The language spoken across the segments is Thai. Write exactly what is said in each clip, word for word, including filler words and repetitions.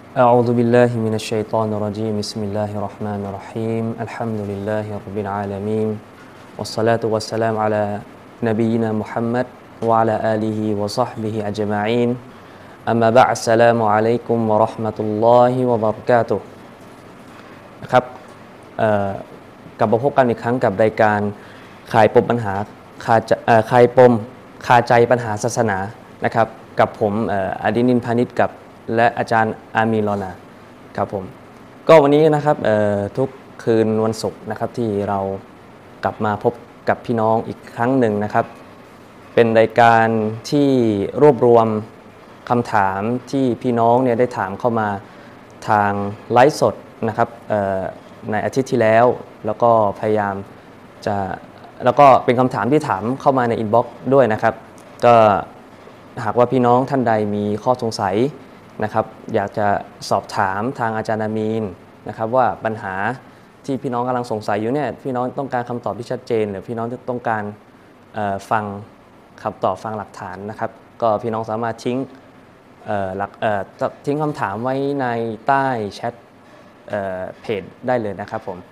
أعوذ بالله من الشيطان الرجيم بسم الله الرحمن الرحيم الحمد لله رب العالمين والصلاة والسلام على نبينا محمد وعلى آله وصحبه أجمعين أما بعد السلام عليكم ورحمة الله وبركاته นะครับเอ่อกลับมาพบกันอีกครั้งกับรายการคลายปมปัญหาคาเอ่อคลายปมคาใจปัญหาศาสนานะครับกับผมเอ่ออดินินท์พานิชกับและอาจารย์อามีนรอนาครับผมก็วันนี้นะครับเอ่อทุกคืนวันศุกร์นะครับที่เรากลับมาพบกับพี่น้องอีกครั้งหนึ่งนะครับเป็นรายการที่รวบรวมคำถามที่พี่น้องเนี่ยได้ถามเข้ามาทางไลฟ์สดนะครับในอาทิตย์ที่แล้วแล้วก็พยายามจะแล้วก็เป็นคำถามที่ถามเข้ามาในอินบ็อกซ์ด้วยนะครับก็หากว่าพี่น้องท่านใดมีข้อสงสัยนะครับอยากจะสอบถามทางอาจารย์อามีนนะครับว่าปัญหาที่พี่น้องกำลังสงสัยอยู่เนี่ยพี่น้องต้องการคำตอบที่ชัดเจนหรือพี่น้องต้องการฟังคำตอบฟังหลักฐานนะครับก็พี่น้องสามารถทิ้งหลักทิ้งคำถามไว้ในใต้แชทเพจได้เลยนะครับผม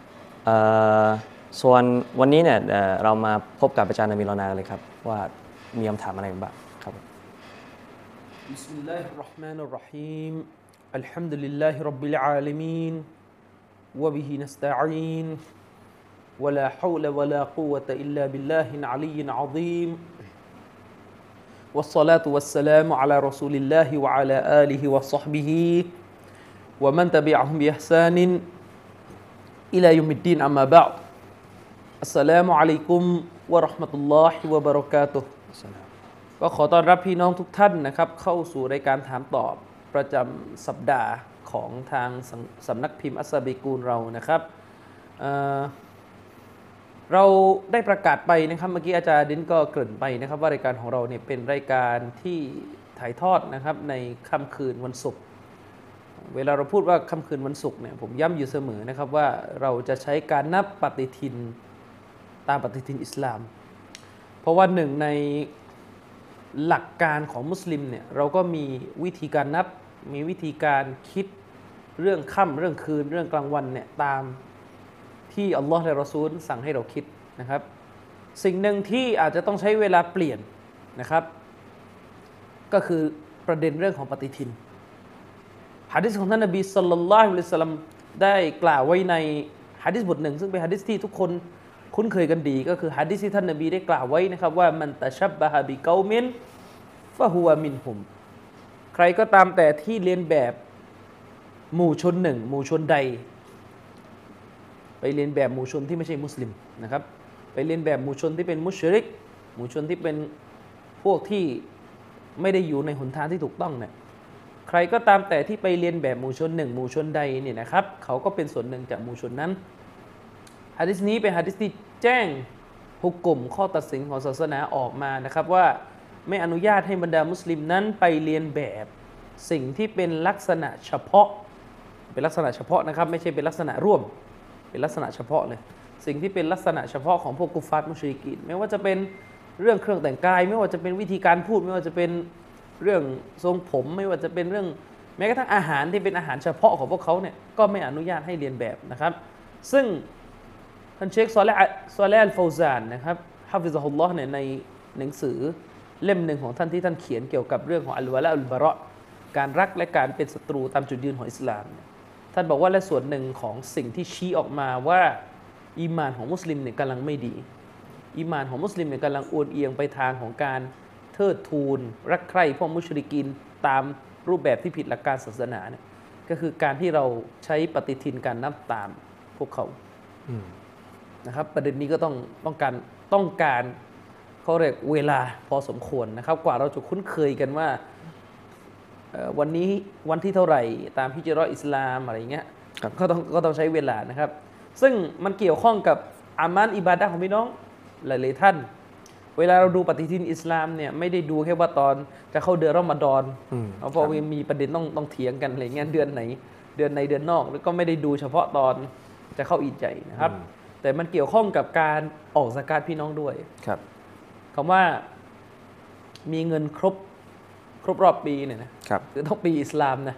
ส่วนวันนี้เนี่ยเรามาพบกับอาจารย์อามีนรอนาเลยครับว่ามีคำถามอะไรบ้างครับ بسم الله الرحمن الرحيم الحمد لله رب العالمين وبه نستعين ولا حول ولا قوة إلا بالله العلي العظيم والصلاة والسلام على رسول الله وعلى آله وصحبه ومن تبعهم بإحسان إلى يوم الدين أما بعد السلام عليكم ورحمة الله وبركاتهก็ขอต้อนรับพี่น้องทุกท่านนะครับเข้าสู่รายการถามตอบประจำสัปดาห์ของทางสำนักพิมพ์อัสซาบิกูลเรานะครับ เอ่อ เราได้ประกาศไปนะครับเมื่อกี้อาจารย์ดินก็เกริ่นไปนะครับว่ารายการของเราเนี่ยเป็นรายการที่ถ่ายทอดนะครับในค่ำคืนวันศุกร์เวลาเราพูดว่าค่ำคืนวันศุกร์เนี่ยผมย้ำอยู่เสมอนะครับว่าเราจะใช้การนับปฏิทินตามปฏิทินอิสลามเพราะว่าหนึ่งในหลักการของมุสลิมเนี่ยเราก็มีวิธีการนับมีวิธีการคิดเรื่องค่ำเรื่องคืนเรื่องกลางวันเนี่ยตามที่อัลลอฮ์และรอซูลสั่งให้เราคิดนะครับสิ่งหนึ่งที่อาจจะต้องใช้เวลาเปลี่ยนนะครับก็คือประเด็นเรื่องของปฏิทินหะดีษของท่านนบีศ็อลลัลลอฮุอะลัยฮิวะซัลลัมได้กล่าวไว้ในหะดีษบทหนึ่งซึ่งเป็นหะดีษที่ทุกคนคุ้นเคยกันดีก็คือหะดีษที่ท่านนบีได้กล่าวไว้นะครับว่ามันตะชับบะฮะบิกอมินฟะฮุวะมินฮุมใครก็ตามแต่ที่เลียนแบบหมู่ชนหนึ่งหมู่ชนใดไปเลียนแบบหมู่ชนที่ไม่ใช่มุสลิมนะครับไปเลียนแบบหมู่ชนที่เป็นมุชริกหมู่ชนที่เป็นพวกที่ไม่ได้อยู่ในหนทางที่ถูกต้องเนี่ยใครก็ตามแต่ที่ไปเลียนแบบหมู่ชนหนึ่งหมู่ชนใดเนี่ยนะครับเขาก็เป็นส่วนหนึ่งจากหมู่ชนนั้นหะดีษนี้เป็นหะดีษที่แจ้งฮุกกุมข้อตัดสินของศาสนาออกมานะครับว่าไม่อนุญาตให้บรรดามุสลิมนั้นไปเลียนแบบสิ่งที่เป็นลักษณะเฉพาะเป็นลักษณะเฉพาะนะครับไม่ใช่เป็นลักษณะร่วมเป็นลักษณะเฉพาะเลยสิ่งที่เป็นลักษณะเฉพาะของพวกกุฟาร์มุชริกีนไม่ว่าจะเป็นเรื่องเครื่องแต่งกายไม่ว่าจะเป็นวิธีการพูดไม่ว่าจะเป็นเรื่องทรงผมไม่ว่าจะเป็นเรื่องแม้กระทั่งอาหารที่เป็นอาหารเฉพาะของพวกเขาเนี่ยก็ไม่อนุญาตให้เลียนแบบนะครับซึ่งท่านเชคซอเลห์ซอเลห์อัลฟาวซานนะครับฮะฟิซะฮุลลอฮ์เนี่ยในหนังสือเล่มหนึ่งของท่านที่ท่านเขียนเกี่ยวกับเรื่องของอัลวะลาอัลบะเราะห์การรักและการเป็นศัตรูตามจุดยืนของอิสลามท่านบอกว่าและส่วนหนึ่งของสิ่งที่ชี้ออกมาว่าอีหม่านของมุสลิมเนี่ยกำลังไม่ดีอีหม่านของมุสลิมเนี่ยกำลังอวนเอียงไปทางของการเทิดทูนรักใคร่พวกมุชริกีนตามรูปแบบที่ผิดหลักการศาสนาเนี่ยก็คือการที่เราใช้ปฏิทินการนับตามพวกเขานะครับประเด็นนี้ก็ต้องต้องการต้องการเขาเรียกเวลาพอสมควรนะครับกว่าเราจะคุ้นเคยกันว่าวันนี้วันที่เท่าไหร่ตามฮิจเราะห์อิสลามอะไรเงี้ยก็ต้องก็ต้องใช้เวลานะครับซึ่งมันเกี่ยวข้องกับอามัลอิบาดะห์ของพี่น้องหลายๆท่านเวลาเราดูปฏิทินอิสลามเนี่ยไม่ได้ดูแค่ว่าตอนจะเข้าเดือนรอมฎอนเพราะมีประเด็นต้องต้องเถียงกันอะไรเงี้ยเดือนไหนเดือนในเดือนนอกแล้วก็ไม่ได้ดูเฉพาะตอนจะเข้าอีดใจนะครับแต่มันเกี่ยวข้องกับการออกซะกาตพี่น้องด้วยครับคำว่ามีเงินครบครบรอบปีเนี่ยนะครับคือต้องปีอิสลามนะ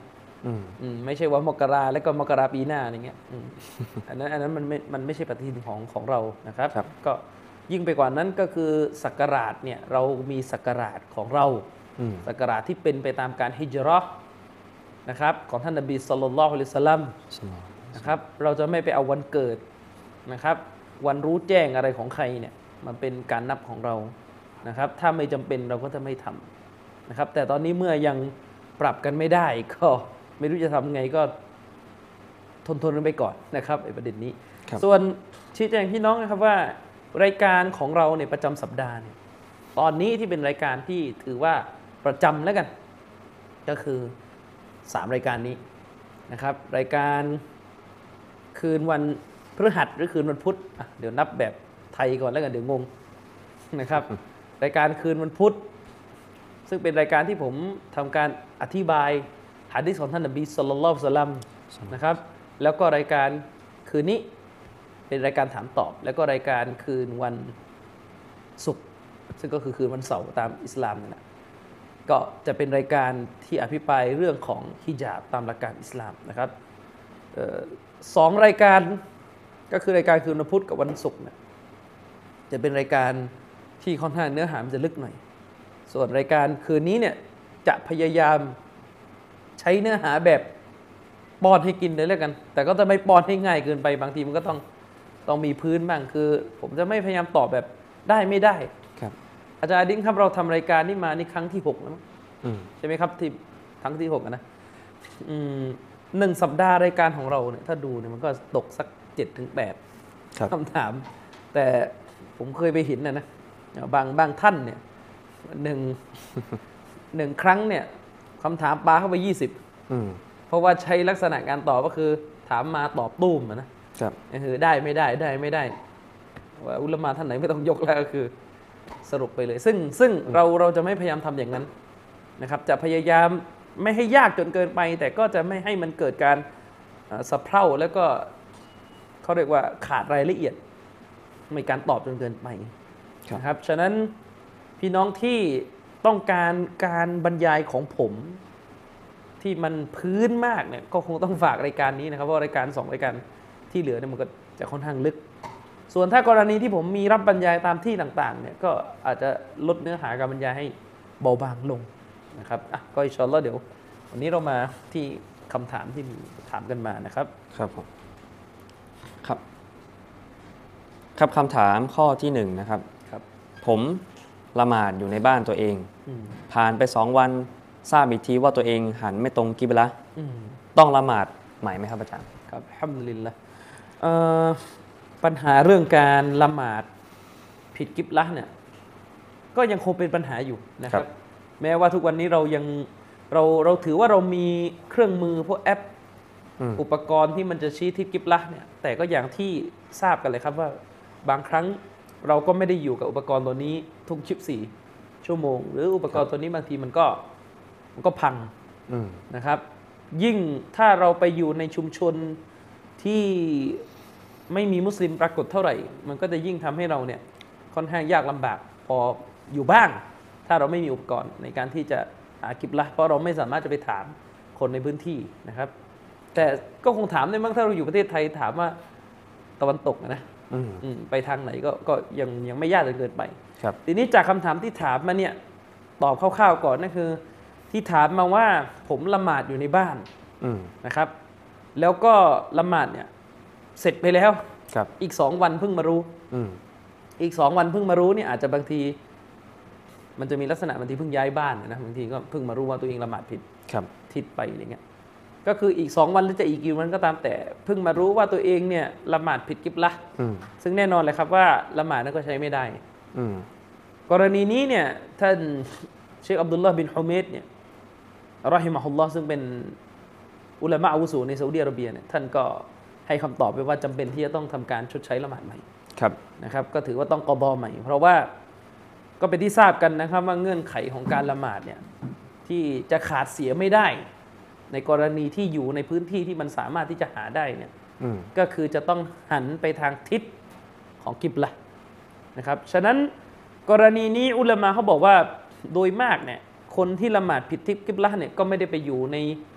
อืมอืมไม่ใช่ว่ามกราแล้วก็มกราปีหน้าอย่างเงี้ยอืมอันนั้นอันนั้นมันไม่มันไม่ใช่ปฏิทินของของเรานะครับครับก็ยิ่งไปกว่านั้นก็คือศักราชเนี่ยเรามีศักราชของเราอืมศักราชที่เป็นไปตามการฮิจเราะห์นะครับของท่านนบีศ็อลลัลลอฮุอะลัยฮิวะซัลลัมนะครับเราจะไม่ไปเอาวันเกิดนะครับวันรู้แจ้งอะไรของใครเนี่ยมันเป็นการนับของเรานะครับถ้าไม่จำเป็นเราก็จะไม่ทำนะครับแต่ตอนนี้เมื่อยังปรับกันไม่ได้ก็ไม่รู้จะทำไงก็ทนทนกันไปก่อนนะครับไอ้ประเด็นนี้ครับส่วนชี้แจงพี่น้องนะครับว่ารายการของเราเนี่ยประจำสัปดาห์เนี่ยตอนนี้ที่เป็นรายการที่ถือว่าประจำแล้วกัน ก็คือสามรายการนี้นะครับรายการคืนวันพฤหัสหรือคืนวันพุธอ่ะเดี๋ยวนับแบบไทยก่อนแล้วกันเดี๋ยวงงนะครับ รายการคืนวันพุธซึ่งเป็นรายการที่ผมทำการอธิบายหะดีษของท่านนบีศ็อลลัลลอฮุอะลัยฮิวะซัลลัมนะครับแล้วก็รายการคืนนี้เป็นรายการถามตอบ แล้วก็รายการคืนวันศุกร์ซึ่งก็คือคืนวันเสาร์ตามอิสลามนั่นแหละก็จะเป็นรายการที่อภิปรายเรื่องของฮิญาบตามหลักการอิสลามนะครับออสองรายการก็คือรายการคืนวันพุธกับวันศุกร์เนี่ยจะเป็นรายการที่ค่อนข้างเนื้อหามันจะลึกหน่อยส่วนรายการคืนนี้เนี่ยจะพยายามใช้เนื้อหาแบบป้อนให้กินเลยแล้วกันแต่ก็จะไม่ป้อนให้ง่ายเกินไปบางทีมันก็ต้องต้องมีพื้นบ้างคือผมจะไม่พยายามตอบแบบได้ไม่ได้ครับอาจารย์ดิ้งครับเราทำรายการนี้มานี่ครั้งที่หกแล้วมั้งอืมใช่ไหมครับที่ครั้งที่หกอะนะอืมหนึ่งสัปดาห์รายการของเราเนี่ยถ้าดูเนี่ยมันก็ตกสักเจ็ดถึงแปดครับคำถาม แต่ผมเคยไปเห็นนะนะบางบางท่านเนี่ยหนึ่ง หนึ่งครั้งเนี่ยคำถามปาเข้าไปยี่สิบอืมเพราะว่าใช้ลักษณะการตอบก็คือถามมาตอบตุ้มอะนะครับ ก็คือได้ไม่ได้ได้ไม่ได้ว่าอุลามะท่านไหนไม่ต้องยกแล้วก็คือสรุปไปเลย ซึ่งซึ่งเราเราจะไม่พยายามทำอย่างนั้นนะครับ จะพยายามไม่ให้ยากจนเกินไป แต่ก็จะไม่ให้มันเกิดการอ่าสะเพร่าแล้วก็เขาเรียกว่าขาดรายละเอียดไม่การตอบจนเกินไปครับนะครับฉะนั้นพี่น้องที่ต้องการการบรรยายของผมที่มันพื้นมากเนี่ยก็คงต้องฝากรายการนี้นะครับเพราะรายการสองรายการที่เหลือเนี่ยมันก็จะค่อนข้างลึก ส่วนถ้ากรณีที่ผมมีรับบรรยายตามที่ต่างๆเนี่ยก็อาจจะลดเนื้อหาการบรรยายให้เบาบางลงนะครับอ่ะก็อินชาอัลลอฮ์เดี๋ยววันนี้เรามาที่คำถามที่มีถามกันมานะครับครับผมครับ ครับคำถามข้อที่หนึ่งนะครับครับผมละหมาดอยู่ในบ้านตัวเองอืมผ่านไปสองวันทราบอีกทีว่าตัวเองหันไม่ตรงกิบละห์อืมต้องละหมาดใหม่ไหมครับอาจารย์ครับอัลฮัมดุลิลละห์เอ่อปัญหาเรื่องการละหมาดผิดกิบละห์เนี่ยก็ยังคงเป็นปัญหาอยู่นะครัครับ บแม้ว่าทุกวันนี้เรายังเราเราถือว่าเรามีเครื่องมือพวกแอปอืมอุปกรณ์ที่มันจะชี้ทิศกิบละห์เนี่ยแต่ก็อย่างที่ทราบกันเลยครับว่าบางครั้งเราก็ไม่ได้อยู่กับอุปกรณ์ตัวนี้ทุกยี่สิบสี่ชั่วโมง หรืออุปกรณ์ตัวนี้บางทีมันก็มันก็พังอืมนะครับยิ่งถ้าเราไปอยู่ในชุมชนที่ไม่มีมุสลิมปรากฏเท่าไหร่ มันก็จะยิ่งทำให้เราเนี่ยค่อนข้างยากลำบากพออยู่บ้าง ถ้าเราไม่มีอุปกรณ์ในการที่จะหากิบละห์เพราะเราไม่สามารถจะไปถามคนในพื้นที่นะครับ แต่ก็คงถามได้มั้งถ้าเราอยู่ประเทศไทยถามว่าตะวันตกนะอืมอืมไปทางไหนก็ก็ยังยังไม่ยากจนเกินไปครับทีนี้จากคำถามที่ถามมาเนี่ยตอบคร่าวๆก่อนนั่นคือ ที่ถามมาว่าผมละหมาดอยู่ในบ้านอืมนะครับ แล้วก็ละหมาดเนี่ยเสร็จไปแล้วครับอีกสองวันเพิ่งมารู้อืมอีกสองวันเพิ่งมารู้เนี่ยอาจจะบางที มันจะมีลักษณะบางทีเพิ่งย้ายบ้านนะบางทีก็เพิ่งมารู้ว่าตัวเองละหมาดผิดครับทิศไปอะไรเงี้ยก็คืออีกสองวันหรือจะอีกกี่วันก็ตามแต่เพิ่งมารู้ว่าตัวเองเนี่ยละหมาดผิดกิบละห์อืมซึ่งแน่นอนเลยครับว่าละหมาดนั้นก็ใช้ไม่ได้อืมกรณีนี้เนี่ยท่านเชคอับดุลลาห์บินฮุมัยดเนี่ยรอฮิมะฮุลลอฮ์ซึ่งเป็นอุลามะอาวุโสในซาอุดิอาระเบียเนี่ยท่านก็ให้คำตอบไปว่าจำเป็นที่จะต้องทำการชดใช้ละหมาดใหม่ครับนะครับก็ถือว่าต้องกอบอใหม่ เพราะว่าก็เป็นที่ทราบกันนะครับว่าเงื่อนไขของการละหมาดเนี่ยที่จะขาดเสียไม่ได้ ในกรณีที่อยู่ในพื้นที่ที่มันสามารถที่จะหาได้เนี่ยอืมก็คือจะต้องหันไปทางทิศของกิบละห์นะครับฉะนั้นกรณีนี้อุลามะเขาบอกว่าโดยมากเนี่ยคนที่ละหมาดผิดทิศกิบละห์เนี่ยก็ไม่ได้ไปอยู่ใน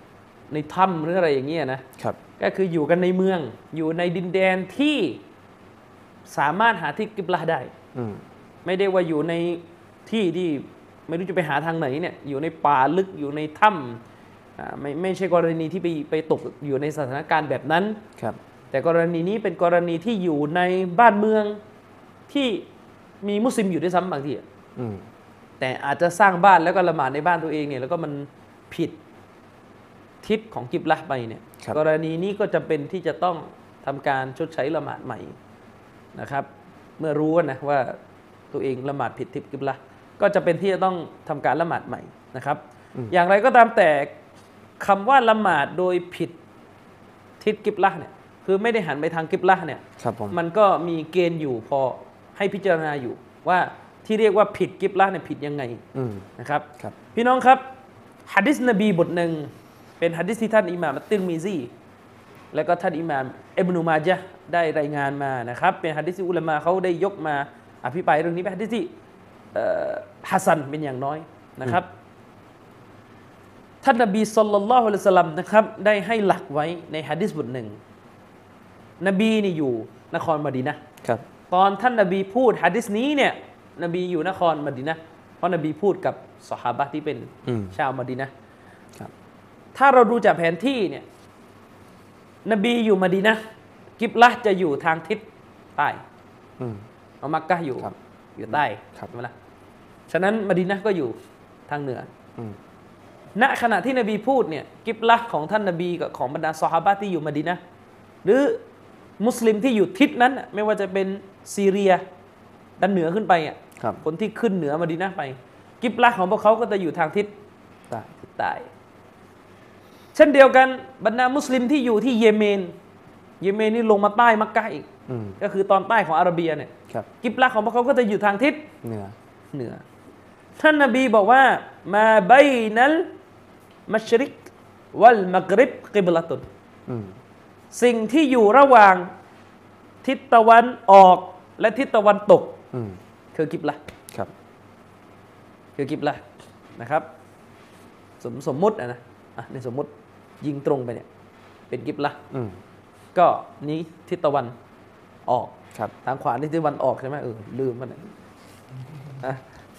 ในถ้ำหรืออะไรอย่างเงี้ยนะครับก็คืออยู่กันในเมืองอยู่ในดินแดนที่สามารถหาทิศกิบละห์ได้ไม่ได้ว่าอยู่ในที่ที่ไม่รู้จะไปหาทางไหนเนี่ยอยู่ในป่าลึกอยู่ในถ้ำไม่ไม่ใช่กรณีที่ไปไปตกอยู่ในสถานการณ์แบบนั้นครับแต่กรณีนี้เป็นกรณีที่อยู่ในบ้านเมืองที่มีมุสลิมอยู่ด้วยซ้ำบางทีแต่อาจจะสร้างบ้านแล้วก็ละหมาดในบ้านตัวเองเนี่ยแล้วก็มันผิดทิศของกิบละห์ไปเนี่ยกรณีนี้ก็จำเป็นที่จะต้องทำการชดใช้ละหมาดใหม่นะครับเมื่อรู้นะว่าตัวเองละหมาดผิดทิศกิบละห์ก็จะเป็นที่จะต้องทำการละหมาดใหม่นะครับอย่างไรก็ตามแต่คำว่าละหมาดโดยผิดทิศกิบละห์เนี่ยคือไม่ได้หันไปทางกิบละห์เนี่ยมันก็มีเกณฑ์อยู่พอให้พิจารณาอยู่ว่าที่เรียกว่าผิดกิบละห์เนี่ยผิดยังไงนะครับพี่น้องครับหะดีษนบีบทหนึ่งเป็นหะดีษที่ท่านอิหม่ามอัตติรมิซีแล้วก็ท่านอิหม่ามอิบนุมาญะห์ได้รายงานมานะครับเป็นหะดีษที่อุลามะเขาได้ยกมาอภิปรายเรื่องนี้เป็นหะดีษที่ฮะซันเป็นอย่างน้อยนะครับท่านนบีศ็อลลัลลอฮุอะลัยฮิวะซัลลัมนะครับได้ให้หลักไว้ในหะดีษบทหนึ่งนบีนี่อยู่นครมะดีนะห์ครับตอนท่านนบีพูดหะดีษนี้เนี่ยนบีอยู่นครมะดีนะห์เพราะนบีพูดกับซอฮาบะห์ที่เป็นชาวมะดีนะห์ครับถ้าเราดูจากแผนที่เนี่ยนบีอยู่มะดีนะห์กิบละห์จะอยู่ทางทิศใต้เอามักกะฮ์อยู่อยู่ใต้ใช่ไหมล่ะฉะนั้นมะดีนะห์ก็อยู่ทางเหนือณขณะที่นบีพูดเนี่ยกิบละห์ของท่านนบีกับของบรรดาซอฮาบะห์ที่อยู่มะดีนะห์หรือมุสลิมที่อยู่ทิศนั้นไม่ว่าจะเป็นซีเรียด้านเหนือขึ้นไปอ่ะคนที่ขึ้นเหนือมะดีนะห์ไปกิบละห์ของพวกเขาก็จะอยู่ทางทิศใต้ทิศใต้เช่นเดียวกันบรรดามุสลิมที่อยู่ที่เยเมนเยเมนนี่ลงมาใต้มักกะฮ์อีกก็คือตอนใต้ของอาระเบียเนี่ยกิบละห์ของพวกเขาก็จะอยู่ทางทิศเหนือเหนือท่านนบีบอกว่ามาบัยนัลมัชริกวัลมักริบกิบละตุนสิ่งที่อยู่ระหว่างทิศตะวันออกและทิศตะวันตกคือกิบละห์ครับคือกิบละห์นะครับสมสมมุตินะอ่ะในสมมุติยิงตรงไปเนี่ยเป็นกิบละห์ก็นี้ทิศตะวันออกครับทางขวานี่ทิศตะวันออกใช่ไหมเออลืมมันอ่ะ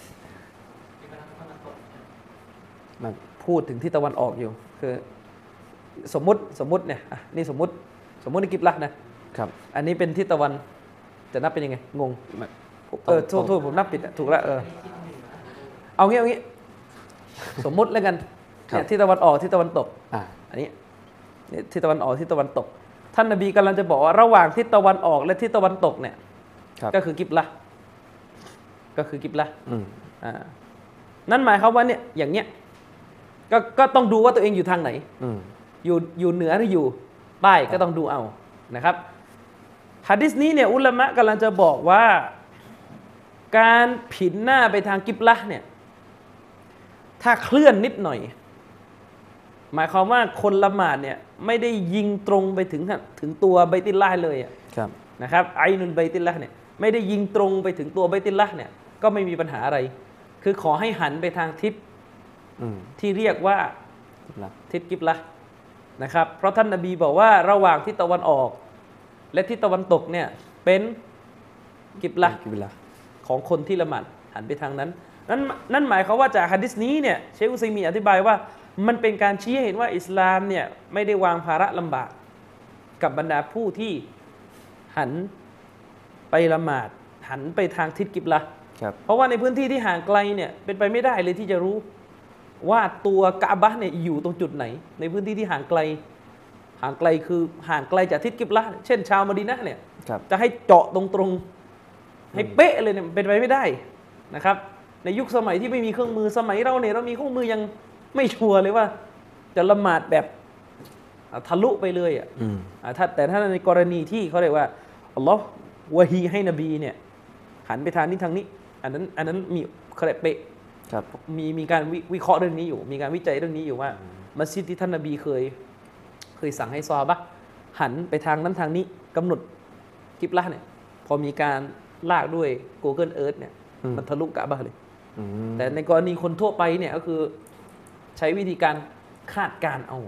มันพูดถึงทิศตะวันออกอยู่คือสมมุติสมมุติเนี่ยอ่ะนี่สมมุติสมมุติในกิบละห์นะครับอันนี้เป็นทิศตะวันจะนับเป็นยังไงงงเออโทษโทษผมนับผิดถูกแล้วเออเอางี้เอางี้สมมุติแล้วกันเนี่ยทิศตะวันออกทิศตะวันตกอ่าอันนี้เนี่ยทิศตะวันออกทิศตะวันตกท่านนบีกำลังจะบอกว่าระหว่างทิศตะวันออกและทิศตะวันตกเนี่ยก็คือกิบละห์ก็คือกิบละห์อ่านั่นหมายความว่าเนี่ยอย่างเนี้ยก็ก็ต้องดูว่าตัวเองอยู่ทางไหนอยู่อยู่เหนือหรืออยู่ใต้ก็ต้องดูเอานะครับหะดีษนี้เนี่ยอุลามะกำลังจะบอกว่าการผินหน้าไปทางกิบละห์เนี่ยถ้าเคลื่อนนิดหน่อยหมายความว่าคนละหมาดเนี่ยไม่ได้ยิงตรงไปถึงถึงตัวไบตุลลาห์เลยนะครับไอนุลไบตุลลาห์เนี่ยไม่ได้ยิงตรงไปถึงตัวไบตุลลาห์เนี่ยก็ไม่มีปัญหาอะไรคือขอให้หันไปทางทิศที่เรียกว่าทิศกิบละห์นะครับเพราะท่านนบีบอกว่าระหว่างทิศตะวันออกและทิศตะวันตกเนี่ยเป็นกิบละห์ของคนที่ละหมาดหันไปทางนั้นนั่นนั่นหมายความว่าจากหะดีษนี้เนี่ยเชคอุซัยมีนอธิบายว่ามันเป็นการชี้ให้เห็นว่าอิสลามเนี่ยไม่ได้วางภาระลำบากกับบรรดาผู้ที่หันไปละหมาดหันไปทางทิศกิบละห์เพราะว่าในพื้นที่ที่ห่างไกลเนี่ยเป็นไปไม่ได้เลยที่จะรู้ว่าตัวกะบะห์เนี่ยอยู่ตรงจุดไหนในพื้นที่ที่ห่างไกลห่างไกลคือห่างไกลจากทิศกิบละห์เช่นชาวมะดีนะห์เนี่ยจะให้เจาะตรงๆให้เป๊ะเลยเนี่ยเป็นไปไม่ได้นะครับในยุคสมัยที่ไม่มีเครื่องมือสมัยเราเนี่ยเรามีเครื่องมือยังไม่ชัวร์เลยว่าจะละหมาดแบบทะลุไปเลยอ่ะถ้าแต่ถ้าในกรณีที่เขาเรียกว่าอัลลอฮ์วะฮีให้นบีเนี่ยหันไปทางนี้ทางนี้อันนั้นอันนั้นมีเครเปะมีมีการวิเคราะห์เรื่องนี้อยู่มีการวิจัยเรื่องนี้อยู่ว่ามัสยิดที่ท่านนบีเคยเคยสั่งให้ซอฮาบะห์หันไปทางนั้นทางนี้กำหนดกิบละห์เนี่ยพอมีการลากด้วย Google Earth เนี่ยมันทะลุกะบะห์เลยแต่ในกรณีคนทั่วไปเนี่ยก็คือใช้วิธีการคาดการเอา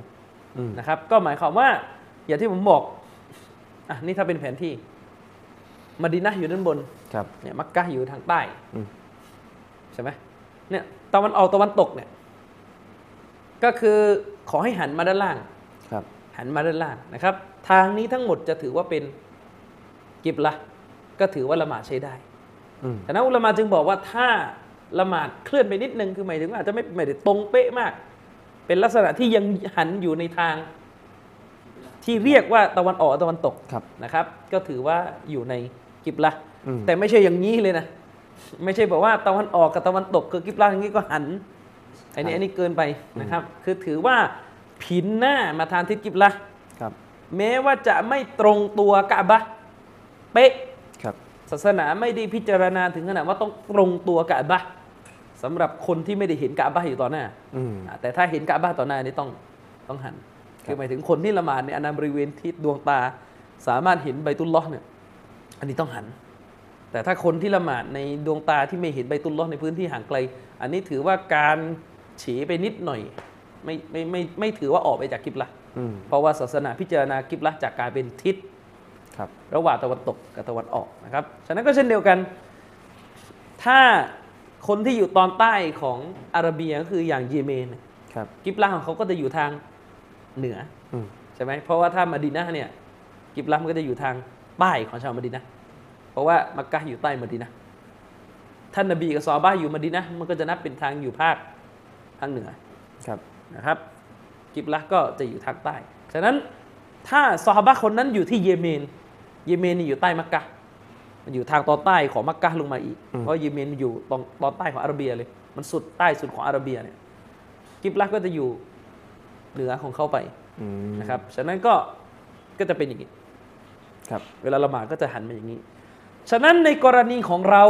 นะครับก็หมายความว่าอย่างที่ผมบอกอ่ะนี่ถ้าเป็นแผนที่มะดีนะห์อยู่ด้านบนเนี่ยมักกะฮ์อยู่ทางใต้ใช่ไหมเนี่ยตะวันออกตะวันตกเนี่ยก็คือขอให้หันมาด้านล่างหันมาด้านล่างนะครับทางนี้ทั้งหมดจะถือว่าเป็นกิบละห์ก็ถือว่าละหมาดใช้ได้แต่นั้นอุลามะจึงบอกว่าถ้าละหมาดเคลื่อนไปนิดนึงคือหมายถึงอาจจะไม่ไม่ได้ตรงเป๊ะมากเป็นลักษณะที่ยังหันอยู่ในทางที่เรียกว่าตะวันออกตะวันตกนะครับก็ถือว่าอยู่ในกิบละห์แต่ไม่ใช่อย่างนี้เลยนะไม่ใช่บอกว่าตะวันออกกับตะวันตกคือกิบละห์อย่างนี้ก็หันอันนี้อันนี้เกินไปนะครับคือถือว่าผินหน้ามาทางทิศกิบละห์แม้ว่าจะไม่ตรงตัวกะบะห์เป๊ะศาสนาไม่ได้พิจารณาถึงขนาดว่าต้องตรงตัวกะบะห์สำหรับคนที่ไม่ได้เห็นกะบะห์อยู่ต่อหน้าแต่ถ้าเห็นกะบะห์ต่อหน้านี่ต้องต้องหันคือหมายถึงคนที่ละหมาดในอาณาบริเวณที่ดวงตาสามารถเห็นไบตุลลอฮ์เนี่ยอันนี้ต้องหันแต่ถ้าคนที่ละหมาดในดวงตาที่ไม่เห็นไบตุลลอฮ์ในพื้นที่ห่างไกลอันนี้ถือว่าการเฉไปนิดหน่อยไม่ไม่ไม่ไม่ถือว่าออกไปจากกิบละห์เพราะว่าศาสนาพิจารณากิบละห์จากการเป็นทิศระหว่างตะวันตกกับตะวันออกนะครับฉะนั้นก็เช่นเดียวกันถ้าคนที่อยู่ตอนใต้ของอาระเบียก็คืออย่างเยเมนกิบละห์ของเขาก็จะอยู่ทางเหนือใช่ไหมเพราะว่าถ้ามะดีนะห์เนี่ยกิบละห์มันก็จะอยู่ทางใต้ของชาวมะดีนะห์เพราะว่ามักกะฮ์อยู่ใต้มะดีนะห์ท่านนบีกับซอฮาบะห์อยู่มะดีนะห์มันก็จะนับเป็นทางอยู่ภาคทางเหนือนะครับกิบละห์ก็จะอยู่ทางใต้ฉะนั้นถ้าซอฮาบะห์คนนั้นอยู่ที่เยเมนเยเมนนี่อยู่ใต้มักกะฮ์มันอยู่ทางตอนใต้ของมักกะฮ์ลงมาอีกเพราะเยเมนอยู่ตอนตอนใต้ของอาระเบียเลยมันสุดใต้สุดของอาระเบียเนี่ยกิบละห์ก็จะอยู่เหนือของเขาไปนะครับฉะนั้นก็ก็จะเป็นอย่างนี้ครับเวลาละหมาดก็จะหันมาอย่างนี้ฉะนั้นในกรณีของเรา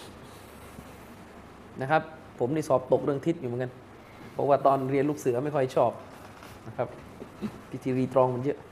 นะครับผมนี่สอบตกเรื่องทิศอยู่เหมือนกันเพราะว่าตอนเรียนลูกเสือไม่ค่อยชอบนะครับพิธีรีตรองมันเยอะ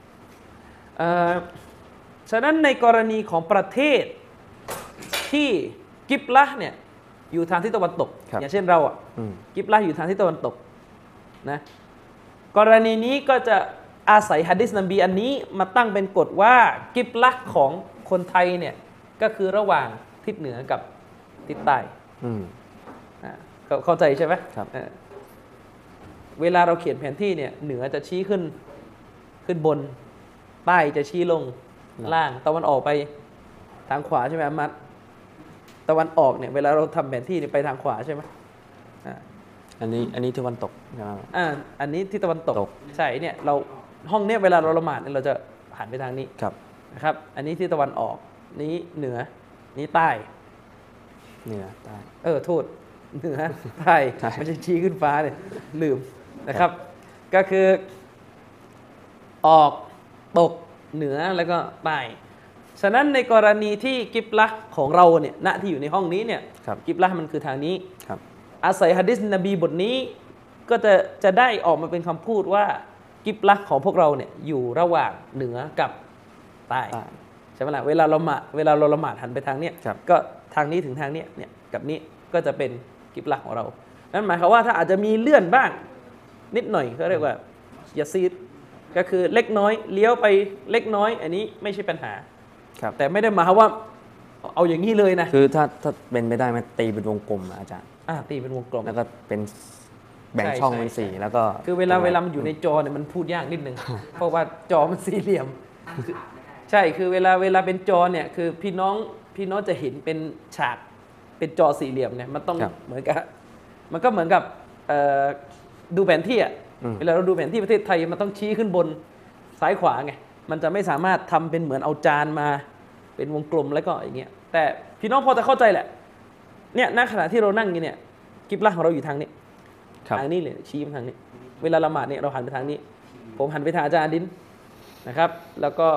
ฉะนั้นในกรณีของประเทศที่กิบละห์เนี่ยอยู่ทางทิศตะวันตกอย่างเช่นเราอ่ะกิบละห์อยู่ทางทิศตะวันตกนะกรณีนี้ก็จะอาศัยหะดีษนบีอันนี้มาตั้งเป็นกฎว่ากิบละห์ของคนไทยเนี่ยก็คือระหว่างทิศเหนือกับทิศใต้เข้าใจใช่ไหมครับเวลาเราเขียนแผนที่เนี่ยเหนือจะชี้ขึ้นขึ้นบนใต้จะชี้ลงล่างตะวันออกไปทางขวาใช่ไหมมัดตะวันออกเนี่ยเวลาเราทำแผนที่เนี่ยไปทางขวาใช่ไหมอันนี้อันนี้ตะวันตกนะครับอ่าอันนี้ที่ตะวันตกใช่เนี่ยเราห้องเนี้ยเวลาเราละหมาดเนี่ยเราจะหันไปทางนี้นะครับอันนี้ที่ตะวันออกนี้เหนือนี้ใต้เหนือใต้เออโทษเหนือใต้ไม่ใช่ชี้ขึ้นฟ้าเลยลืมนะครับก็คือออกตกเหนือแล้วก็ใต้ฉะนั้นในกรณีที่กิบละห์ของเราเนี่ยณที่อยู่ในห้องนี้เนี่ยกิบละห์มันคือทางนี้อาศัยหะดีษนบีบทนี้ก็จะจะได้ออกมาเป็นคำพูดว่ากิบละห์ของพวกเราเนี่ยอยู่ระหว่างเหนือกับใต้ใช่ไหมล่ะเวลาเราละหมาดเวลาเราละหมาดหันไปทางเนี้ยก็ทางนี้ถึงทางเนี้ยเนี่ยกับนี้ก็จะเป็นกิบละห์ของเรานั่นหมายความว่าถ้าอาจจะมีเลื่อนบ้างนิดหน่อยเขาเรียกว่ายาซีดก็คือเล็กน้อยเลี้ยวไปเล็กน้อยอันนี้ไม่ใช่ปัญหาแต่ไม่ได้หมายว่าเอาอย่างนี้เลยนะคือถ้าถ้าเป็นไม่ได้มันตีเป็นวงกลมอาจารย์อ่าตีเป็นวงกลมแล้วก็เป็นแบ่งช่องเป็นสี่แล้วก็คือเวลาเวลามันอยู่ในจอเนี่ยมันพูดยากนิดนึงเพราะว่าจอมันสี่เหลี่ยมใช่คือเวลาเวลาเป็นจอเนี่ยคือพี่น้องพี่น้องจะเห็นเป็นฉากเป็นจอสี่เหลี่ยมเนี่ยมันต้องเหมือนกับมันก็เหมือนกับดูแผนที่อ่ะเวลาเราดูแผนที่ประเทศไทยมันต้องชี้ขึ้นบนซ้ายขวาไงมันจะไม่สามารถทำเป็นเหมือนเอาจานมาเป็นวงกลมแล้วก็อย่างเงี้ยแต่พี่น้องพอจะเข้าใจแหละเนี่ยณขณะที่เรานั่งอยู่เนี่ยกิบละห์ของเราอยู่ทางนี้ทางนี้เลยชี้ไปทางนี้เวลาละหมาดเนี่ยเราหันไปทางนี้ผมหันไปทางอาจารย์ดินนะครับแล้วก็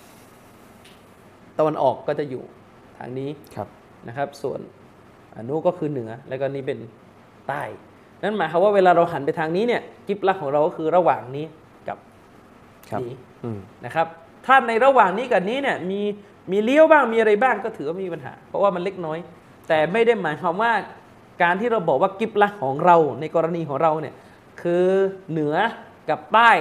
ตะวันออกก็จะอยู่ทางนี้นะครับส่วนอนุก็คือเหนือแล้วก็นี่เป็นใต้นั่นหมายความว่าเวลาเราหันไปทางนี้เนี่ยกิบละห์ของเราก็คือระหว่างนี้กับนี้นะครับถ้าในระหว่างนี้กับนี้เนี่ยมีมีเลี้ยวบ้างมีอะไรบ้างก็ถือว่าไม่มีปัญหาเพราะว่ามันเล็กน้อยแต่ไม่ได้หมายความว่าการที่เราบอกว่ากิบละห์ของเราในกรณีของเราเนี่ยคือเหนือกับใต้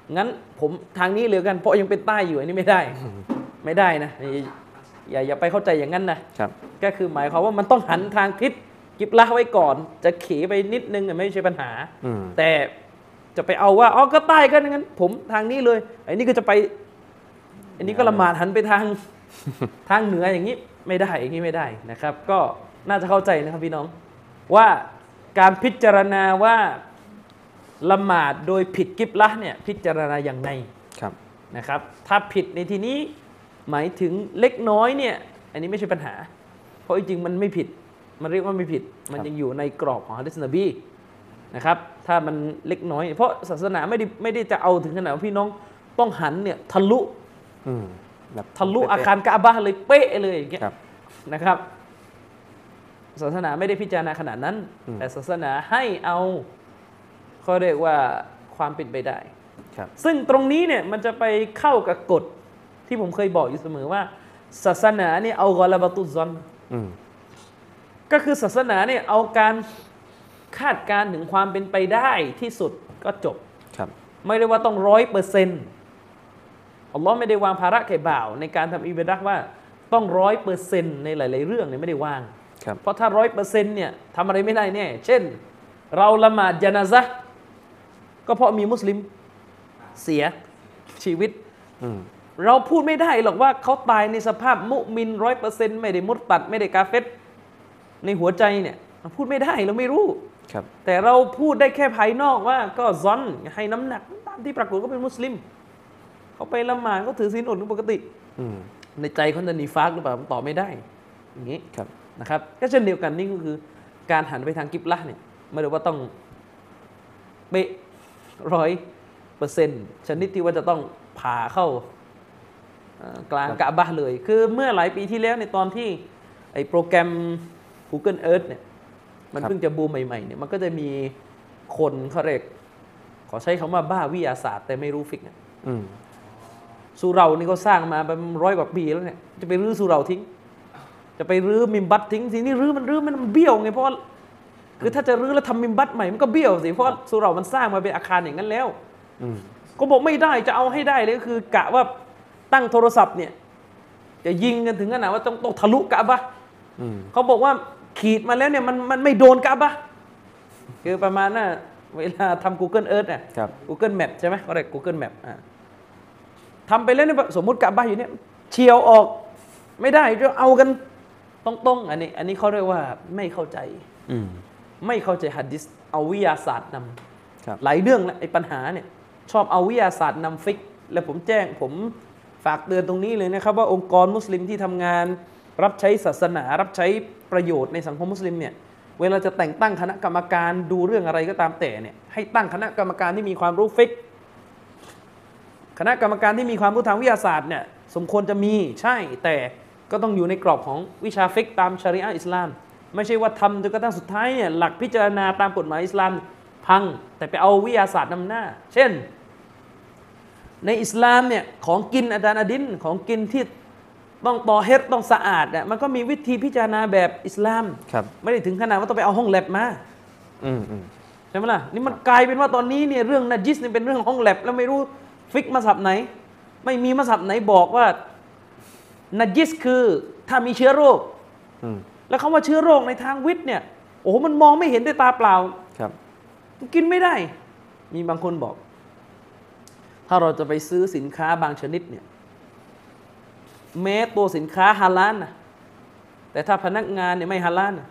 งั้นผมทางนี้เลยกันเพราะยังเป็นใต้อยู่อันนี้ไม่ได้ไม่ได้นะอย่าอย่าไปเข้าใจอย่างนั้นนะครับก็คือหมายความว่ามันต้องหันทางทิศกิบละไว้ก่อนจะเขไปนิดนึงไม่ใช่ปัญหาแต่จะไปเอาว่าอ๋อก็ใต้ก็งั้นผมทางนี้เลยไอ้นี่ก็จะไปอันนี้ก็ละหมาดหันไปทางทางเหนืออย่างนี้ไม่ได้อย่างนี้ไม่ได้นะครับก็น่าจะเข้าใจนะครับพี่น้องว่าการพิจารณาว่าละหมาดโดยผิดกิบละเนี่ยพิจารณาอย่างไรนะครับถ้าผิดในที่นี้หมายถึงเล็กน้อยเนี่ยอันนี้ไม่ใช่ปัญหาเพราะจริงๆมันไม่ผิดมันเรียกว่าไม่ผิดมันยังอยู่ในกรอบของหะดีษนบีนะครับถ้ามันเล็กน้อยเพราะศาสนาไม่ได้ไม่ได้จะเอาถึงขนาดว่าพี่น้องต้องหันเนี่ยทะลุแบบทะลุอาคารกะอ์บะห์เลยเป๊ะเลยอย่างเงี้ยนะครับศาสนาไม่ได้พิจารณาขนาดนั้นแต่ศาสนาให้เอาเขาเรียกว่าความเป็นไปได้ซึ่งตรงนี้เนี่ยมันจะไปเข้ากับกฎที่ผมเคยบอกอยู่เสมอว่าศาสนาเนี่ยเอากอลาบะตุซอนก็คือศาสนาเนี่ยเอาการคาดการณ์ถึงความเป็นไปได้ที่สุดก็จบไม่ได้ว่าต้องร้อยเปอร์เซ็นต์อัลลอฮ์ไม่ได้วางภาระแก่บ่าวในการทำอิบาดะห์ว่าต้องร้อยเปอร์เซ็นต์ในหลายๆเรื่องเนี่ยไม่ได้วางเพราะถ้าร้อยเปอร์เซ็นต์เนี่ยทำอะไรไม่ได้แน่เช่นเราละหมาดญะนาซะห์ก็เพราะมีมุสลิมเสียชีวิตเราพูดไม่ได้หรอกว่าเขาตายในสภาพมุมินร้อยเปอร์เซ็นต์ไม่ได้มุตตัดไม่ได้กาเฟรในหัวใจเนี่ยเราพูดไม่ได้เราไม่รู้แต่เราพูดได้แค่ภายนอกว่าก็ซอนให้น้ำหนักตามที่ปรากฏก็เป็นมุสลิมเขาไปละหมาดเขาถือศีลอดปกติในใจเขาจะนีฟากหรือเปล่าตอบไม่ได้อย่างนี้นะครับก็เช่นเดียวกันนี่ก็คือการหันไปทางกิบละห์เนี่ยไม่ได้ว่าต้องเป๊ะร้อยเปอร์เซ็นต์ชนิดที่ว่าจะต้องผ่าเข้ากลางกะอ์บะห์เลยคือเมื่อหลายปีที่แล้วในตอนที่ไอ้โปรแกรม Google Earth เนี่ยมันเพิ่งจะบูมใหม่ๆเนี่ยมันก็จะมีคนเขาเรียกขอใช้คำว่าบ้าวิทยาศาสตร์แต่ไม่รู้ฟิกเนี่ยสุเรานี่ก็สร้างมาเป็นร้อยกว่าปีแล้วเนี่ยจะไปรื้อสุเราทิ้งจะไปรื้อมิมบัตทิ้งสิ่งนี้รื้อมันรื้อมันเบี้ยวไงเพราะคือถ้าจะรื้อแล้วทำมิมบัตใหม่มันก็เบี้ยวสิเพราะสุเรามันสร้างมาเป็นอาคารอย่างนั้นแล้วก็บอกไม่ได้จะเอาให้ได้เลยก็คือกะว่าตั้งโทรศัพท์เนี่ยจะยิงกันถึงขนาดว่าต้องต้องทะลุกะอ์บะห์เขาบอกว่าขีดมาแล้วเนี่ยมันมันไม่โดนกะอ์บะห์คือประมาณน่ะเวลาทำ Google Earth น่ะ Google Map ใช่ไหมเขาเรียก Google Map อ่ะทำไปแล้วเนี่ยสมมุติกะอ์บะห์อยู่เนี่ยเฉียวออกไม่ได้จะเอากันตรงๆอันนี้อันนี้เขาเรียกว่าไม่เข้าใจไม่เข้าใจหะดีษเอาวิทยาศาสตร์นำหลายเรื่องแล้วไอ้ปัญหาเนี่ยชอบเอาวิทยาศาสตร์นำฟิกและผมแจ้งผมฝากเตือนตรงนี้เลยนะครับว่าองค์กรมุสลิมที่ทำงานรับใช้ศาสนารับใช้ประโยชน์ในสังคมมุสลิมเนี่ยเวลาจะแต่งตั้งคณะกรรมการดูเรื่องอะไรก็ตามแต่เนี่ยให้ตั้งคณะกรรมการที่มีความรู้ฟิกคณะกรรมการที่มีความรู้ทางวิทยาศาสตร์เนี่ยสมควรจะมีใช่แต่ก็ต้องอยู่ในกรอบของวิชาฟิกตามชะรีอะห์อิสลามไม่ใช่ว่าทำจนกระทั่งสุดท้ายเนี่ยหลักพิจารณาตามกฎหมายอิสลามพังแต่ไปเอาวิทยาศาสตร์นำหน้าเช่นในอิสลามเนี่ยของกินอาจารย์อดินของกินที่ต้องตอเฮรต้องสะอาดเนี่ยมันก็มีวิธีพิจารณาแบบอิสลามไม่ได้ถึงขนาดว่าต้องไปเอาห้องแลบมาใช่ไหมล่ะนี่มันกลายเป็นว่าตอนนี้เนี่ยเรื่องนัจิสเนี่ยเป็นเรื่องห้องแลบแล้วไม่รู้ฟิกมัซฮับไหนไม่มีมัซฮับไหนบอกว่านัจิสคือถ้ามีเชื้อโรคแล้วคำว่าเชื้อโรคในทางวิทย์เนี่ยโอ้โหมันมองไม่เห็นด้วยตาเปล่ากินไม่ได้มีบางคนบอกถ้าเราจะไปซื้อสินค้าบางชนิดเนี่ยแม้ตัวสินค้าฮาลาลนะแต่ถ้าพนักงานเนี่ยไม่ฮาลาลนะ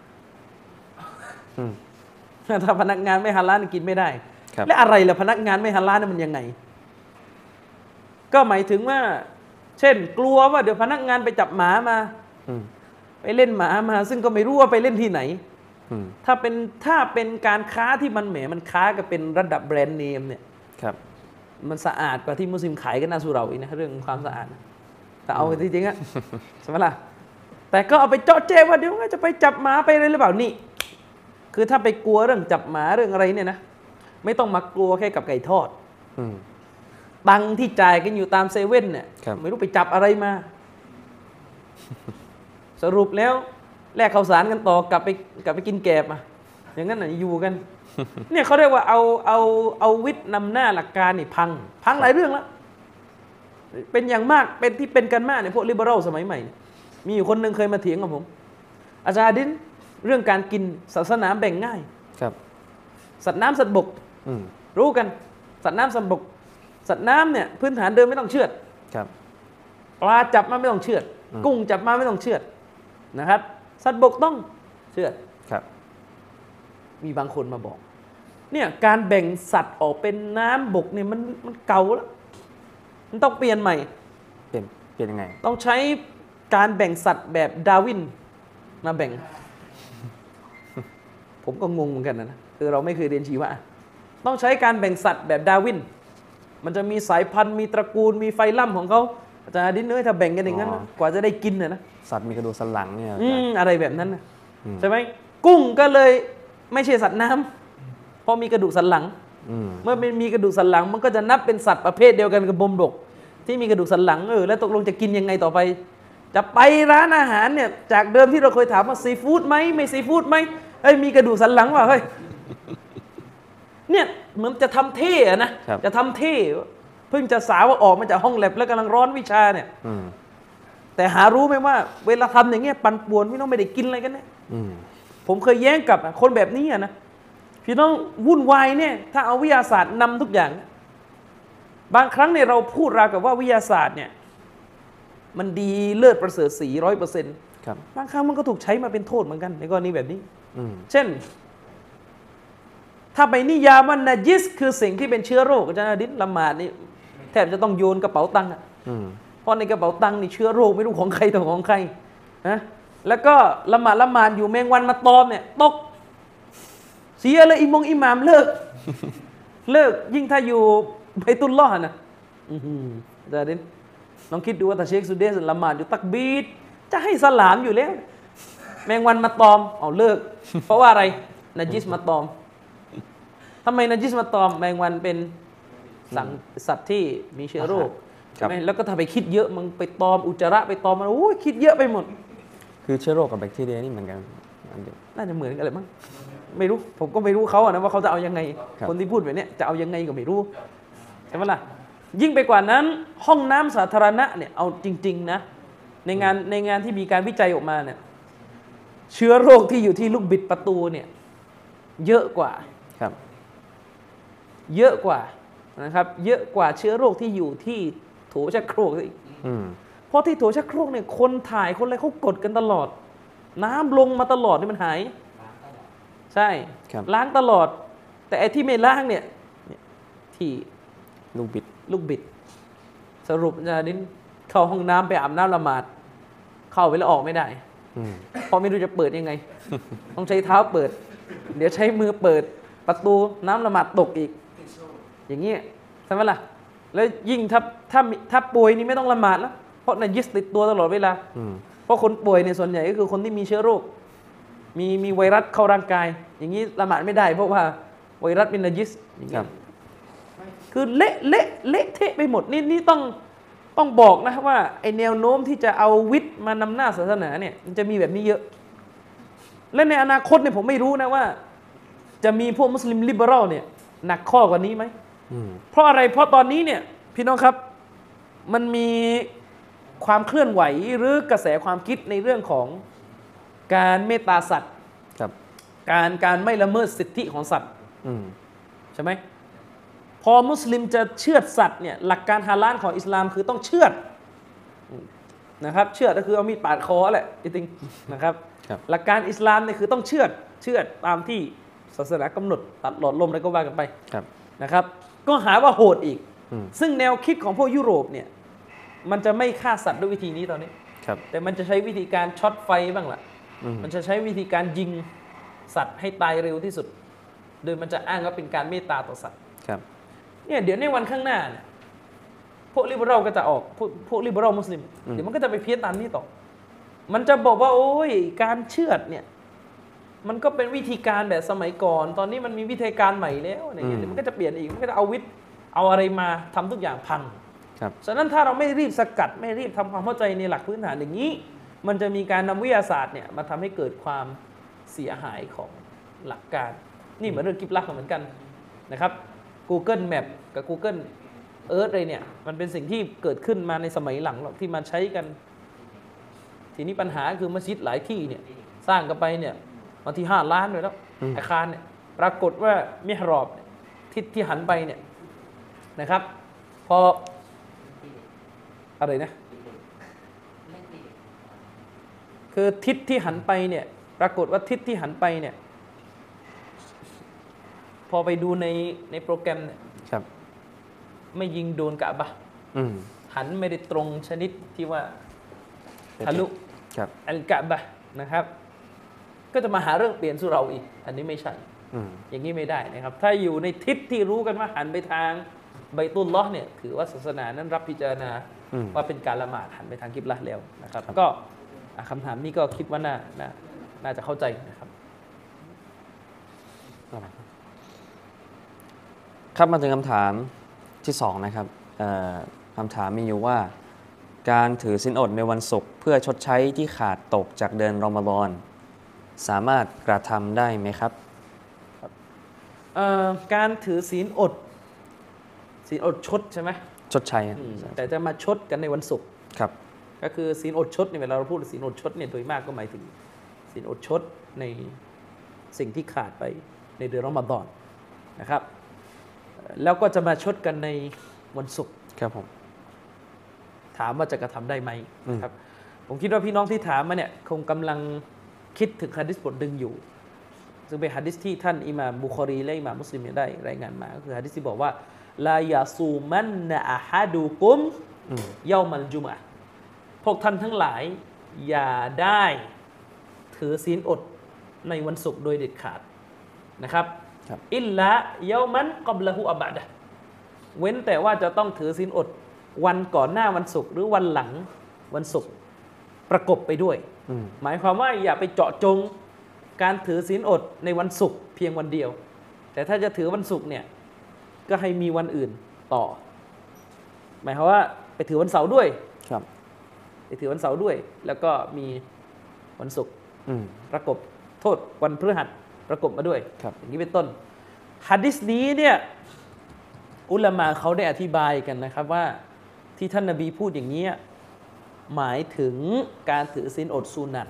ถ้าพนักงานไม่ฮาลาลกินไม่ได้และอะไรล่ะพนักงานไม่ฮาลาลนี่มันยังไงก็หมายถึงว่าเช่นกลัวว่าเดี๋ยวพนักงานไปจับหมามาไปเล่นหมามาซึ่งก็ไม่รู้ว่าไปเล่นที่ไหนถ้าเป็นถ้าเป็นการค้าที่มันแหมมันค้ากับเป็นระดับแบรนด์เนมเนี่ยมันสะอาดกว่าที่มุสลิมขายกันนาสุเราอีกนะเรื่องความสะอาดแต่เอาจริงๆอะใช่ไหมล่ะแต่ก็เอาไปเจาะเจว่าเดี๋ยวจะไปจับหมาไปอะไรหรือเปล่านี่คือถ้าไปกลัวเรื่องจับหมาเรื่องอะไรเนี่ยนะไม่ต้องมากลัวแค่กับไก่ทอดตังที่จ่ายกันอยู่ตามเซเว่นเนี่ยไม่รู้ไปจับอะไรมาสรุปแล้วแลกข้าวสารกันต่อกลับไปกลับไปกินแกบมาอย่างนั้นน่ะอยู่กันเนี่ยเขาเรียกว่าเอาเอาเอาวิทย์นำหน้าหลักการนี่พังพังหลายเรื่องแล้วเป็นอย่างมากเป็นที่เป็นกันมากในพวกลิเบอรัลสมัยใหม่มีอยู่คนหนึ่งเคยมาเถียงกับผมอาจารย์ดินเรื่องการกินศาสนาแบ่งง่ายครับสัตว์น้ำสัตว์บกรู้กันสัตว์น้ำสัตว์บกสัตว์น้ำเนี่ยพื้นฐานเดิมไม่ต้องเชือดครับปลาจับมาไม่ต้องเชือดกุ้งจับมาไม่ต้องเชือดนะครับสัตว์บกต้องเชือดครับมีบางคนมาบอกเนี่ยการแบ่งสัตว์ออกเป็นน้ำบกเนี่ยมันมันเก่าแล้วมันต้องเปลี่ยนใหม่เปลี่ยนเปลี่ยนยังไงต้องใช้การแบ่งสัตว์แบบดาร์วินมาแบ่ง ผมก็งงเหมือนกันนะคือเราไม่เคยเรียนชีวะต้องใช้การแบ่งสัตว์แบบดาร์วินมันจะมีสายพันธุ์มีตระกูลมีไฟลัมของเขาอาจารย์ดินเอ้ยถ้าแบ่งกันอย่างนั้นกว่าจะได้กินนะนะสัตว์มีกระดูกสันหลังเนี่ยอะไรแบบนั้นนะใช่ไหมกุ้งก็เลยไม่ใช่สัตว์น้ำเพราะมีกระดูกสันหลังเมื่อมันมีกระดูกสันหลังมันก็จะนับเป็นสัตว์ประเภทเดียวกันกับบมบกที่มีกระดูกสันหลังเออแล้วตกลงจะกินยังไงต่อไปจะไปร้านอาหารเนี่ยจากเดิมที่เราเคยถามว่าซีฟู้ดไหมไม่ซีฟู้ดไหมเฮ้ยมีกระดูกสันหลังว่ะเฮ้ยเนี่ยเหมือนจะทำเท่นะจะทำเท่เพิ่งจะสาวว่าออกมาจากห้องแลบแล้วกำลังร้อนวิชาเนี่ยแต่หารู้ไหมว่าเวลาทำอย่างเงี้ยปั่นป่วนพี่น้องไม่ได้กินอะไรกันเนี่ยผมเคยแย้งกับคนแบบนี้นะพี่น้องวุ่นวายเนี่ยถ้าเอาวิทยาศาสตร์นำทุกอย่างบางครั้งเนี่ยเราพูดราวกับว่าวิทยาศาสตร์เนี่ยมันดีเลิศประเสริฐสีร้อยเปอร์เซ็นต์บางครั้งมันก็ถูกใช้มาเป็นโทษเหมือนกันในกรณีแบบนี้เช่นถ้าไปนิยามว่านาจิสคือสิ่งที่เป็นเชื้อโรคอาจารย์อดิษละหมาดนี่แทบจะต้องโยนกระเป๋าตังค์อ่ะเพราะในกระเป๋าตังค์นี่เชื้อโรคไม่รู้ของใครต่อของใครนะแล้วก็ละหมาดละหมาดอยู่แมงวันมาตอมเนี่ยตกเสียเลยอิมงอิหม่ามเลิกเลิกยิ่งถ้าอยู่ไบตุลลอฮ์นะอาจารย์อดิษลองคิดดูว่าถ้าเชคสุเดสละหมาดอยู่ตักบีดจะให้สลามอยู่แล้วแมงวันมาตอมเอาเลิกเพราะว่าอะไรนาจิสมาตอมทำไมนาจิสมาตอมแมงวันเป็นสัตว์ที่มีเชื้อโรคใช่ไหมแล้วก็ถ้าไปคิดเยอะมึงไปตอมอุจจาระไปตอมมันโอ้ยคิดเยอะไปหมดคือเชื้อโรคกับแบคทีเรียนี่เหมือนกันน่าจะเหมือนกันเลยมั้งไม่รู้ผมก็ไม่รู้เขาอะนะว่าเขาจะเอายังไงคนที่พูดแบบนี้จะเอายังไงก็ไม่รู้ใช่ไหมล่ะยิ่งไปกว่านั้นห้องน้ำสาธารณะเนี่ยเอาจริงๆนะในงานในงานที่มีการวิจัยออกมาเนี่ยเชื้อโรคที่อยู่ที่ลูกบิดประตูเนี่ยเยอะกว่าครับเยอะกว่านะครับเยอะกว่าเชื้อโรคที่อยู่ที่โถชักโครกอีกเพราะที่โถชักโครกเนี่ยคนถ่ายคนอะไรเขากดกันตลอดน้ำลงมาตลอดนี่มันหายใช่ล้างตลอดแต่ไอ้ที่ไม่ล้างเนี่ยที่ลูกบิดลูกบิดสรุปอาจารย์ดินเข้าห้องน้ำไปอาบน้ำละหมาดเข้าไปแล้วออกไม่ได้เพราะไม่รู้จะเปิดยังไงต้องใช้เท้าเปิดเดี๋ยวใช้มือเปิดประตูน้ำละหมาดตกอีกอย่างเงี้ยใช่ไหมล่ะแล้วยิ่งถ้าถ้าถ้าป่วยนี่ไม่ต้องละหมาดแล้วเพราะนาจิสติดตัวตลอดเวลาเพราะคนป่วยเนี่ยส่วนใหญ่ก็คือคนที่มีเชื้อโรคมีมีไวรัสเข้าร่างกายอย่างนี้ละหมาดไม่ได้เพราะว่าไวรัสเป็นนาจิสคือเละเละเละเทะไปหมดนี่นี่ต้องต้องบอกนะว่าไอแนวโน้มที่จะเอาวิทย์มานำหน้าศาสนาเนี่ยมันจะมีแบบนี้เยอะและในอนาคตเนี่ยผมไม่รู้นะว่าจะมีพวกมุสลิมลิเบอรัลเนี่ยหนักข้อกว่านี้ไหมเพราะอะไรเพราะตอนนี้เนี่ยพี่น้องครับมันมีความเคลื่อนไหวหรือกระแสความคิดในเรื่องของการเมตตาสัตว์การการไม่ละเมิดสิทธิของสัตว์ใช่ไหมพอมุสลิมจะเชือดสัตว์เนี่ยหลักการฮาลาลของอิสลามคือต้องเชือดนะครับเชือดก็คือเอามีดปาดคอแหละจริงๆนะครับหลักการอิสลามเนี่ยคือต้องเชือดเชือดตามที่ศาสนากำหนดตัดหลอดลมอะไรก็ว่ากันไปนะครับก็หาว่าโหดอีกซึ่งแนวคิดของพวกยุโรปเนี่ยมันจะไม่ฆ่าสัตว์ด้วยวิธีนี้ตอนนี้แต่มันจะใช้วิธีการช็อตไฟบ้างล่ะมันจะใช้วิธีการยิงสัตว์ให้ตายเร็วที่สุดโดยมันจะอ้างว่าเป็นการเมตตาต่อสัตว์เนี่ยเดี๋ยวในวันข้างหน้าเนี่ยพวกลิเบอรัลก็จะออกพวกพวกลิเบอรัลมุสลิมเดี๋ยวมันก็จะไปเพี้ยนตามนี้ต่อมันจะบอกว่าโอ้ยการเชือดเนี่ยมันก็เป็นวิธีการแบบสมัยก่อนตอนนี้มันมีวิธีการใหม่แล้วอะไรเงี้ยมันก็จะเปลี่ยนอีกมันก็จะเอาวิทย์เอาอะไรมาทำทุกอย่างพังฉะนั้นถ้าเราไม่รีบสกัดไม่รีบทำความเข้าใจในหลักพื้นฐานอย่างนี้มันจะมีการนำวิทยาศาสตร์เนี่ยมาทำให้เกิดความเสียหายของหลักการนี่เหมือนเรื่องกิบลักเหมือนกันนะครับ Google Map กับ Google Earth อะไรเนี่ยมันเป็นสิ่งที่เกิดขึ้นมาในสมัยหลังหรอกที่มาใช้กันทีนี้ปัญหาคือมัสยิดหลายที่เนี่ยสร้างกันไปเนี่ยบางทีห้าล้านเลยแล้วอาคารเนี่ยปรากฏว่ามิฮรอบทิศที่หันไปเนี่ยนะครับพออะไรนะคือทิศที่หันไปเนี่ยปรากฏว่าทิศที่หันไปเนี่ยพอไปดูในในโปรแกรมเนี่ยไม่ยิงโดนกะบะหันไม่ได้ตรงชนิดที่ว่าทะลุอัลกะบะนะครับก็จะมาหาเรื่องเปลี่ยนสุเราอีกอันนี้ไม่ใช่อย่างนี้ไม่ได้นะครับถ้าอยู่ในทิศที่รู้กันว่าหันไปทางไบตุลลอฮ์เนี่ยถือว่าศาสนานั้นรับพิจารณาว่าเป็นการละหมาดหันไปทางกิบละห์แล้วนะครับก็คำถามนี้ก็คิดว่าน่าน่าน่าจะเข้าใจนะครับครับมาถึงคำถามที่สองนะครับคำถามมีอยู่ว่าการถือศีลอดในวันศุกร์เพื่อชดใช้ที่ขาดตกจากเดือนรอมฎอนสามารถกระทำได้ไหมครับการถือศีลอดศีลอดชดใช่ไหมชดใช้แต่จะมาชดกันในวันศุกร์ครับก็คือศีลอดชดเนี่ยเวลาเราพูดศีลอดชดเนี่ยโดยมากก็หมายถึงศีลอดชดในสิ่งที่ขาดไปในเดือนรอมฎอนนะครับแล้วก็จะมาชดกันในวันศุกร์ครับผมถามว่าจะกระทำได้ไหมครับผมคิดว่าพี่น้องที่ถามมาเนี่ยคงกำลังคิดถึงหะดีษบทหนึ่งอยู่ซึ่งเป็นหะดีษที่ท่านอิหม่ามบุคอรีและอิหม่ามมุสลิมได้รายงานมาก็คือหะดีษที่บอกว่าลายาซูมันนะอะฮะดูกุมเยามัลจุมอะห์พวกท่านทั้งหลายอย่าได้ถือศีลอดในวันศุกร์โดยเด็ดขาดนะครับอิลลาเยามันกับละหูอับะดะเว้นแต่ว่าจะต้องถือศีลอดวันก่อนหน้าวันศุกร์หรือวันหลังวันศุกร์ประกบไปด้วยหมายความว่าอย่าไปเจาะจงการถือศีลอดในวันศุกร์เพียงวันเดียวแต่ถ้าจะถือวันศุกร์เนี่ยก็ให้มีวันอื่นต่อหมายความว่าไปถือวันเสาร์ด้วยครับไปถือวันเสาร์ด้วยแล้วก็มีวันศุกร์ประกบโทษวันพฤหัสประกบมาด้วยอย่างนี้เป็นต้นหะดีษนี้เนี่ยอุลามะเขาได้อธิบายกันนะครับว่าที่ท่านนบีพูดอย่างนี้หมายถึงการถือศีลอดซุนัต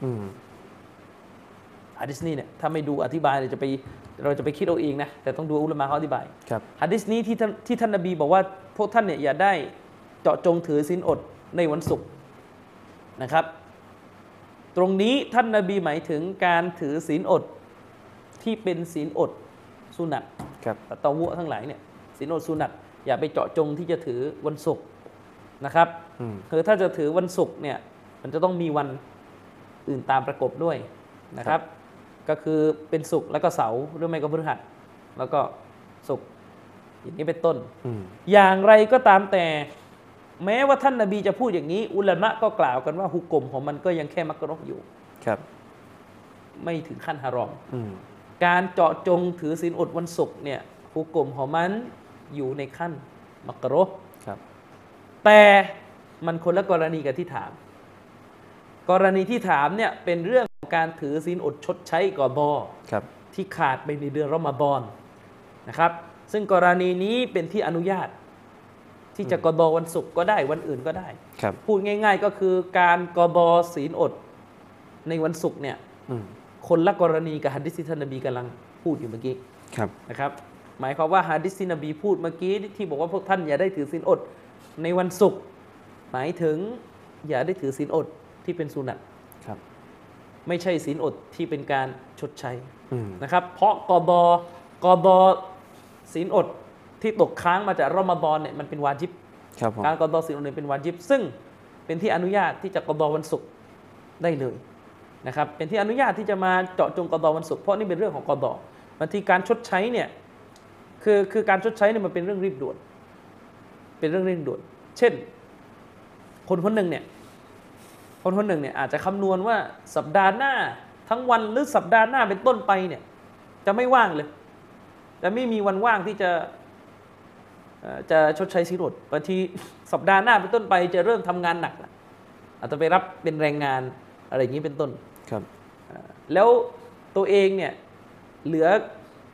หะดีษนี้เนี่ยถ้าไม่ดูอธิบายเราจะไปเราจะไปคิดเอาเองนะแต่ต้องดูอุลามะเขาอธิบายหะดีษนี้ที่ท่านที่ท่านนบีบอกว่าพวกท่านเนี่ยอย่าได้เจาะจงถือศีลอดในวันศุกร์นะครับตรงนี้ท่านนบีหมายถึงการถือศีลอดที่เป็นศีลอดซุนัตตะวุทั้งหลายเนี่ยศีลอดซุนัตอย่าไปเจาะจงที่จะถือวันศุกร์นะครับคือถ้าจะถือวันศุกร์เนี่ยมันจะต้องมีวันอื่นตามประกบด้วยนะครับก็คือเป็นศุกร์แล้วก็เสาร์หรือไม่ก็พฤหัสแล้วก็ศุกร์อย่างนี้เป็นต้นอย่างไรก็ตามแต่แม้ว่าท่านนบีจะพูดอย่างนี้อุลามะก็กล่าวกันว่าฮุกมของมันก็ยังแค่มักรุฮ์อยู่ครับไม่ถึงขั้นฮารอมการเจาะจงถือศีลอดวันศุกร์เนี่ยฮุกมของมันอยู่ในขั้นมักรุฮ์ครับแต่มันคนละกรณีกับที่ถามกรณีที่ถามเนี่ยเป็นเรื่องของการถือศีลอดชดใช้กอบอที่ขาดไปในเดือนรอมฎอนนะครับซึ่งกรณีนี้เป็นที่อนุญาตที่จะกอบอวันศุกร์ก็ได้วันอื่นก็ได้พูดง่ายๆก็คือการกอบอศีลอดในวันศุกร์เนี่ยคนละกรณีกับหะดีษที่ท่านนบีกำลังพูดอยู่เมื่อกี้นะครับหมายความว่าหะดีษที่นบีพูดเมื่อกี้ที่บอกว่าพวกท่านอย่าได้ถือศีลอดในวันศุกร์หมายถึงอย่าได้ถือศีลอดที่เป็นสุนัตไม่ใช่ศีลอดที่เป็นการชดใช้นะครับเพราะกอบอกอบอศีลอดที่ตกค้างมาจากรอมฎอนเนี่ยมันเป็นวาญิบการกอฎอศีลอดเนี่ยเป็นวาญิบซึ่งเป็นที่อนุญาตที่จะกอฎอวันศุกร์ได้เลยนะครับเป็นที่อนุญาตที่จะมาเจาะจงกอฎอวันศุกร์เพราะนี่เป็นเรื่องของกอฎอบางทีการชดใช้เนี่ยคือคือการชดใช้เนี่ยมันเป็นเรื่องรีบด่วนเป็นเรื่องเร่งด่วนเช่นคนคนหนึ่งเนี่ยคนคนหนึ่งเนี่ยอาจจะคำนวณว่าสัปดาห์หน้าทั้งวันหรือสัปดาห์หน้าเป็นต้นไปเนี่ยจะไม่ว่างเลยจะไม่มีวันว่างที่จะจะชดใช้ศีลอดบางทีสัปดาห์หน้าเป็นต้นไปจะเริ่มทำงานหนักอาจจะไปรับเป็นแรงงานอะไรอย่างนี้เป็นต้นครับแล้วตัวเองเนี่ยเหลือ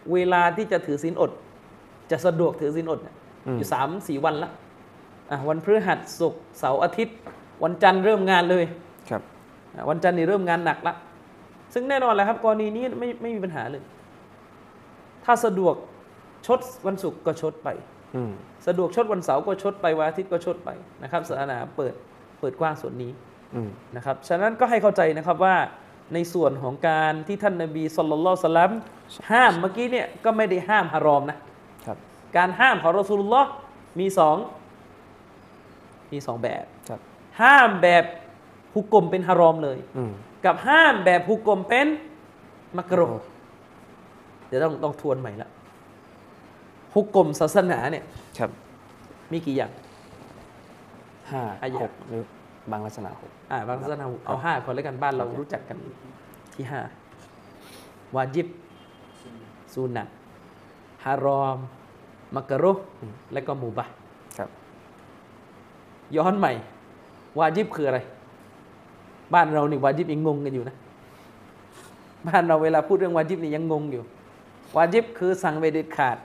เวลาที่จะถือศีลอดจะสะดวกถือศีลอดเนี่ยอืมอยู่สามสี่วันละอ่ะวันพฤหัสศุกร์เสาร์อาทิตย์ วันจันทร์เริ่มงานเลยครับอ่ะวันจันทร์นี่เริ่มงานหนักละซึ่งแน่นอนแหละครับกรณีนี้ไม่ไม่มีปัญหาเลย ถ้าสะดวกชดวันศุกร์ก็ชดไปอืมสะดวกชดวันเสาร์ก็ชดไปวันอาทิตย์ก็ชดไปนะครับศาสนาเปิดเปิดกว้างส่วนนี้อืมนะครับฉะนั้นก็ให้เข้าใจนะครับว่าในส่วนของการที่ท่านนบีศ็อลลัลลอฮุอะลัยฮิวะซัลลัมห้ามเมื่อกี้เนี่ยก็ไม่ได้ห้ามฮารอมนะครับ การห้ามของรอซูลุลลอฮ์มีสองมีสองแบบครับห้ามแบบฮุกกลมเป็นฮารอมเลยอืมกับห้ามแบบฮุกกลมเป็นมักรุฮ์เดี๋ยวต้องต้องทวนใหม่ละฮุกกลมศาสนาเนี่ยครับมีกี่อย่างห้าอายะหกหรือบางลักษณะหกอ่าบางศาสนาเอาห้าคนแล้วกันบ้านเรารู้จักกันที่ห้าวาญิบซูนะห์ฮารอมมักรุฮ์และก็มุบะห์ครับย้อนใหม่ วาญิบคืออะไร บ้านเรานี่วาญิบยังงงกันอยู่นะบ้านเราเวลาพูดเรื่องวาญิบนี่ยังงงอยู่ วาญิบคือสั่งไปเด็ดขาด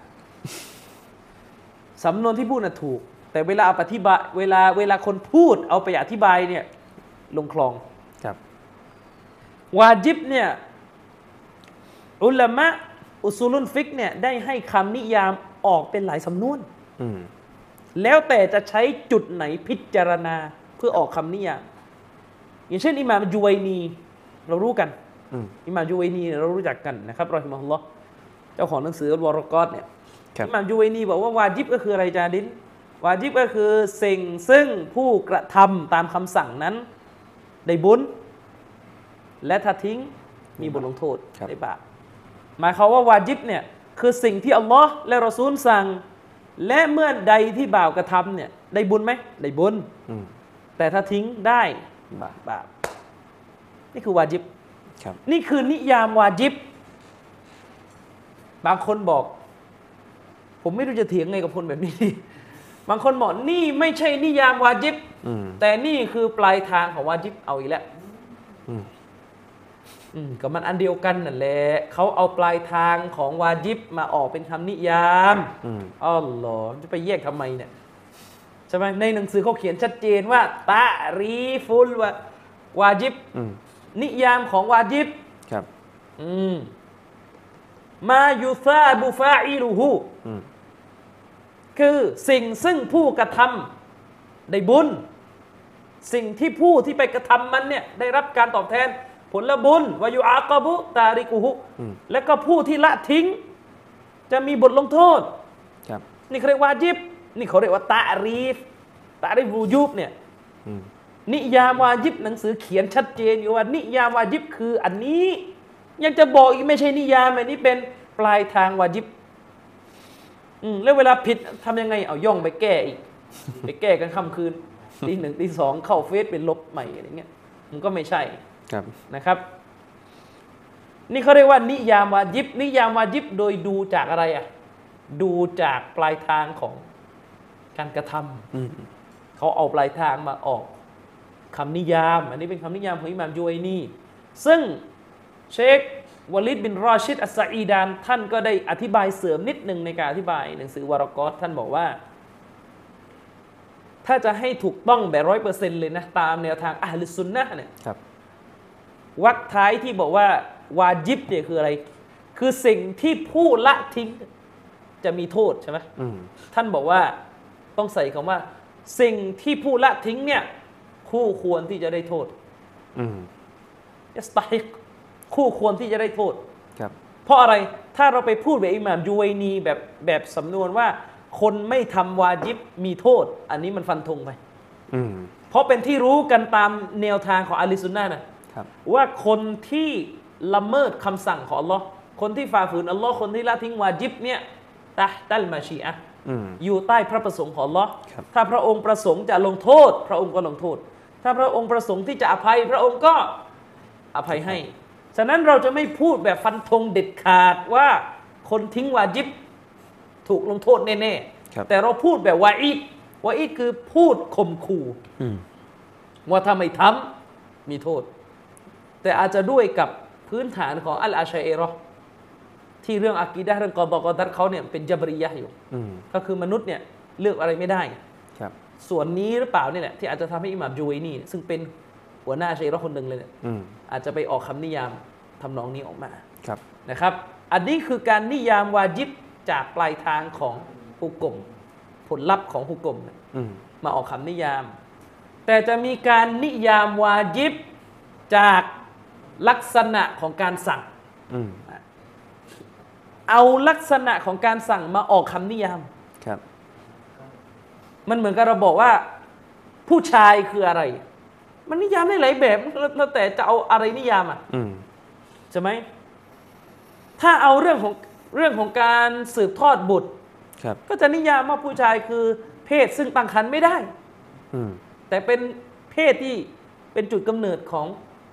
สำนวนที่พูดน่ะถูก แต่เวลาเอาไปอธิบายเวลาเวลาคนพูดเอาไปอธิบายเนี่ยลงคลองครับวาญิบเนี่ยอุลามะอุซูลุนฟิกเนี่ยได้ให้คำนิยามออกเป็นหลายสำนวนอืมแล้วแต่จะใช้จุดไหนพิจารณาเพื่อออกคำนิยามอย่างเช่นอิหม่ามจุวัยนีเรารู้กันอืมอิหม่ามจุวัยนีเรารู้จักกันนะครับรอฮิมะฮุลลอฮ์เจ้าของหนังสืออัลวารอกอตเนี่ยครับอิหม่ามจุวัยนีบอกว่าวาญิบก็คืออะไรจาดินวาญิบก็คือสิ่งซึ่งผู้กระทำตามคำสั่งนั้นได้บุญและถ้าทิ้งมีบทลงโทษครับได้บาปหมายความว่าวาญิบเนี่ยคือสิ่งที่อัลลอฮ์และรอซูลสั่งและเมื่อใดที่บ่าวกระทำเนี่ยได้บุญไหมได้บุญอืมแต่ถ้าทิ้งได้บาปบาปนี่คือวาญิบครับนี่คือนิยามวาญิบ บางคนบอก ผมไม่รู้จะเถียงไงกับคนแบบนี้ดีบางคนบอกนี่ไม่ใช่นิยามวาญิบอืมแต่นี่คือปลายทางของวาญิบเอาอีกแล้วอืมอืมก็มันอันเดียวกันนั่นแหละเขาเอาปลายทางของวาญิบมาออกเป็นคำนิยามอืมอ๋อเหรอจะไปแยกทำไมเนี่ยใช่ไหมในหนังสือเขาเขียนชัดเจนว่าตะรีฟุลวาวาญิบอืมนิยามของวาญิบครับอืมมายูซาบุฟาอิลูฮูอืมคือสิ่งซึ่งผู้กระทำได้บุญ สิ่งที่ผู้ที่ไปกระทำมันเนี่ยได้รับการตอบแทนผลบุญวายุอากบุตาริกุฮุอืมและก็ผู้ที่ละทิ้ง จะมีบทลงโทษครับนี่เขาเรียกวาญิบ นี่เขาเรียกว่าตะรีฟตะรีฟวูญูบเนี่ยอืมนิยามวาญิบหนังสือเขียนชัดเจนอยู่ว่า นิยามวาญิบคืออันนี้ ยังจะบอกอีกไม่ใช่นิยามอันนี้เป็นปลายทางวาญิบ อืมแล้วเวลาผิดทำยังไงเอาย่องไปแก้อีก ไปแก้กันค่ำคืนตีหนึ่งตีสองเข้าเฟซเป็นลบใหม่อะไรเงี้ยมันก็ไม่ใช่ครับนะครับ นี่เขาเรียกว่านิยามวาญิบ นิยามวาญิบโดยดูจากอะไรอ่ะดูจากปลายทางของการกระทำอืมเขาเอาปลายทางมาออกคำนิยาม อันนี้เป็นคำนิยามของอิหม่ามจุวัยนีซึ่งเชควาลิดบินรอชิดอัสซะอีดานท่านก็ได้อธิบายเสริมนิดหนึ่งในการอธิบายหนังสือวารากอตท่านบอกว่า ถ้าจะให้ถูกต้องแบบร้อยเปอร์เซ็นต์เลยนะ ตามแนวทางอะห์ลุสซุนนะห์เนี่ยครับวรรคท้ายที่บอกว่าวาญิบเนี่ยคืออะไร คือสิ่งที่ผู้ละทิ้งจะมีโทษใช่ไหมอืมท่านบอกว่าต้องใส่คำว่า สิ่งที่ผู้ละทิ้งเนี่ยคู่ควรที่จะได้โทษอืมยัสตัฮิกคู่ควรที่จะได้โทษครับเพราะอะไรถ้าเราไปพูดแบบอิหม่ามจุวัยนีแบบแบบสำนวนว่า คนไม่ทำวาญิบมีโทษ อันนี้มันฟันธงไปอืมเพราะเป็นที่รู้กันตามแนวทางของอะห์ลุสซุนนะห์นะครับ ว่าคนที่ละเมิดคำสั่งของอัลลอฮ์คนที่ฝ่าฝืนอัลลอฮ์คนที่ละทิ้งวาญิบเนี่ยตะห์ตัลมาชีอะห์อืมอยู่ใต้พระประสงค์ของอัลลอฮ์ครับถ้าพระองค์ประสงค์จะลงโทษ พระองค์ก็ลงโทษ ถ้าพระองค์ประสงค์ที่จะอภัย พระองค์ก็อภัยให้ ฉะนั้นเราจะไม่พูดแบบฟันธงเด็ดขาดว่าคนทิ้งวาญิบถูกลงโทษแน่ครับๆแต่เราพูดแบบวาอีดวาอีดคือพูดข่มขู่อืมว่าถ้าไม่ทำมีโทษ แต่อาจจะด้วยกับพื้นฐานของอัลอาชัยเราะห์ที่เรื่องอากีดะห์เรื่องกอฎอกอดัรเขาเนี่ยเป็นญะบรียะห์อยู่ก็คือมนุษย์เนี่ยเลือกอะไรไม่ได้ครับส่วนนี้หรือเปล่านี่แหละที่อาจจะทำให้อิหม่ามจูไวนีซึ่งเป็นหัวหน้าชัยเราะห์คนหนึ่งเลยเนี่ยอาจจะไปออกคำนิยามทำนองนี้ออกมานะครับอันนี้คือการนิยามวาญิบจากปลายทางของฮุกมผลลัพธ์ของฮุกมมาออกคำนิยามแต่จะมีการนิยามวาญิบจากลักษณะของการสั่งเอาลักษณะของการสั่งมาออกคำนิยามครับมันเหมือนกับเราบอกว่าผู้ชายคืออะไรมันนิยามได้หลายแบบแล้วแต่จะเอาอะไรนิยามอ่ะใช่ไหมถ้าเอาเรื่องของเรื่องของการสืบทอดบุตรก็จะนิยามว่าผู้ชายคือเพศซึ่งตั้งครรภ์ไม่ได้แต่เป็นเพศที่เป็นจุดกำเนิดของ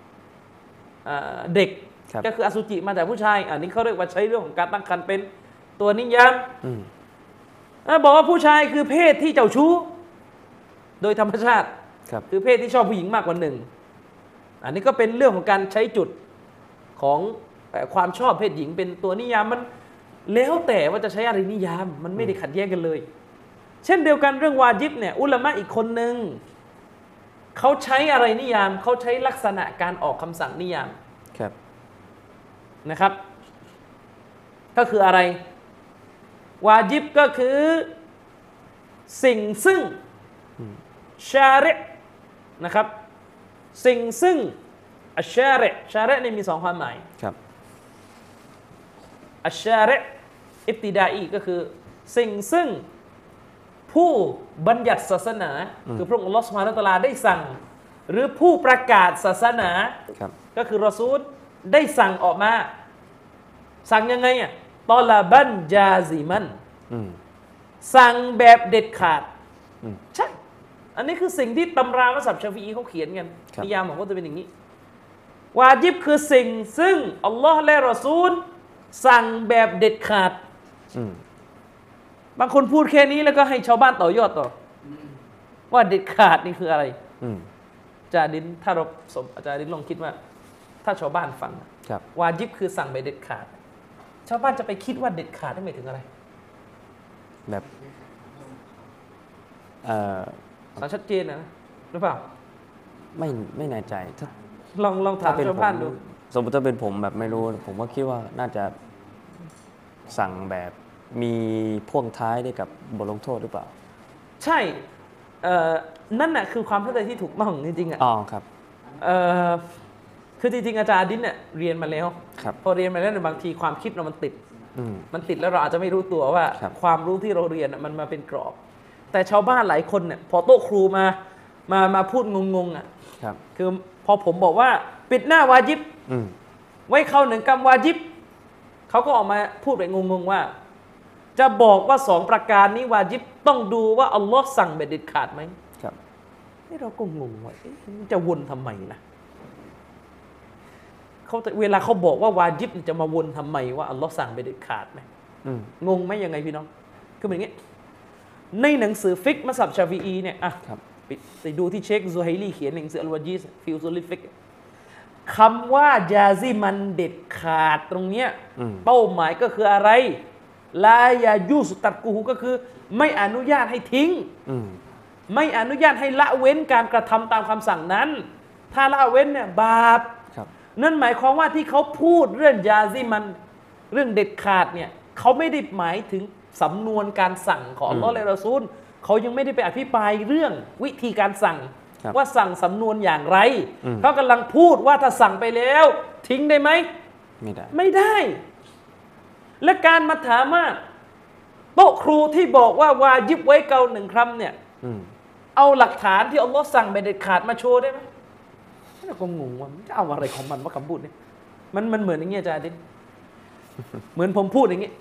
เด็กก็คืออสุจิมาจากผู้ชายอันนี้เขาเรียกว่าใช้เรื่องของการตั้งครรภ์เป็นตัวนิยามบอกว่าผู้ชายคือเพศที่เจ้าชู้โดยธรรมชาติคือเพศที่ชอบผู้หญิงมากกว่าหนึ่งอันนี้ก็เป็นเรื่องของการใช้จุดของความชอบเพศหญิงเป็นตัวนิยามมันแล้วแต่ว่าจะใช้อะไรนิยามมันไม่ได้ขัดแย้งกันเลยเช่นเดียวกันเรื่องวาญิบเนี่ยอุลามะอีกคนหนึ่งเขาใช้อะไรนิยามเขาใช้ลักษณะการออกคำสั่งนิยามนะครับก็คืออะไรวาญิบก็คือสิ่งซึ่งชาริ์นะครับสิ่งซึ่งอัชชาริ์ชาริ์นี่มีสองความหมายครับอัชชาริ์อิบติดาอีก็คือสิ่งซึ่งผู้บัญญัติศาสนาคือพระองค์อัลเลาะห์ซุบฮานะฮูวะตะอาลาได้สั่งหรือผู้ประกาศศาสนาก็คือรอซูลได้สั่งออกมาสั่งยังไงอ่ะตอลาบันจาซิมันสั่งแบบเด็ดขาดใช่อันนี้คือสิ่งที่ตำรามัซฮับชาฟิอีเขาเขียนกันนิยามของเขาจะเป็นอย่างนี้วาญิบคือสิ่งซึ่งอัลลอฮ์และรอซูลสั่งแบบเด็ดขาดบางคนพูดแค่นี้แล้วก็ให้ชาวบ้านต่อยอดต่อว่าเด็ดขาดนี่คืออะไรอาจารย์ดินถ้าเราอาจารย์ดินลองคิดว่าถ้าชาวบ้านฟังวาญิบคือสั่งแบบเด็ดขาดชาวบ้านจะไปคิดว่าเด็ดขาดได้หมายถึงอะไรแบบเอ่อชัดเจนนะหรือเปล่าไม่ไม่แน่ใจถ้าลองลองถามชาวบ้านดูสมมติถ้าเป็นผมแบบไม่รู้ผมก็คิดว่าน่าจะสั่งแบบมีพ่วงท้ายด้วยกับบทลงโทษหรือเปล่าใช่นั่นน่ะคือความเข้าใจที่ถูกต้องจริงๆอ่ะอ๋อครับคือจริงๆอาจารย์ดินเนี่ยเรียนมาแล้วพอเรียนมาแล้วบางทีความคิดเรามันติดมันติดแล้วเราอาจจะไม่รู้ตัวว่าความรู้ที่เราเรียนมันมาเป็นกรอบแต่ชาวบ้านหลายคนเนี่ยพอโต๊ะครูมามามาพูดงงๆอ่ะคือพอผมบอกว่าปิดหน้าวาญิบไว้เข้าหนึ่งกรรมวาญิบเขาก็ออกมาพูดแบบงงๆว่าจะบอกว่าสองประการนี้วาญิบต้องดูว่าอัลลอฮ์สั่งแบบเด็ดขาดไหมครับนี่เราก็งงว่าจะวนทำไมนะเขาเวลาเขาบอกว่าวาญิบจะมาวนทำไมว่าอัลลอฮ์สั่งแบบเด็ดขาดไหมงงไหมยังไงพี่น้องคือเป็นอย่างนี้ในหนังสือฟิกมัซฮับชาฟิอีเนี่ยอ่ะไปดูที่เชคซูไฮลีเขียนหนังสืออัลวาจีซฟิลซูลิฟิกคำว่าจาซิมันเด็ดขาดตรงเนี้ยเป้าหมายก็คืออะไรลายายูสุตัดกูฮูก็คือไม่อนุญาตให้ทิ้งไม่อนุญาตให้ละเว้นการกระทำตามคำสั่งนั้นถ้าละเว้นเนี่ยบาปนั่นหมายความว่าที่เขาพูดเรื่องยาซิมันเรื่องเด็ดขาดเนี่ยเขาไม่ได้หมายถึงสำนวนการสั่งของอัลลอฮ์และรอซูลเขายังไม่ได้ไปอภิปรายเรื่องวิธีการสั่งว่าสั่งสำนวนอย่างไรเขากำลังพูดว่าถ้าสั่งไปแล้วทิ้งได้ไหมไม่ได้ไม่ได้และการมาถามว่าโต๊ะครูที่บอกว่าวาญิบไว้เกาหนึ่งครั้งเนี่ยเอาหลักฐานที่อัลลอฮ์สั่งไปเด็ดขาดมาโชว์ได้ไหมเราก็งงว่ามันจะเอาอะไรของมันว่าคำพูดนี้มันมันเหมือนอย่างเงี้ยอาจารย์ดิเหมือนผมพูดอย่างงี้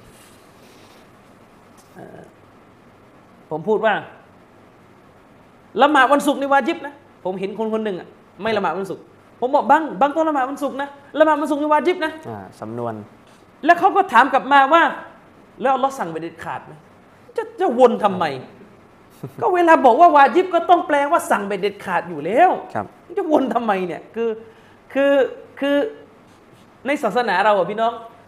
ผมพูดว่าละหมาดวันศุกร์ในวาญิบนะผมเห็นคนคนหนึ่งอ่ะไม่ละหมาดวันศุกร์ผมบอกบังบังต้องละหมาดวันศุกร์นะละหมาดวันศุกร์ในวาญิบนะสำนวนแล้วเขาก็ถามกลับมาว่าแล้วอัลเลาะห์สั่งไปเด็ดขาดไหมจะจะวนทำไม ก็เวลาบอกว่าวาญิบก็ต้องแปลว่าสั่งไปเด็ดขาดอยู่แล้วจะวนทำไมเนี่ยคือคือคือในศาสนาเราอ่ะพี่น้อง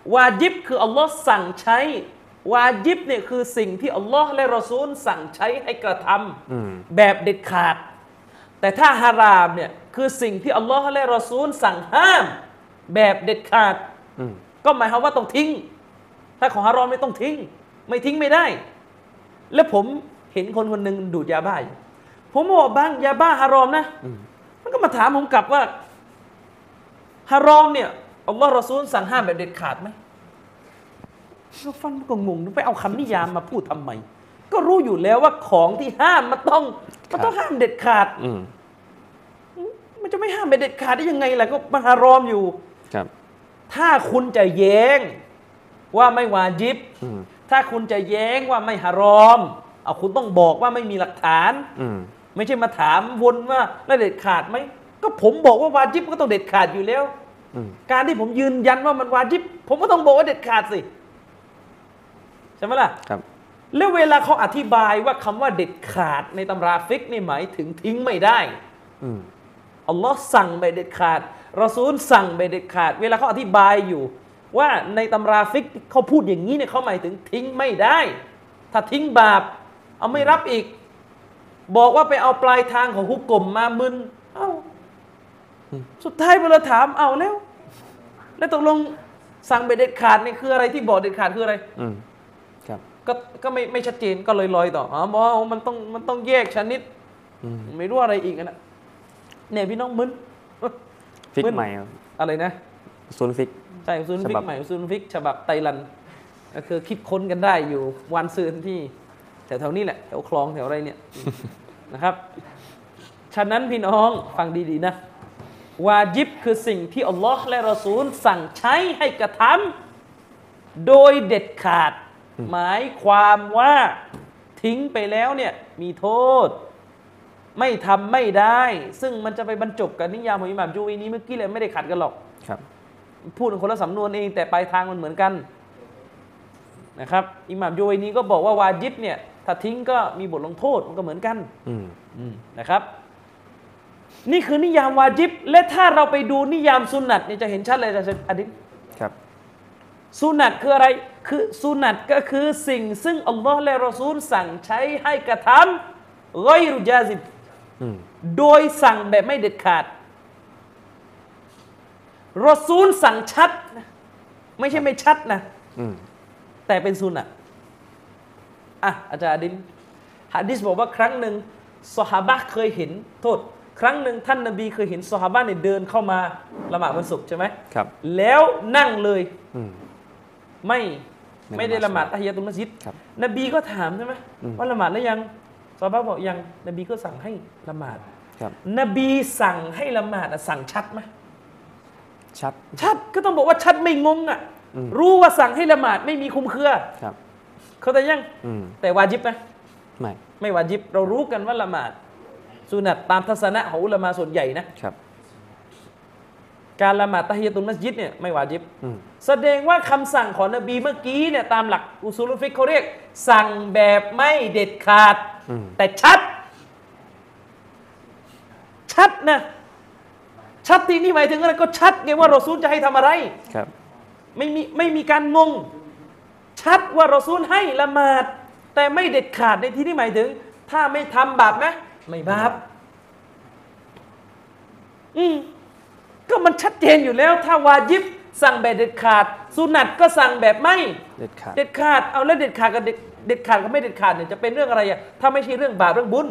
วาญิบคืออัลลอฮ์สั่งใช้วาญิบเนี่ยคือสิ่งที่อัลลอฮ์และรอซูลสั่งใช้ให้กระทำแบบเด็ดขาดแต่ถ้าฮารามเนี่ยคือสิ่งที่อัลลอฮ์และรอซูลสั่งห้ามแบบเด็ดขาดก็หมายความว่าต้องทิ้งถ้าของฮารอมไม่ต้องทิ้งไม่ทิ้งไม่ได้แล้วผมเห็นคนคนหนึ่งดูดยาบ้าผมบอกบ้างยาบ้าฮารอมนะมันก็มาถามผมกลับว่าฮารอมเนี่ยอัลลอฮ์รอซูลสั่งห้ามแบบเด็ดขาดไหมก็ฟังก็งงไปเอาคำนิยามมาพูดทำไมก็รู้อยู่แล้วว่าของที่ห้ามมันต้องมันต้องห้ามเด็ดขาดมันจะไม่ห้ามแบบเด็ดขาดได้ยังไงล่ะก็มันฮารอมอยู่ครับถ้าคุณจะแย้งว่าไม่วาญิบถ้าคุณจะแย้งว่าไม่ฮารอมเอาคุณต้องบอกว่าไม่มีหลักฐานไม่ใช่มาถามวนว่าแล้วเด็ดขาดไหมก็ผมบอกว่าวาญิบก็ต้องเด็ดขาดอยู่แล้วการที่ผมยืนยันว่ามันวาญิบผมก็ต้องบอกว่าเด็ดขาดสิใช่ไหมล่ะครับแล้วเวลาเขาอธิบายว่าคำว่าเด็ดขาดในตำราฟิกนี่หมายถึงทิ้งไม่ได้อัลลอฮ์สั่งไปเด็ดขาดรอซูลสั่งไปเด็ดขาดเวลาเขาอธิบายอยู่ว่าในตำราฟิกเขาพูดอย่างนี้เนี่ยเขาหมายถึงทิ้งไม่ได้ถ้าทิ้งบาปเอาไม่รับอีกบอกว่าไปเอาปลายทางของฮุกกลมมามึนเอ้าสุดท้ายเวลาถามเอาแล้วแล้วตกลงสั่งไปเด็ดขาดนี่คืออะไรที่บอกเด็ดขาดคืออะไรครับก็ก็ไม่ไม่ชัดเจนก็ลอยๆต่ออ๋อบอกมันต้องมันต้องแยกชนิดไม่รู้อะไรอีกนะเนี่ยพี่น้องมึนฟิกใหม่อะไรนะซูนฟิกใช่ซูนฟิกใหม่ซูนฟิกฉบับไตลันก็คือคิดค้นกันได้อยู่วันซืนที่แถวๆนี้แหละแถวคลองแถวอะไรเนี่ยนะครับฉะนั้นพี่น้องฟังดีๆนะวาญิบคือสิ่งที่อัลลอฮ์และรอซูลสั่งใช้ให้กระทำโดยเด็ดขาดหมายความว่าทิ้งไปแล้วเนี่ยมีโทษไม่ทำไม่ได้ซึ่งมันจะไปบรรจบกับนิยามของอิหม่ามจูวีนี้เมื่อกี้เลยไม่ได้ขัดกันหรอกครับพูดคนละสำนวนเองแต่ปลายทางมันเหมือนกันนะครับอิหม่ามจูวีนี้ก็บอกว่าวาญิบเนี่ยถ้าทิ้งก็มีบทลงโทษมันก็เหมือนกันนะครับนี่คือนิยามวาญิบและถ้าเราไปดูนิยามสุนัตเนี่ยจะเห็นชัดเลยอาจารย์อดิษครับสุนัตคืออะไรคือสุนัตก็คือสิ่งซึ่งอัลลอฮ์และรอซูลสั่งใช้ให้กระทำกอยรุญาซิบโดยสั่งแบบไม่เด็ดขาดรอซูลสั่งชัดนะไม่ใช่ไม่ชัดนะแต่เป็นสุนัตอ่ะอาจารย์อดิษหะดีษบอกว่าครั้งหนึ่งซอฮาบะห์เคยเห็นโทษครั้งหนึ่งท่านนบีเคยเห็นซอฮาบะห์เนี่ยเดินเข้ามาละหมาดวันศุกร์ใช่ไหมครับแล้วนั่งเลยไม่ไม่ได้ละหมาดตะฮิยะตุลมัสยิดนบีก็ถามใช่ไหมว่าละหมาดแล้วยังซอฮาบะห์บอกยังนบีก็สั่งให้ละหมาดนบีสั่งให้ละหมาดสั่งชัดไหมชัดชัดก็ต้องบอกว่าชัดไม่งงอ่ะรู้ว่าสั่งให้ละหมาดไม่มีคุมเครือครับเขาแต่ยังแต่วาญิบไหมไม่ไม่วาญิบเรารู้กันว่าละหมาดสุนัตตามทัศนะของอุลามะส่วนใหญ่นะครับการละหมาดตะฮิยะตุลมัสยิดเนี่ยไม่วาญิบแสดงว่าคำสั่งของนบีเมื่อกี้เนี่ยตามหลักอุซูลุลฟิกเขาเรียกสั่งแบบไม่เด็ดขาดแต่ชัดชัดนะชัดที่นี่หมายถึงอะไรก็ชัดไงว่ารอซูลจะให้ทำอะไรครับไม่มีไม่มีการงงชัดว่ารอซูลให้ละหมาดแต่ไม่เด็ดขาดในที่นี้หมายถึงถ้าไม่ทำบาปไหมไม่บาปอืมก็มันชัดเจนอยู่แล้วถ้าวาญิบสั่งแบบเด็ดขาดสุนัตก็สั่งแบบไม่เด็ดขาดเด็ดขาดเอาแล้วเด็ดขาดกับเด็ดเด็ดขาดกับไม่เด็ดขาดเนี่ยจะเป็นเรื่องอะไรอ่ะถ้าไม่ใช่เรื่องบาปเรื่องบุญ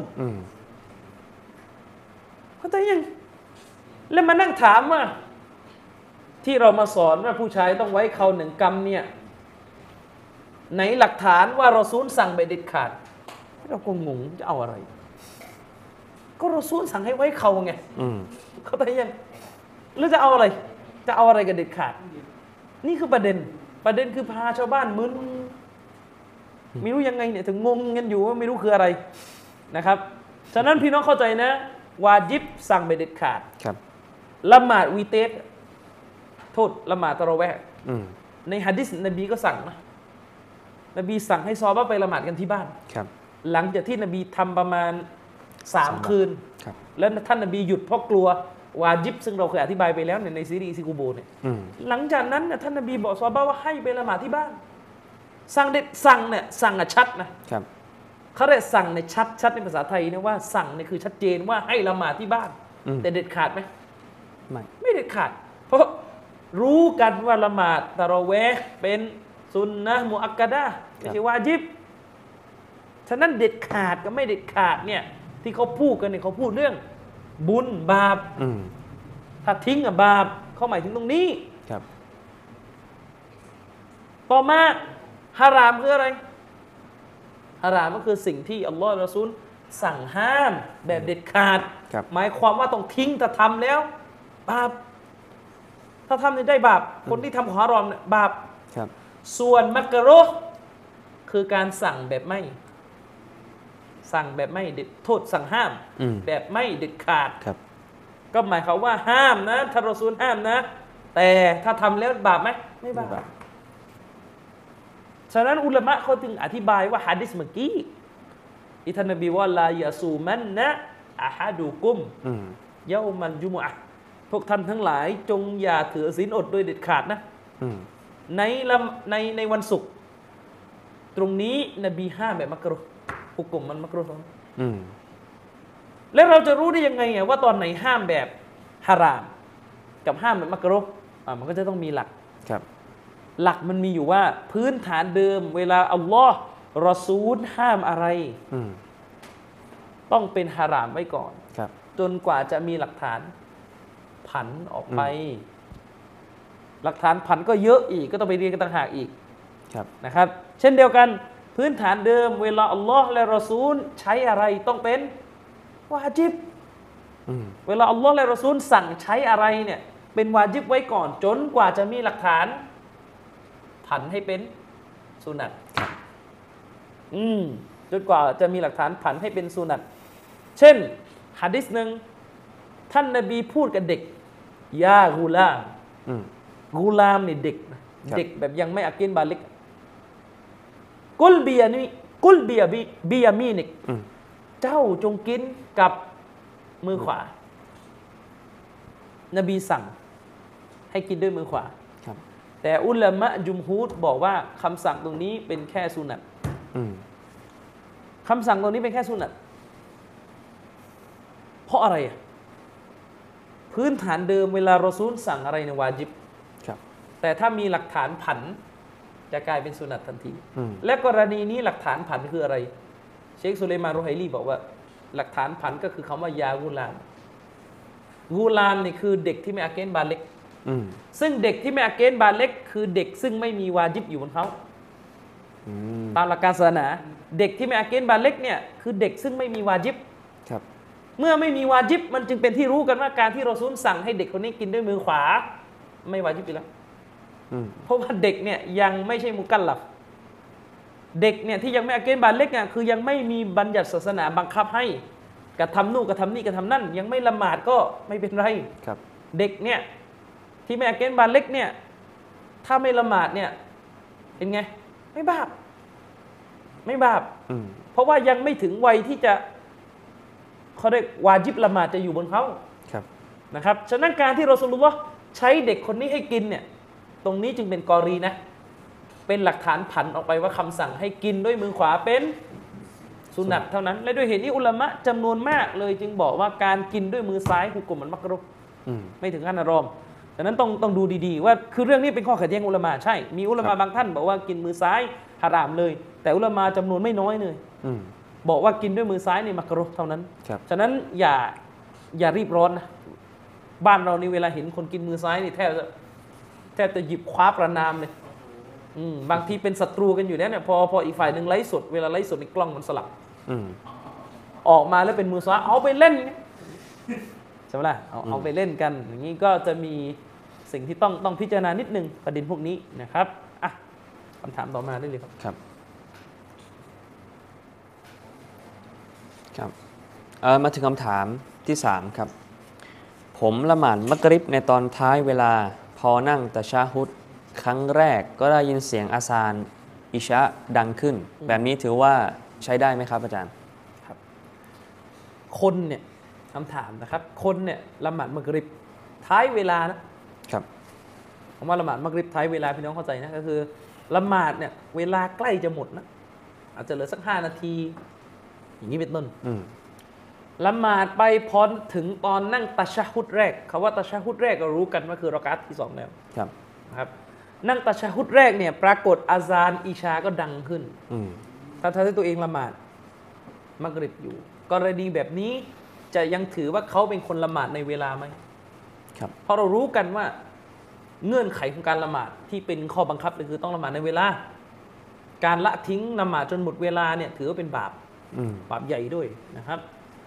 เข้าใจยังแล้วมานั่งถามว่าที่เรามาสอนว่าผู้ชายต้องไว้เขาหนึ่งกรรมเนี่ยไหนหลักฐานว่ารอซูลสั่งแบบเด็ดขาดเราก็งงจะเอาอะไรก็รอซูลสั่งให้ไว้เขาไงเข้าใจยังหรือจะเอาอะไรจะเอาอะไรกับเด็ดขาดนี่คือประเด็นประเด็นคือพาชาวบ้านมึนไม่รู้ยังไงเนี่ยถึงงงกันอยู่ว่าไม่รู้คืออะไรนะครับฉะนั้นพี่น้องเข้าใจนะวาญิบสั่งแบบเด็ดขาดละหมาดวีเตสโทษละหมาดตะเราะเวห์ในหะดีษนบีก็สั่งนะนบีสั่งให้ซอฮาบะห์ไปละหมาดกันที่บ้านหลังจากที่นบีทำประมาณสามคืนแล้วท่านนบีหยุดเพราะกลัววาญิบซึ่งเราเคยอธิบายไปแล้วในในซีรีส์ซิกูโบเนี่ยหลังจากนั้นเนี่ยท่านนบีบอกซอฮาบะห์ว่าให้ไปละหมาดที่บ้านสั่งเด็ดสั่งเนี่ยสั่งอะชัดนะครับเขาเรียกสั่งในชัดชัดในภาษาไทยนะว่าสั่งเนี่ยคือชัดเจนว่าให้ละหมาดที่บ้านแต่เด็ดขาดไหมไม่ไม่เด็ดขาดเพราะรู้กันว่าละหมาดตะเราะเวห์เป็นซุนนะห์มุอักกะดะห์ไม่ใช่วาญิบฉะนั้นเด็ดขาดกับไม่เด็ดขาดเนี่ยที่เขาพูดกันเนี่ยเขาพูดเรื่องบุญบาปถ้าทิ้งอะบาปเขาหมายถึงตรงนี้ครับต่อมาฮารามคืออะไรฮารามก็คือสิ่งที่อัลลอฮฺรอซูลสั่งห้ามแบบเด็ดขาดหมายความว่าต้องทิ้งถ้าทำแล้วบาปถ้าทำเนี่ยได้บาปคนที่ทำของฮารอมเนี่ยบาปส่วนมักรุฮ์คือการสั่งแบบไม่สั่งแบบไม่เด็ดโทษสั่งห้ามแบบไม่เด็ดขาดก็หมายความว่าห้ามนะท่านรอซูลห้ามนะแต่ถ้าทำแล้วบาปไหมไม่บาปฉะนั้นอุลามะเขาจึงอธิบายว่าหะดีษเมื่อกี้ที่ท่านนบีว่าลายาซูมันนะอะฮะดูกุมเยามันจุมุอะห์พวกท่านทั้งหลายจงอย่าถือศีลอดโดยเด็ดขาดนะในในในวันศุกร์ตรงนี้นบีห้ามแบบมักรุฮ์ฮุกมมันมักรุฮ์แล้วเราจะรู้ได้ยังไงว่าตอนไหนห้ามแบบฮารามกับห้ามแบบมักรุฮ์มันก็จะต้องมีหลักครับหลักมันมีอยู่ว่าพื้นฐานเดิมเวลาอัลลอฮ์รอซูลห้ามอะไรต้องเป็นฮารามไว้ก่อนจนกว่าจะมีหลักฐานผันออกไปหลักฐานผันก็เยอะอีกก็ต้องไปเรียนกันต่างหากอีกนะครับเช่นเดียวกันพื้นฐานเดิมเวลาอัลลอฮ์และรอซูลใช้อะไรต้องเป็นวาญิบเวลาอัลลอฮ์และรอซูลสั่งใช้อะไรเนี่ยเป็นวาญิบไว้ก่อนจนกว่าจะมีหลักฐานผันให้เป็นสุนัตอืมจนกว่าจะมีหลักฐานผันให้เป็นสุนัตเช่นหะดีษหนึ่งท่านนบีพูดกับเด็กยากูลามกูลามนี่เด็กเด็กแบบยังไม่อากินบาลิกกุลเบียนี่กุลเบียเบียมีนิกเจ้าจงกินกับมือขวานบีสั่งให้กินด้วยมือขวาแต่อุลามะจุมฮูรบอกว่าคำสั่งตรงนี้เป็นแค่สุนัตคำสั่งตรงนี้เป็นแค่สุนัตเพราะอะไรพื้นฐานเดิมเวลารอซูลสั่งอะไรในวาญิบแต่ถ้ามีหลักฐานผันจะกลายเป็นสุนัตทันทีและกรณีนี้หลักฐานผันคืออะไรเชคสุเลมานโรไฮลีบอกว่าหลักฐานผันก็คือคำว่ายากูลามกูลามนี่คือเด็กที่ไม่อาเกนบาเล็กซึ่งเด็กที่ไม่อาเกนบาเล็กคือเด็กซึ่งไม่มีวาญิบอยู่บนเขาตามหลักการศาสนาเด็กที่ไม่อาเกนบาเล็กเนี่ยคือเด็กซึ่งไม่มีวาญิบเมื่อไม่มีวาญิบมันจึงเป็นที่รู้กันว่าการที่รอซูลสั่งให้เด็กคนนี้กินด้วยมือขวาไม่วาญิบอยู่แล้วเพราะว่าเด็กเนี่ยยังไม่ใช่มุกัลลัฟเด็กเนี่ยที่ยังไม่อาเกนบาเล็กเนี่ยคือยังไม่มีบัญญัติศาสนาบังคับให้กระทำนู่นกระทำนี่กระทำนั่นยังไม่ละหมาดก็ไม่เป็นไรเด็กเนี่ยที่ไม่อาเกนบาเล็กเนี่ยถ้าไม่ละหมาดเนี่ยเป็นไงไม่บาปไม่บาปเพราะว่ายังไม่ถึงวัยที่จะเขาเรียกวาญิบละหมาดจะอยู่บนเขานะครับฉะนั้นการที่รอซูลุลลอฮ์ใช้เด็กคนนี้ให้กินเนี่ยตรงนี้จึงเป็นกอรีนะเป็นหลักฐานผันออกไปว่าคำสั่งให้กินด้วยมือขวาเป็นสุนัตเท่านั้นและด้วยเหตุนี้อุลามะจำนวนมากเลยจึงบอกว่าการกินด้วยมือซ้ายหุกมมันมักรุฮ์ไม่ถึงขั้นฮารอมฉะนั้นต้องต้องดูดีๆว่าคือเรื่องนี้เป็นข้อขัดแย้งอุลามะใช่มีอุลามะบางท่านบอกว่ากินมือซ้ายฮารามเลยแต่อุลามะจำนวนไม่น้อยเลยบอกว่ากินด้วยมือซ้ายนี่มักรุฮ์เท่านั้นฉะนั้นอย่าอย่ารีบร้อนนะบ้านเรานี่เวลาเห็นคนกินมือซ้ายนี่แทบจะแทบจะหยิบคว้าประนามเลยบางทีเป็นศัตรูกันอยู่แล้วเนี่ยพอพออีกฝ่ายหนึ่งไลฟ์สดเวลาไลฟ์สดในกล้องมันสลับออกมาแล้วเป็นมือซ้ายเอาไปเล่นใช่ไหมล่ะเอาเอาไปเล่นกันอย่างนี้ก็จะมีสิ่งที่ต้องต้องพิจารณานิดนึงประเด็นพวกนี้นะครับอ่ะคำถามต่อมาได้เลยครับครับครับเอ่อมาถึงคำถามที่สามครับผมละหมาดมักริบในตอนท้ายเวลาพอนั่งตะชะฮุดครั้งแรกก็ได้ยินเสียงอาซานอิชะดังขึ้นแบบนี้ถือว่าใช้ได้ไหมครับอาจารย์ครับคนเนี่ยำถามนะครับคนเนี่ยละหมาดมักริบท้ายเวลานะครับผมว่าละหมาดมักริบท้ายเวลาพี่น้องเข้าใจนะก็คือละหมาดเนี่ยเวลาใกล้จะหมดนะอาจจะเหลือสักห้านาทีอย่างนี้เป็นต้นละหมาดไปพ้นถึงตอนนั่งตะชะฮุดแรกคำว่าตะชะฮุดแรกก็รู้กันว่าคือรอกะอะห์ที่สองแล้วครับนะครับนั่งตะชะฮุดแรกเนี่ยปรากฏอาซานอิชาก็ดังขึ้นถ้าถ้าตัวเองละหมาดมักริบอยู่กรณีแบบนี้จะยังถือว่าเขาเป็นคนละหมาดในเวลาไหมครับเพราะเรารู้กันว่าเงื่อนไขของการละหมาดที่เป็นข้อบังคับก็คือต้องละหมาดในเวลาการละทิ้งละหมาดจนหมดเวลาเนี่ยถือว่าเป็นบาปบาปใหญ่ด้วยนะครับ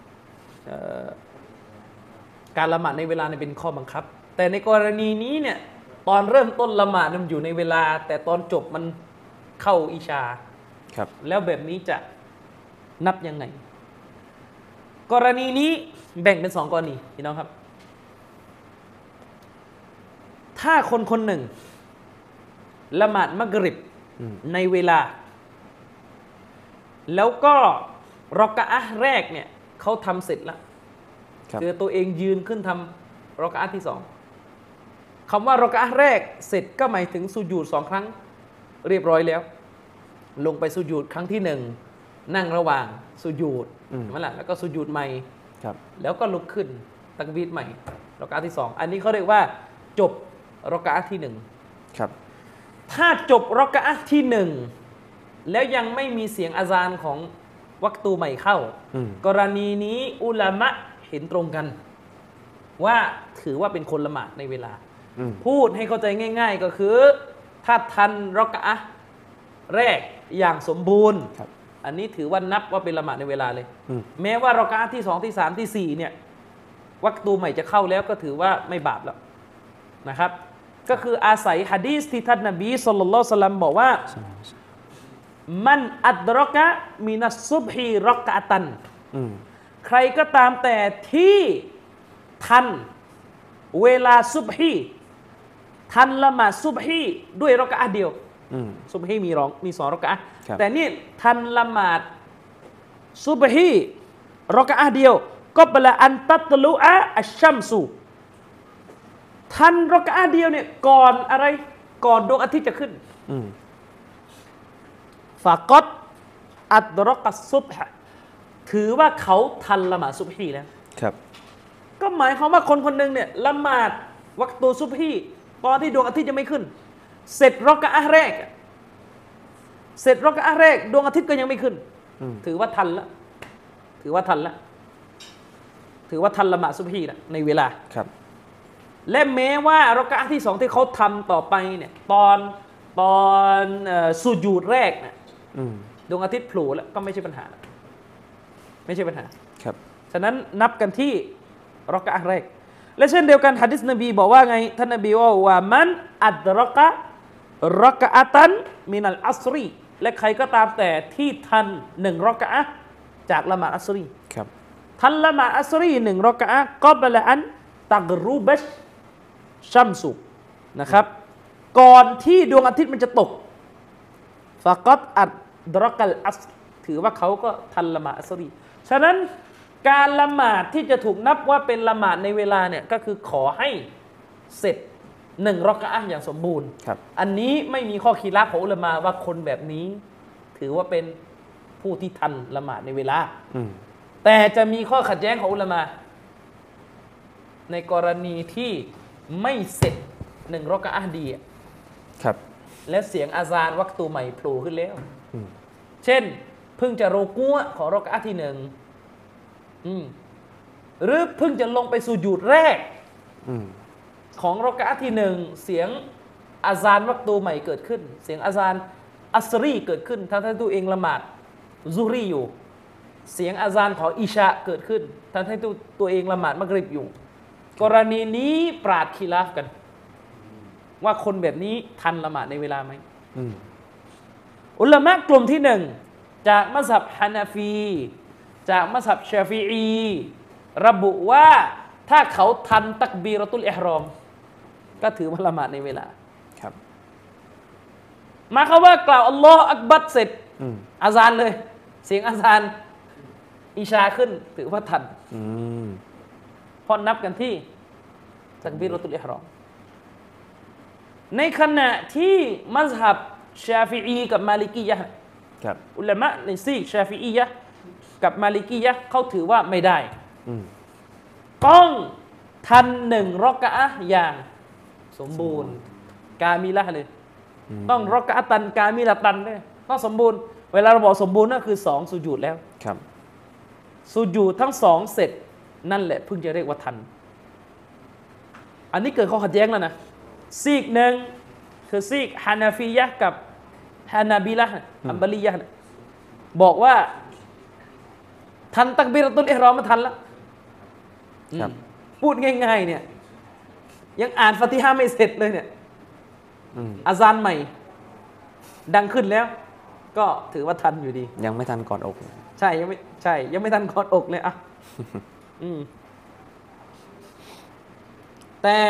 การละหมาดในเวลาเนี่ยเป็นข้อบังคับแต่ในกรณีนี้เนี่ยตอนเริ่มต้นละหมาดมันอยู่ในเวลาแต่ตอนจบมันเข้าอิชาครับแล้วแบบนี้จะนับยังไงกรณีนี้แบ่งเป็นสองกรณีพี่น้องครับถ้าคนคนหนึ่งละหมาดมักริบในเวลาแล้วก็รอกะอะห์แรกเนี่ยเขาทำเสร็จแล้วคือตัวเองยืนขึ้นทำรอกะอะห์ที่สองคำว่ารอกะอะห์แรกเสร็จก็หมายถึงสุญูดสองครั้งเรียบร้อยแล้วลงไปสุญูดครั้งที่หนึ่งนั่งระหว่างสุญูดนั่นแหละแล้วก็สุญูดใหม่แล้วก็ลุกขึ้นตักบีรใหม่รอกะอะห์ที่สองอันนี้เขาเรียกว่าจบรอกะอะห์ที่หนึ่งครับถ้าจบรอกะอะห์ที่หนึ่งแล้วยังไม่มีเสียงอาซานของวักตูใหม่เข้ากรณีนี้อุลามะเห็นตรงกันว่าถือว่าเป็นคนละหมาดในเวลาพูดให้เข้าใจง่ายๆก็คือถ้าทันรอกะอะห์แรกอย่างสมบูรณ์อันนี้ถือว่านับว่าเป็นละหมาดในเวลาเลยแม้ว่ารอกะอะห์ที่สองที่สามที่สี่เนี่ยวักตูใหม่จะเข้าแล้วก็ถือว่าไม่บาปแล้วนะครับก็คืออาศัยหะดีษที่ท่านนบีศ็อลลัลลอฮุอะลัยฮิวะซัลลัมบอกว่ามันอัดรอกะมินัสซุบฮีรอกะตันใครก็ตามแต่ที่ทันเวลาซุบฮีทันละหมาดซุบฮีด้วยรอกะอะห์เดียวซุบฮีมีรองมีสองรอกะอะห์แต่นี่ทันละหมาดซุบฮีรอกะอะห์เดียวก็บละอันตัตลุอะอัชชัมซุทันรอกะอะห์เดียวเนี่ยก่อนอะไรก่อนดวงอาทิตย์จะขึ้นฟะกอดอัดรอกัสซุบฮ์ถือว่าเขาทันละหมาดซุบฮีแล้วครับก็หมายความว่าคนคนหนึ่งเนี่ยละหมาดวักตูซุบฮีตอนที่ดวงอาทิตย์ยังไม่ขึ้นเสร็จรอกะอะห์แรกเสร็จรอกะอะห์แรกดวงอาทิตย์ก็ยังไม่ขึ้นถือว่าทันละถือว่าทันละถือว่าทันละหมาดซุบฮีแล้วในเวลาครับและแม้ว่ารอกะอะห์ที่สองที่เขาทำต่อไปเนี่ยตอนตอนสุญูดแรกเนี่ยดวงอาทิตย์โผล่แล้วก็ไม่ใช่ปัญหาไม่ใช่ปัญหาครับฉะนั้นนับกันที่รอกะอะห์แรกและเช่นเดียวกันหะดีษนบีบอกว่าไงท่านนบีว่าว่ามันอัดรอกะรอกะอะตันมินัลอัศรีและใครก็ตามแต่ที่ทันหนึ่งรอกะอะห์จากละหมาดอัศรีครับทันละหมาดอัศรีหนึ่งรอกะอะห์ก็บละอันตักรูบัชชัมซุนะครับก่อนที่ดวงอาทิตย์มันจะตกฟะกอดอัดดรอกัลอัสถือว่าเขาก็ทันละหมาดอัสรีฉะนั้นการละหมาดที่จะถูกนับว่าเป็นละหมาดในเวลาเนี่ยก็คือขอให้เสร็จหนึ่งรอกะอะห์อย่างสมบูรณ์อันนี้ไม่มีข้อคีราฟของอุลามะว่าคนแบบนี้ถือว่าเป็นผู้ที่ทันละหมาดในเวลาแต่จะมีข้อขัดแย้งของอุลามะในกรณีที่ไม่เสร็จหนึ่งรอกะอะห์ดีครับและเสียงอาซานวักตูใหม่โผล่ขึ้นแล้วเช่นเพิ่งจะโรกัวของรอกะอะห์ที่หนึ่งหรือเพิ่งจะลงไปสุญูดแรกของรอกะอะห์ที่หนึ่งเสียงอาซานวักตูใหม่เกิดขึ้นเสียงอาซานอัสรีเกิดขึ้นถ้าท่านตัวเองละหมาดซุฮรีอยู่เสียงอาซานของอิชาเกิดขึ้นถ้าท่านตัวเองละหมาดมักริบอยู่กรณีนี้ปราชญ์คีราฟกันว่าคนแบบนี้ทันละหมาดในเวลาไหมอุลามะกลุ่มที่หนึ่งจากมัซฮับฮานาฟีจากมัซฮับชาฟิอีระบุว่าถ้าเขาทันตักบีเราะตุลอิหรอมก็ถือว่าละหมาดในเวลาครับมาเขาว่ากล่าวอัลลอฮฺอักบัรเสร็จอาซานเลยเสียงอาซานอิชาขึ้นถือว่าทันราะนับกันที่ตักบีเราะตุลอิหรอมในขณะที่มัซฮับชาฟิอีกับมาลิกียะห์ครับอุลามะในซีกชาฟิอียะห์กับมาลิกียะห์เขาถือว่าไม่ได้ต้องทันหนึ่งรอกะอะห์อย่างสมบูรณ์กามิละห์เลยต้องรอกะอะห์ตันกามิละตันด้วยต้องสมบูรณ์เวลาเราบอกสมบูรณ์นั่นคือสองสุญูดแล้วครับสุญูดทั้งสองเสร็จนั่นแหละเพิ่งจะเรียกว่าทันอันนี้เกิดข้อขัดแย้งแล้วนะซีกหนึ่งคือซีกฮานาฟียะห์กับฮานาบิละห์อัมบาลียะห์บอกว่าทันตักบีเราะตุลอิหรอมมาทันแล้วพูดง่ายๆเนี่ยยังอ่านฟาติฮะห์ไม่เสร็จเลยเนี่ยอาซานใหม่ดังขึ้นแล้วก็ถือว่าทันอยู่ดียังไม่ทันกอดอกใช่ยังไม่ใช่ยังไม่ทันกอดอกเลยอ่ะแต่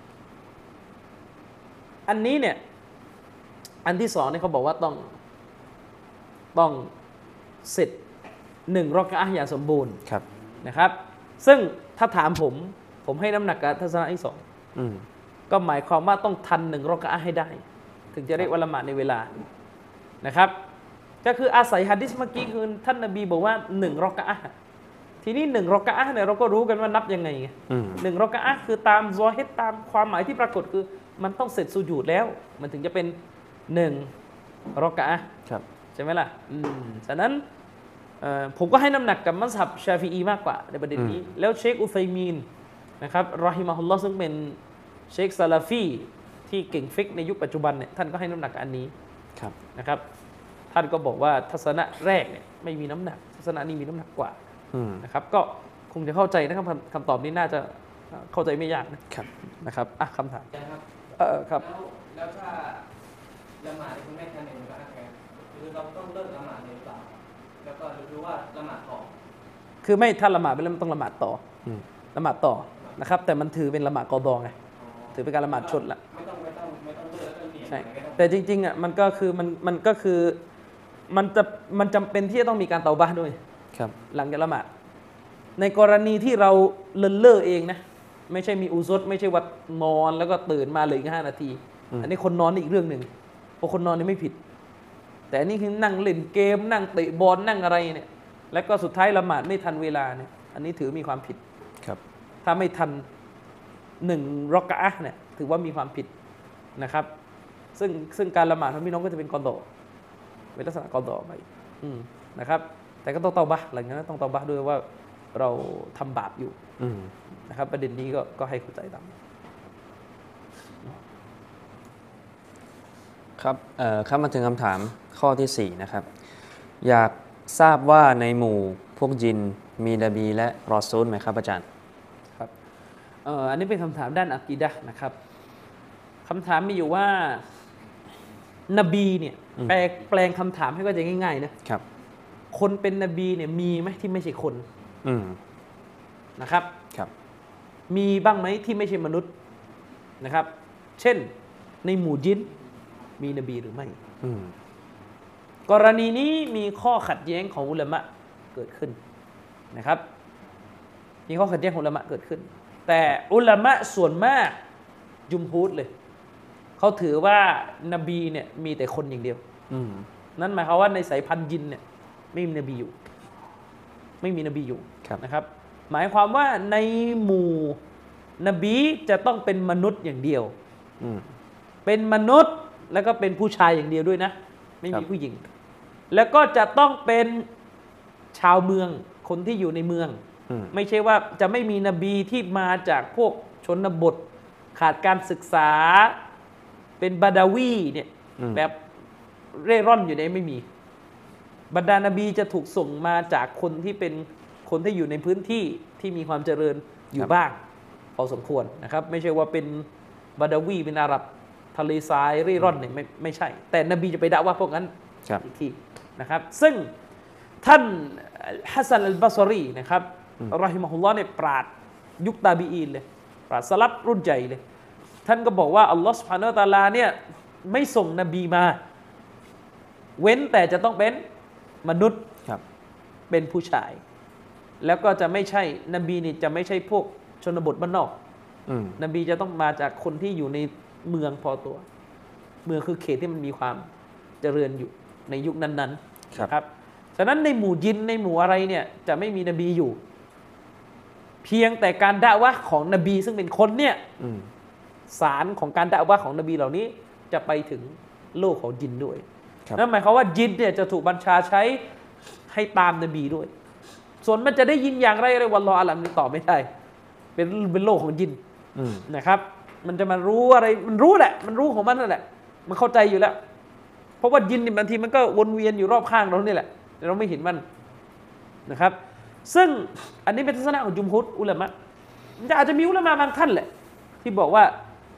อันนี้เนี่ยอันที่สองเนี่ยเขาบอกว่าต้องต้องเสร็จหนึ่งรอกะอะห์อย่างสมบูรณ์นะครับซึ่งถ้าถามผมผมให้น้ำหนักกับทัศนะที่สองก็หมายความว่าต้องทันหนึ่งรอกะอะห์ให้ได้ถึงจะเรียกว่าละหมาดในเวลานะครับก็คืออาศัยหะดีษเมื่อกี้คือท่านนบีบอกว่าหนึ่งรอกะอะห์ทีนี้หนึ่งรอกะอะห์เนี่ยเราก็รู้กันว่านับยังไงหนึ่งรอกะอะห์คือตามซอฮิรตามความหมายที่ปรากฏคือมันต้องเสร็จสุญูดแล้วมันถึงจะเป็นหนึ่งรอกะอะห์ใช่ไหมล่ะฉะนั้นผมก็ให้น้ำหนักกับมัซฮับชาฟิอีมากกว่าในประเด็นนี้แล้วเชคอุซัยมีนนะครับรอฮิมะฮุลลอฮ์ซึ่งเป็นเชคซาลาฟีที่เก่งฟิกในยุคปัจจุบันเนี่ยท่านก็ให้น้ำหนักอันนี้นะครับท่านก็บอกว่าทัศนะแรกเนี่ยไม่มีน้ำหนักทัศนะนี้มีน้ำหนักกว่านะครับก็คงจะเข้าใจนะครับคำตอบนี้น่าจะเข้าใจไม่ยากนะครับนะครับอ่ะคำถามเออครับแล้วถ้าละหมาดคุณไม่ทันหนึ่งรอกะอะห์คือเราต้องเลิกละหมาดเลยหรือเปล่าแล้วก็หรือว่าละหมาดต่อคือไม่ถ้าละหมาดไปแล้วมันต้องละหมาดต่อละหมาดต่อนะครับแต่มันถือเป็นละหมาดกอฎอไงถือเป็นการละหมาดชดละไม่ต้องไม่ต้องไม่ต้องเลิกแล้วก็เนียดใช่แต่จริงๆอ่ะมันก็คือมันมันก็คือมันจะมันจำเป็นที่จะต้องมีการเตาบะห์ด้วยครับหลังจากละหมาดในกรณีที่เราเลินเล่อเองนะไม่ใช่มีอุซรไม่ใช่ว่านอนแล้วก็ตื่นมาเลยอีกห้านาทีอันนี้คนนอนอีกเรื่องหนึ่งเพราะคนนอนนี่ไม่ผิดแต่อันนี้คือนั่งเล่นเกมนั่งเตะบอลนั่งอะไรเนี่ยแล้วก็สุดท้ายละหมาดไม่ทันเวลาเนี่ยอันนี้ถือมีความผิดครับถ้าไม่ทันหนึ่งรอกะอะห์เนี่ยถือว่ามีความผิดนะครับซึ่งซึ่งการละหมาดของพี่น้องก็จะเป็นกอฎอเป็นลักษณะกอฎอไปนะครับแต่ก็ต้องเตาบะห์หลังจากนั้นต้องเตาบะห์ด้วยว่าเราทำบาปอยู่นะครับประเด็นนี้ก็ก็ให้เข้าใจตามครับเอ่อครับมาถึงคำถามข้อที่สี่นะครับอยากทราบว่าในหมู่พวกยินมีนบีและรอซูลไหมครับอาจารย์ครับเอ่ออันนี้เป็นคำถามด้านอะกีดะห์นะครับคำถามมีอยู่ว่านบีเนี่ยแปลแปลงคำถามให้เข้าใจง่ายๆนะครับคนเป็นนบีเนี่ยมีไหมที่ไม่ใช่คนนะครับครับมีบ้างไหมที่ไม่ใช่มนุษย์นะครับเช่นในหมู่ยินมีนบีหรือไม่กรณีนี้มีข้อขัดแย้งของอุลามะเกิดขึ้นนะครับมีข้อขัดแย้งของอุลามะเกิดขึ้นแต่อุลามะส่วนมากยุมฮูดเลยเขาถือว่านบีเนี่ยมีแต่คนอย่างเดียวนั่นหมายความว่าในสายพันธุ์ยินเนี่ยไม่มีนบีอยู่ไม่มีนบีอยู่นะครับหมายความว่าในหมู่นบีจะต้องเป็นมนุษย์อย่างเดียวเป็นมนุษย์แล้วก็เป็นผู้ชายอย่างเดียวด้วยนะไม่มีผู้หญิงแล้วก็จะต้องเป็นชาวเมืองคนที่อยู่ในเมืองไม่ใช่ว่าจะไม่มีนบีที่มาจากพวกชนบทขาดการศึกษาเป็นบาดาวีเนี่ยแบบเร่ร่อนอยู่ในไม่มีบรรดานบีจะถูกส่งมาจากคนที่เป็นคนที่อยู่ในพื้นที่ที่มีความเจริญอยู่บ้างพอสมควรนะครับไม่ใช่ว่าเป็นบาดาวีเป็นอาหรับทะเลทรายเร่ร่อนเนี่ยไม่ไม่ใช่แต่นบีจะไปด่าว่าพวกนั้นอีกทีนะครับซึ่งท่านฮัสซันอัลบาซอรีนะครับรอฮิมะฮุลลอฮ์เนี่ยปราชญ์ยุคตาบีอีนเลยปราชญ์สลับรุ่นใหญ่เลยท่านก็บอกว่าอัลลอฮ์ซุบฮานะฮูวะตะอาลาเนี่ยไม่ส่งนบีมาเว้นแต่จะต้องเป็นมนุษย์เป็นผู้ชายแล้วก็จะไม่ใช่นบีนี่จะไม่ใช่พวกชนบทบ้านนอกอืมนบีจะต้องมาจากคนที่อยู่ในเมืองพอตัว เมืองคือเขตที่มันมีความเจริญอยู่ในยุคนั้นๆครับครับฉะนั้นในหมู่ยินในหมู่อะไรเนี่ยจะไม่มีนบีอยู่ เพียงแต่การดะวะห์ของนบีซึ่งเป็นคนเนี่ยอืมสารของการดะวะห์ของนบีเหล่านี้จะไปถึงโลกของยินด้วยครับนั่นหมายความว่ายินเนี่ยจะถูกบัญชาใช้ให้ตามนบีด้วย ส่วนมันจะได้ยินอย่างไรอะไรวัลลอฮุอาลัมนี่ตอบไม่ได้เป็นเป็นโลกของยินอืมนะครับ มันจะมารู้อะไรมันรู้แหละมันรู้ของมันนั่นแหละมันเข้าใจอยู่แล้ว เพราะว่ายินนี่บางทีมันก็วนเวียนอยู่รอบข้างเรานี่แหละแต่เราไม่เห็นมันนะครับ ซึ่งอันนี้เป็นทัศนะของจุมฮุรอุลามะจะอาจจะมีอุลามะบางท่านแหละที่บอกว่า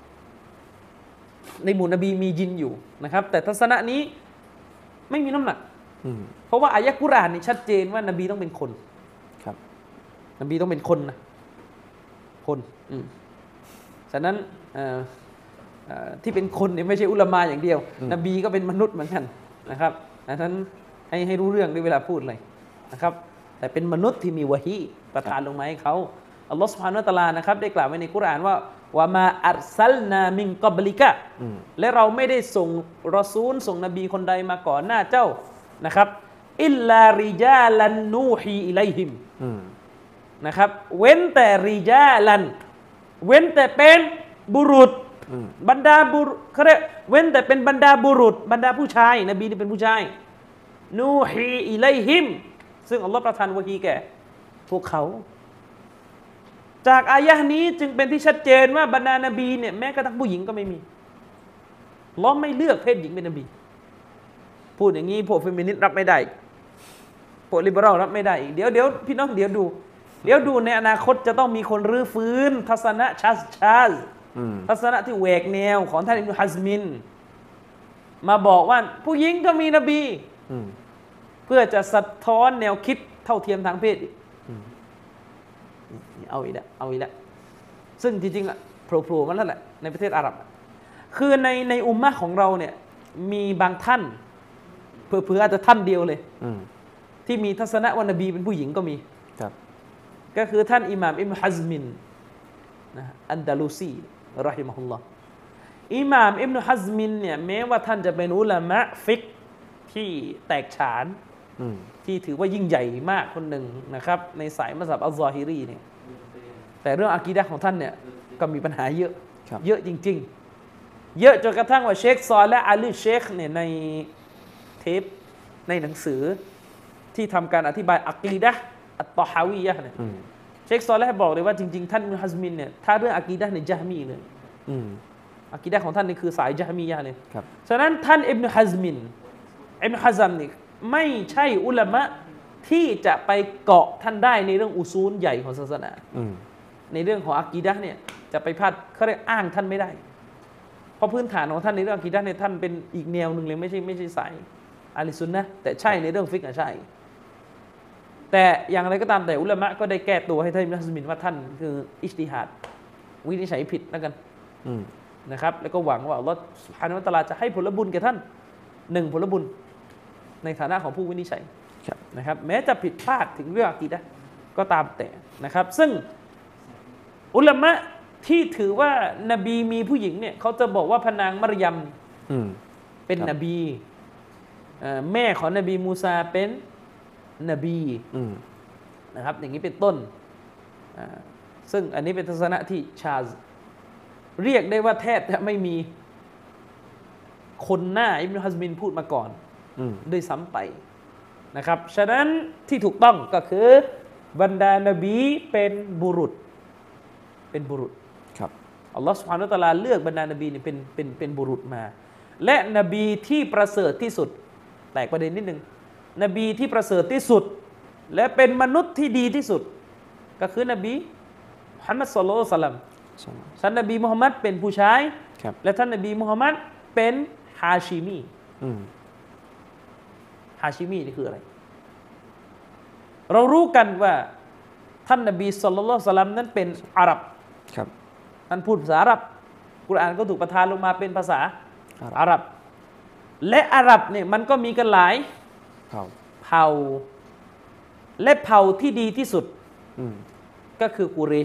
ในหมู่นบีมียินอยู่นะครับ แต่ทัศนะนี้ไม่มีน้ำหนักอืมเพราะว่าอายะกุรอานนี่ชัดเจนว่านบีต้องเป็นคนครับนบีต้องเป็นคนนะคนอืมฉะนั้นเอ่อเอ่อที่เป็นคนเนี่ยไม่ใช่อุลามะอย่างเดียว นบีก็เป็นมนุษย์เหมือนกันนะครับฉะนั้นให้ให้รู้เรื่องด้วยเวลาพูดเลยนะครับ แต่เป็นมนุษย์ที่มีวะฮีประทานลงมาให้เขาอัลลอฮฺซุบฮานะฮูวะตะอาลานะครับได้กล่าวไว้ในกุรอานว่าวะมาอัรซัลนามินกับลิกะอืมและเราไม่ได้ส่งรอซูลส่งนบีคนใดมาก่อนหน้าเจ้านะครับอิลลาริจาลันนูฮีอิไลฮิมอืมนะครับเว้นแต่ริจาลันเว้นแต่เป็นบุรุษอืมบรรดาบุรุษเขาเรียกเว้นแต่เป็นบรรดาบุรุษ บรรดาผู้ชายนบีนี่เป็นผู้ชายนูฮีอิไลฮิมซึ่งอัลลอฮฺประทานวะฮีแก่พวกเขา จากอายะห์นี้จึงเป็นที่ชัดเจนว่าบรรดานบีเนี่ยแม้กระทั่งผู้หญิงก็ไม่มีอัลเลาะห์ไม่เลือกเพศหญิงเป็นนบี พูดอย่างนี้พวกเฟมินิสต์รับไม่ได้พวกลิเบอรัลรับไม่ได้อีกเดี๋ยวเดี๋ยวพี่น้องเดี๋ยวดู เดี๋ยวดูในอนาคตจะต้องมีคนรื้อฟื้น ทัศนะชัสชาสอืมทัศนะที่แหวกแนวของท่านอิบนุฮัซมิน มาบอกว่าผู้หญิงก็มีนบีอืมเพื่อจะสะท้อนแนวคิดเท่าเทียมทางเพศอีกอืมเอาอีกแล้วเอาอีกแล้วซึ่งจริงๆอะโผล่ๆมันนั่นแหละในประเทศอาหรับ คือในในอุมมะห์ของเราเนี่ยมีบางท่านเผื่อๆอาจจะท่านเดียวเลยอืมที่มีทัศนะว่านบีเป็นผู้หญิงก็มีครับก็คือท่านอิหม่ามอิบนุฮัซมินนะอันดาลูซีรอฮิมะฮุลลอฮ์อิหม่ามอิบนุฮัซมินเนี่ยแม้ว่าท่านจะเป็นอุลามะฟิกห์ที่แตกฉานอืมที่ถือว่ายิ่งใหญ่มากคนหนึ่งนะครับในสายมัซฮับอัลซอฮิรีเนี่ยแต่เรื่องอากีดะห์ของท่านเนี่ยก็มีปัญหาเยอะครับเยอะจริงๆ เยอะจนกระทั่งว่าเชคซอลและอาลีเชคเนี่ยในเทปในหนังสือที่ทำการอธิบายอากีดะห์อัตตอฮาวียะห์เนี่ยอืมเชคซอลและบอกเลยว่าจริงๆท่านอิบนุฮัซมินเนี่ยถ้าเรื่องอากีดะห์เนี่ยญะฮ์มีเลยอืมอากีดะห์ของท่านนี่คือสายญะฮ์มียะห์เลยครับฉะนั้นท่านอิบนุฮัซมินอิบนุฮัซัมนี่ไม่ใช่อุลามะที่จะไปเกาะท่านได้ในเรื่องอุซูลใหญ่ของศาสนาอืมในเรื่องของอากีดะห์เนี่ยจะไปพาดเขาเรียกอ้างท่านไม่ได้ เพราะพื้นฐานของท่านในเรื่องอากีดะห์เนี่ยท่านเป็นอีกแนวหนึ่งเลยไม่ใช่ไม่ใช่สายอาลิซุนนะห์แต่ใช่ในเรื่องฟิกห์อะใช่ แต่อย่างไรก็ตามแต่อุลามะก็ได้แก้ตัวให้ท่านอิบนุฮัซมินว่าท่านคืออิจติฮาดวินิจฉัยผิดแล้วกันอืมนะครับแล้วก็หวังว่าอัลลอฮฺซุบฮานะฮูวะตะอาลาจะให้ผลบุญแก่ท่านหนึ่งผลบุญในฐานะของผู้วินิจฉัยครับนะครับแม้จะผิดพลาดถึงเรื่องอากีดะห์ก็ตามแต่นะครับซึ่งอุลามะที่ถือว่านบีมีผู้หญิงเนี่ยเขาจะบอกว่าพระนางมารยมอืมเป็นครับนบีเอ่อแม่ของนบีมูซาเป็นนบีอืมนะครับอย่างนี้เป็นต้นอ่าซึ่งอันนี้เป็นทัศนะที่ชาซเรียกได้ว่าแทบจะไม่มีคนหน้าอิบนุฮัซมินพูดมาก่อนอืมด้วยซ้ำไปนะครับฉะนั้นที่ถูกต้องก็คือบรรดานบีเป็นบุรุษเป็นบุรุษครับอัลลอฮฺซุบฮานะฮูวะตะอาลาเลือกบรรดานบีเนี่ยเป็นเป็นเป็นบุรุษมา และนบีที่ประเสริฐที่สุดแตกประเด็นนิดนึงนบีที่ประเสริฐที่สุด และเป็นมนุษย์ที่ดีที่สุด ก็คือนบีมุฮัมมัดศ็อลลัลลอฮุอะลัยฮิวะซัลลัมท่านนบีมุฮัมมัดเป็นผู้ชายครับและท่านนบีมุฮัมมัดเป็นฮาชิมีอืมฮาชิมีนี่คืออะไร เรารู้กันว่าท่านนบีศ็อลลัลลอฮุอะลัยฮิวะซัลลัมนั้นเป็นอาหรับครับท่านพูดภาษาอาหรับกุรอานก็ถูกประทานลงมาเป็นภาษาอาหรับอาหรับ และอาหรับเนี่ยมันก็มีกันหลายเผาเผ่าและเผ่าที่ดีที่สุดอืมก็คือกุเรช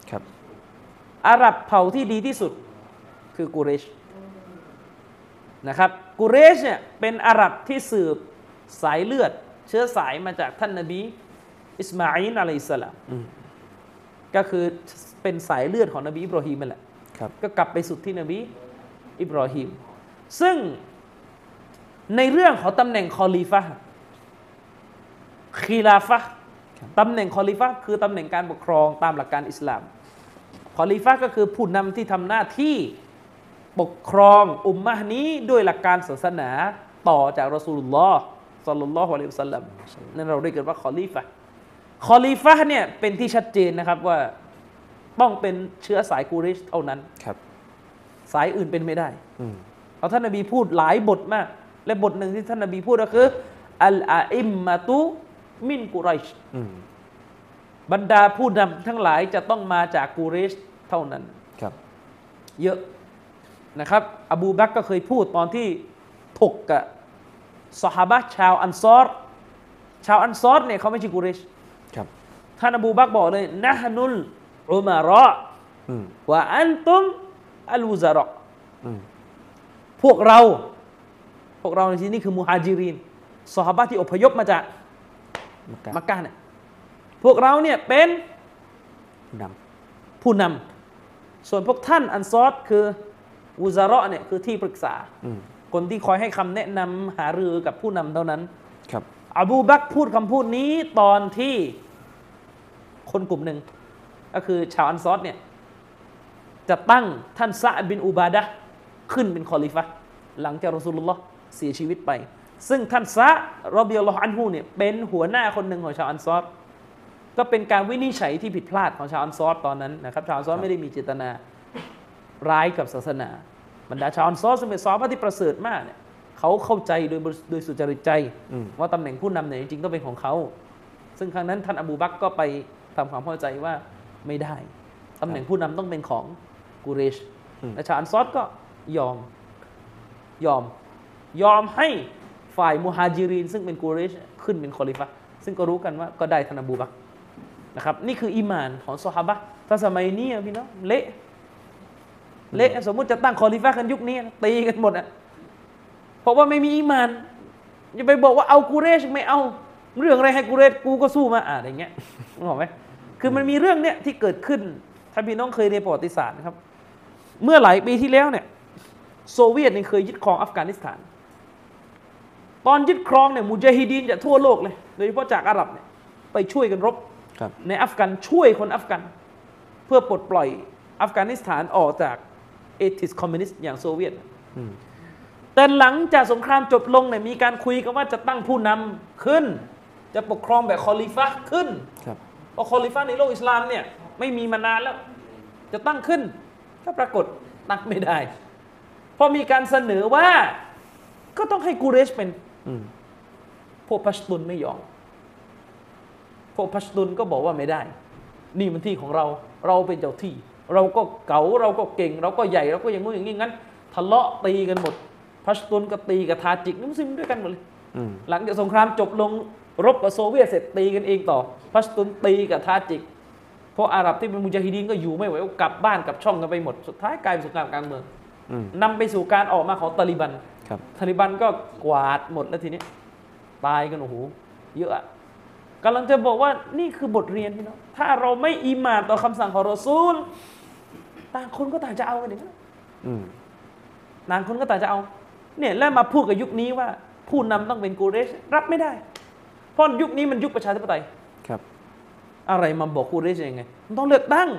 ครับอาหรับเผ่าที่ดีที่สุดคือกุเรชนะครับกุเรชเนี่ยเป็นอาหรับที่สืบสายเลือดเชื้อสายมาจากท่านนบีอิสมาอีลอะลัยฮิสสลามก็คือเป็นสายเลือดของนบีอิบรอฮีมนั่นแหละก็กลับไปสุดที่นบีอิบรอฮีมซึ่งในเรื่องของตำแหน่งคอลีฟะห์คีลาฟะห์ตำแหน่งคอลีฟะห์คือตำแหน่งการปกครองตามหลักการอิสลามคอลีฟะห์ก็คือผู้นำที่ทำหน้าที่ปกครองอุมมะห์นี้ด้วยหลักการศาสนาต่อจากรอซูลุลลอฮ์ศ็อลลัลลอฮุอะลัยฮิวะซัลลัมนั่นเราเรียกกันว่าคอลีฟะห์คอลีฟะห์เนี่ยเป็นที่ชัดเจนนะครับว่าต้องเป็นเชื้อสายกุเรชเท่านั้นสายอื่นเป็นไม่ได้เพราะท่านนบีพูดหลายบทมากและบทหนึ่งที่ท่านนบีพูดก็คืออัลอาอิมมะตุมินกุไรชบรรดาผู้นำทั้งหลายจะต้องมาจากกุเรชเท่านั้นครับเยอะนะครับอบูบักรก็เคยพูดตอนที่ถกกับซอฮาบะห์ชาวอันซอรชาวอันซอรเนี่ยเขาไม่ใช่กุเรชครับท่านอบูบักรบอกเลยนะฮ์นุลอุมาเราะห์วะอันตุมอัลวุซาเราะห์พวกเราพวกเราในที่นี้คือมุฮาจิรินซอฮาบะห์ที่อพยพมาจากมักกะฮ์เนี่ยพวกเราเนี่ยเป็นผู้นำผู้นำส่วนพวกท่านอันซอรคือวุซาเราะห์เนี่ยคือที่ปรึกษาคนที่คอยให้คำแนะนำหารือกับผู้นำเท่านั้นครับอบูบักรพูดคำพูดนี้ตอนที่คนกลุ่มหนึ่งก็คือชาวอันซอรเนี่ยจะตั้งท่านซะอ์ดบินอุบาดะห์ขึ้นเป็นคอลิฟะห์หลังจากรอซูลุลลอฮ์เสียชีวิตไปซึ่งท่านซะอ์ดรอฎิยัลลอฮุอันฮุเนี่ยเป็นหัวหน้าคนหนึ่งของชาวอันซอรก็เป็นการวินิจฉัยที่ผิดพลาดของชาวอันซอรตอนนั้นนะครับชาวอันซอรไม่ได้มีเจตนาร้ายกับศาสนาบรรดาชาวอันซอรซึ่งเป็นซอฮาบะห์ที่ประเสริฐมากเนี่ยเขาเข้าใจโดยโดยสุจริตใจว่าตำแหน่งผู้นำเนี่ยจริงๆต้องเป็นของเขาซึ่งครั้งนั้นท่านอบูบักรก็ไปทำความเข้าใจว่าไม่ได้ตำแหน่งผู้นำต้องเป็นของกุเรชและชาวอันซอรก็ยอมยอมยอมให้ฝ่ายมุฮาจิรินซึ่งเป็นกุเรชขึ้นเป็นคอลิฟะห์ซึ่งก็รู้กันว่าก็ได้ท่านอบูบักรนะครับนี่คืออีหม่านของซอฮาบะห์ถ้าสมัยนี้พี่น้องเละเละสมมุติจะตั้งคอลิฟะห์กันยุคนี้ตีกันหมดอ่ะเพราะว่าไม่มีอีหม่านอย่าไปบอกว่าเอากุเรชไม่เอาเรื่องอะไรให้กุเรชกูก็สู้มาอ่ะอะไรเงี้ยนึกออกไหมคือมันมีเรื่องเนี้ยที่เกิดขึ้นถ้าพี่น้องเคยเรียนประวัติศาสตร์นะครับเมื่อหลายปีที่แล้วเนี่ยโซเวียตเนี่ยเคยยึดครองอัฟกานิสถานตอนยึดครองเนี่ยมุญาฮิดีนจากทั่วโลกเลยโดยเฉพาะจากอาหรับเนี่ยไปช่วยกันรบในอัฟกันช่วยคนอัฟกันเพื่อปลดปล่อยอัฟกานิสถานออกจากเอทิสคอมมิวนิสต์อย่างโซเวียตแต่หลังจากสงครามจบลงเนี่ยมีการคุยกันว่าจะตั้งผู้นำขึ้นจะปกครองแบบคอลิฟะห์ขึ้นเพราะคอลิฟะห์ในโลกอิสลามเนี่ยไม่มีมานานแล้วจะตั้งขึ้นก็ปรากฏตั้งไม่ได้พอมีการเสนอว่าก็ต้องให้กุเรชเป็นพวกพัชตุนไม่ยอมพวกพัชตุนก็บอกว่าไม่ได้นี่มันที่ของเราเราเป็นเจ้าที่เราก็เก๋าเราก็เก่งเราก็ใหญ่เราก็อย่างงู้นอย่างนี้งั้นทะเลาะตีกันหมดพัชตุนก็ตีกับทาจิกมุสลิมด้วยกันหมดเลยหลังจากสงครามจบลงรบกับโซเวียตเสร็จตีกันเองต่อพัชตุนตีกับทาจิกเพราะอาหรับที่เป็นมุญาฮิดีนก็อยู่ไม่ไหวก็กลับบ้านกลับช่องกันไปหมดสุดท้ายกลายเป็นสงครามกลางเมืองนำไปสู่การออกมาของตาลิบันตาลิบันก็กวาดหมดแล้วทีนี้ตายกันโอ้โหเยอะกำลังจะบอกว่านี่คือบทเรียนพี่น้องถ้าเราไม่อีหม่านต่อคำสั่งของรอซูลต่างคนก็ต่างจะเอากันอย่างนั้นต่างคนก็ต่างจะเอาเนี่ยแล้วมาพูดกับยุคนี้ว่าผู้นำต้องเป็นกุเรชรับไม่ได้เพราะยุคนี้มันยุคประชาธิปไตยครับอะไรมาบอกกุเรชยังไงมันต้องเลือกตั้ง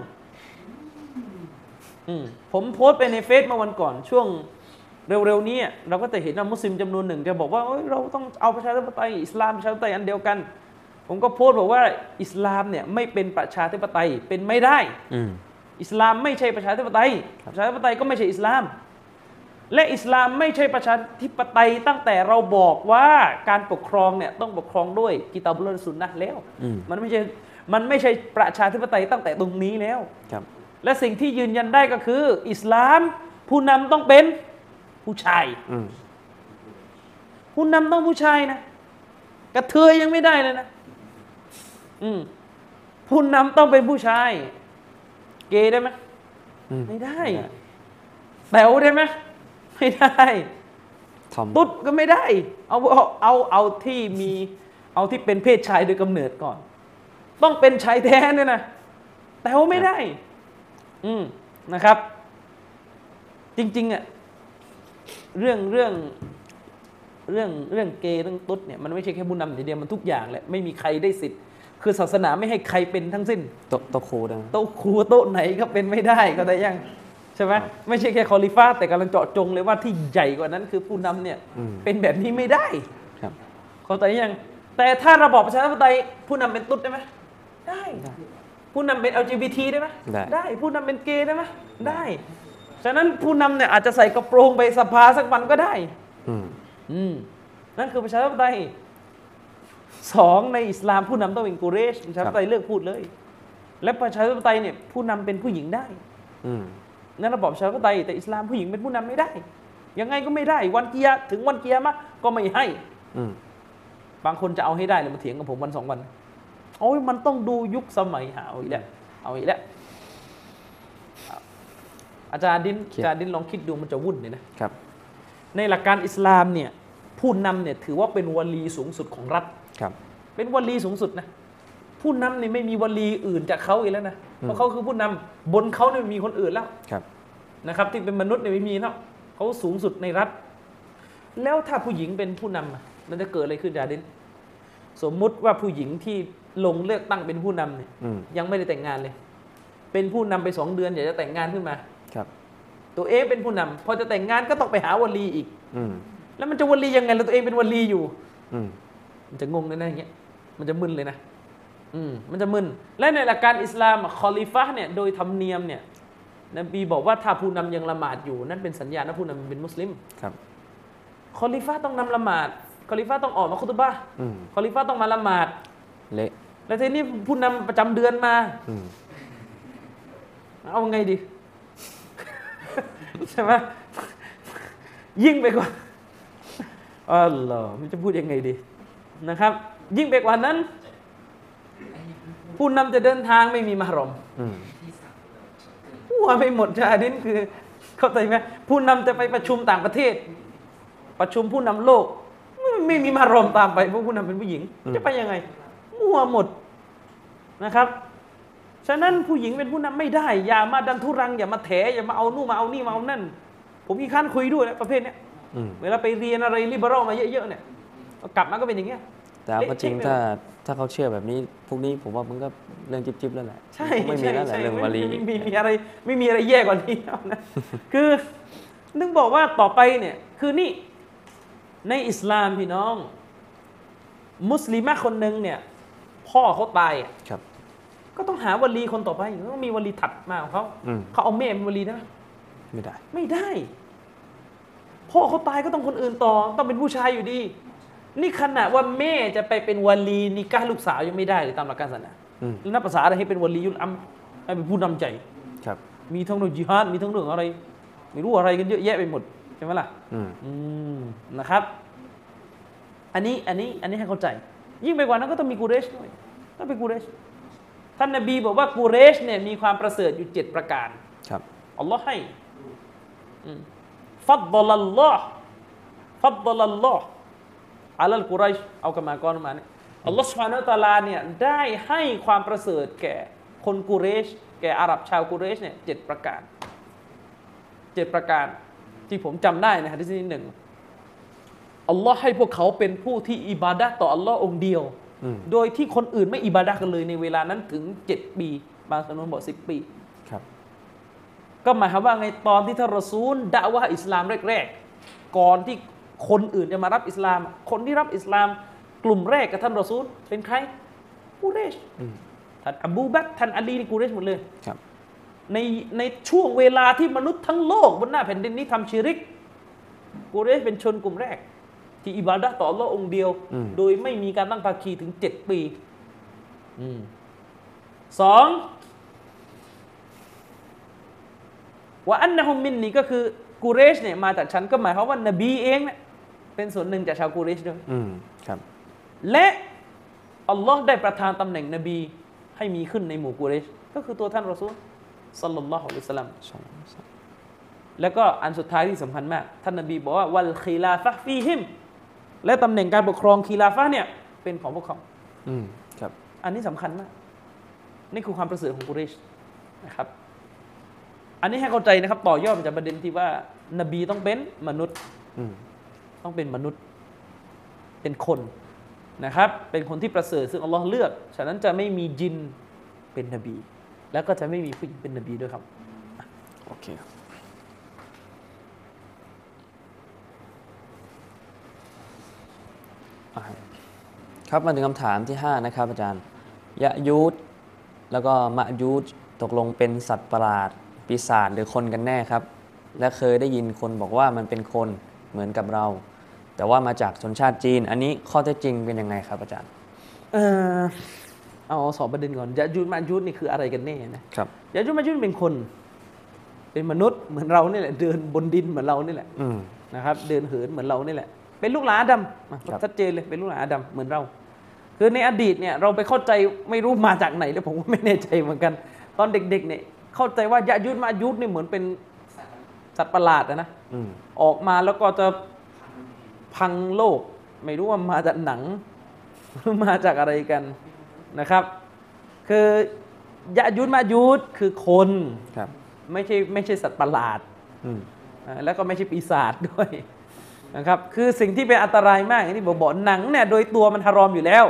ผมโพสต์ไปในเฟซเมื่อวันก่อนช่วงเร็วๆนี้เราก็จะเห็นว่ามุสลิมจำนวนหนึ่งจะบอกว่าเราต้องเอาประชาธิปไตยอิสลามประชาธิปไตยอันเดียวกันผมก็โพสต์บอกว่าอิสลามเนี่ยไม่เป็นประชาธิปไตยเป็นไม่ได้อิสลามไม่ใช่ประชาธิปไตยประชาธิปไตยก็ไม่ใช่อิสลามและอิสลามไม่ใช่ประชาธิปไตยตั้งแต่เราบอกว่าการปกครองเนี่ยต้องปกครองด้วยกิตาบุลและซุนนะห์แล้วมันไม่ใช่มันไม่ใช่ประชาธิปไตยตั้งแต่ตรงนี้แล้วและสิ่งที่ยืนยันได้ก็คืออิสลามผู้นำต้องเป็นผู้ชายผู้นำต้องผู้ชายนะกระเทยยังไม่ได้เลยนะผู้นำต้องเป็นผู้ชายเกย์ได้ไหมอืมไม่ได้ไม่ได้แต๋วได้ไหมไม่ได้ทอมตุ๊ดก็ไม่ได้ เอาเอาเอาเอาที่มีเอาที่เป็นเพศชายโดยกำเนิดก่อน ต้องเป็นชายแท้เนี่ยนะแต๋วไม่ได้ อืมนะครับ จริงๆอ่ะเรื่องเรื่องเรื่องเรื่องเกย์เรื่องตุ๊ดเนี่ยมันไม่ใช่แค่ผู้นำอย่างเดียวมันทุกอย่างแหละไม่มีใครได้สิทธิ์คือศาสนาไม่ให้ใครเป็นทั้งสิ้นโตะโตะครูได้ไหมโต๊ะครูโต๊ะไหนก็เป็นไม่ได้ก็ได้ยังใช่ไหมไม่ใช่แค่คอลิฟาแต่กำลังเจาะจงเลยว่าที่ใหญ่กว่านั้นคือผู้นำเนี่ยอืมเป็นแบบนี้ไม่ได้ครับเข้าใจยังแต่ถ้าระบอบประชาธิปไตยผู้นำเป็นตุ๊ดได้ไหมได้ ผู้นำเป็น แอล จี บี ที ได้ไหมได้ได้ผู้นำเป็นเกย์ได้ไหมได้ฉะนั้นผู้นำเนี่ยอาจจะใส่กระโปรงไปสภาสักวันก็ได้อืมอืมนั่นคือประชาธิปไตยสองในอิสลามผู้นำต้องเป็นกุเรชประชาธิปไตยเลิกพูดเลย และประชาธิปไตยเนี่ยผู้นำเป็นผู้หญิงได้อืมในระบอบประชาธิปไตยแต่อิสลามผู้หญิงเป็นผู้นำไม่ได้ยังไงก็ไม่ได้วันกิยามะห์ถึงวันกิยามะห์ก็ไม่ให้อืมบางคนจะเอาให้ได้เลยมาเถียงกับผมวันสองวันโอ้ยมันต้องดูยุคสมัยหาเอาอีกแล้วเอาอีกแล้วอาจารย์ดินอาจารย์ดินลองคิดดูมันจะวุ่นเลยนะครับ ในหลักการอิสลามเนี่ยผู้นำเนี่ยถือว่าเป็นวลีสูงสุดของรัฐครับเป็นวลีสูงสุดนะผู้นำเนี่ยไม่มีวลีอื่นจากเขาอีกแล้วนะเพราะเขาคือผู้นำบนเขาเนี่ยมีคนอื่นแล้วครับนะครับที่เป็นมนุษย์เนี่ยไม่มีแล้วเขาสูงสุดในรัฐ แล้วถ้าผู้หญิงเป็นผู้นำอะมันจะเกิดอะไรขึ้นอาจารย์ดินสมมุติว่าผู้หญิงที่ลงเลือกตั้งเป็นผู้นำเนี่ยอืมยังไม่ได้แต่งงานเลย เป็นผู้นำไปสองเดือนอยากจะแต่งงานขึ้นมาครับตัวเองเป็นผู้นำพอจะแต่งงานก็ต้องไปหาวลีอีกอืมแล้วมันจะวลียังไงแล้วตัวเองเป็นวลีอยู่อืมมันจะงงเลยนะอย่างเงี้ย มันจะมึนเลยนะ อืมมันจะมึน และในหลักการอิสลามคอลิฟะห์เนี่ยโดยธรรมเนียมเนี่ยนบีบอกว่าถ้าผู้นำยังละหมาดอยู่นั่นเป็นสัญญาณว่าผู้นำเป็นมุสลิมครับคอลิฟะห์ต้องนำละหมาดคอลิฟะห์ต้องออกมาคุตบะห์อืมคอลิฟะห์ต้องมาละหมาดเละแล้วทีนี้ผู้นำประจำเดือนมาอืมเอาไงดี ใช่ไหมยิ่งไปกว่าอัลลอฮ์มันจะพูดยังไงดีนะครับ ยิ่งไปกว่านั้น ผู้นำจะเดินทางไม่มีมหรอมอืมหัวไม่หมดจะอันนี้คือเข้าใจไหมผู้นำจะไปประชุมต่างประเทศ ประชุมผู้นำโลก ไม่ไม่มีมหรอมตามไปเพราะผู้นำเป็นผู้หญิง จะไปยังไงมั่วหมดนะครับ ฉะนั้นผู้หญิงเป็นผู้นำไม่ได้ อย่ามาดันทุรังอย่ามาแถอย่ามาเอานู่นมาเอานี่มาเอานั่น ผมมีขั้นคุยด้วยนะประเภทเนี้ยอืมเวลาไปเรียนอะไรลิเบอรัลมาเยอะๆเนี่ยกลับมาก็เป็นอย่างเงี้ยแต่เอาก็จริงถ้าถ้าเขาเชื่อแบบนี้ พวกนี้ผมว่ามันก็เรื่องจิ๊บๆแล้วแหละใช่ไม่มีใช่แล้วแหละใช่เรื่องวลีไม่มีมีอะไรไม่มีอะไรแย่กว่านี้แล้วนะ คือนึกบอกว่าต่อไปเนี่ยคือนี่ในอิสลามพี่น้อง มุสลิมะคนหนึ่งเนี่ยพ่อเขาตายอ่ะครับก็ต้องหาวลีคนต่อไปต้องมีวลีถัดมาของเขาอืมเขาเอาแม่เป็นวลีได้ไหมไม่ได้ไม่ได้ พ่อเขาตายก็ต้องคนอื่นต่อต้องเป็นผู้ชายอยู่ดี นี่ขนาดว่าแม่จะไปเป็นวลีนิกะห์ลูกสาวยังไม่ได้เลยตามหลักการศาสนาอืมแล้วนับภาษาอะไรให้เป็นวลียุลอัมรให้เป็นผู้นำใจครับมีทั้งเรื่องจิฮาดมีทั้งเรื่องอะไร ไม่รู้อะไรกันเยอะแยะไปหมดใช่ไหมล่ะอืมอืมนะครับ อันนี้อันนี้อันนี้ให้เข้าใจ ยิ่งไปกว่านั้นก็ต้องมีกูเรชด้วยต้องเป็นกูเรชท่านนบีบอกว่ากูเรชเนี่ยมีความประเสริฐอยู่เจ็ดประการครับอัลลอฮ์ให้อืมฟัดดลัลลอฮ์ฟัดดลัลลอฮ์อัลลกุไรชเอากรรมากรมาเนี่ยอัลลอฮ์ซุบฮานะฮูวะตะอาลาเนี่ยได้ให้ความประเสริฐแก่คนกุเรช แก่อาหรับชาวกุเรชเนี่ยเจ็ดประการเจ็ดประการที่ผมจำได้นะฮะที่นี่หนึ่งอัลลอฮ์ให้พวกเขาเป็นผู้ที่อิบาดะห์ต่ออัลลอฮ์องเดียวอืมโดยที่คนอื่นไม่อิบาดะห์กันเลยในเวลานั้นถึงเจ็ดปีบางสำนวนบอกสิบปีครับก็หมายความว่าไงตอนที่ท่านรอซูลดะวะห์อิสลามแรกๆก่อนที่คนอื่นจะมารับอิสลาม คนที่รับอิสลามกลุ่มแรกกับท่านรอซูลเป็นใครกุเรชอืมท่านอบูบักรท่านอาลีนี่กุเรชหมดเลยครับในในช่วงเวลาที่มนุษย์ทั้งโลกบนหน้าแผ่นดินนี้ทำชิริกกุเรชเป็นชนกลุ่มแรก ที่อิบาดะห์ต่ออัลเลาะห์องค์เดียวอืมโดยไม่มีการตั้งภาคีถึงเจ็ดปีอืมสองว่าอันนะฮุมมินนี่ก็คือกุเรชเนี่ยมาจากฉันก็หมายความว่านบีเองเนี่ยเป็นส่วนหนึ่งจากชาวกุเรชด้วยอืม ครับและอัลลอฮ์ได้ประทานตำแหน่งนบีให้มีขึ้นในหมู่กุเรชก็คือตัวท่านรอซูลศ็อลลัลลอฮุอะลัยฮิวะซัลลัมแล้วก็อันสุดท้ายที่สำคัญมากท่านนบีบอกว่าวัลคีลาฟะห์ฟีฮิมและตำแหน่งการปกครองคีลาฟะห์เนี่ยเป็นของพวกเขาอืมครับอันนี้สำคัญมากนี่คือความประเสริฐของกุเรชนะครับอันนี้ให้เข้าใจนะครับต่อยอดมาจากประเด็นที่ว่านบีต้องเป็นมนุษย์ต้องเป็นมนุษย์เป็นคนนะครับเป็นคนที่ประเสริฐซึ่งอัลลอฮ์เลือกฉะนั้นจะไม่มีจินเป็นนบีแล้วก็จะไม่มีผู้หญิงเป็นนบีด้วยครับโอเคครับมาถึงคำถามที่ห้านะครับอาจารย์ยะยูดแล้วก็มะยูดตกลงเป็นสัตว์ประหลาดปีศาจหรือคนกันแน่ครับและเคยได้ยินคนบอกว่ามันเป็นคนเหมือนกับเราแต่ว่ามาจากชนชาติจีนอันนี้ข้อเท็จจริงเป็นยังไงครับอาจารย์เออเอาสองประเด็นก่อนยะยูดมะยูดนี่คืออะไรกันแน่นะครับยะยูดมะยูดเป็นคนเป็นมนุษย์เหมือนเรานี่แหละเดินบนดินเหมือนเรานี่แหละนะครับเดินเหินเหมือนเรานี่แหละเป็นลูกหลานอาดัมชัดเจนเลยเป็นลูกหลานอาดัมเหมือนเราคือในอดีตเนี่ยเราไปเข้าใจไม่รู้มาจากไหนแล้วผมก็ไม่แน่ใจเหมือนกันตอนเด็กๆเนี่ยเข้าใจว่ายะยูดมะยูดนี่เหมือนเป็นสัตว์ประหลาดนะออกมาแล้วก็จะพังโลกไม่รู้ว่ามาจากหนังหรือมาจากอะไรกันนะครับคือยะยูดมะยูดคือคนไม่ใช่ไม่ใช่สัตว์ประหลาดแล้วก็ไม่ใช่ปีศาจด้วยนะครับคือสิ่งที่เป็นอันตรายมากอย่างที่บอกหนังเนี่ยโดยตัวมันฮารอมอยู่แล้ว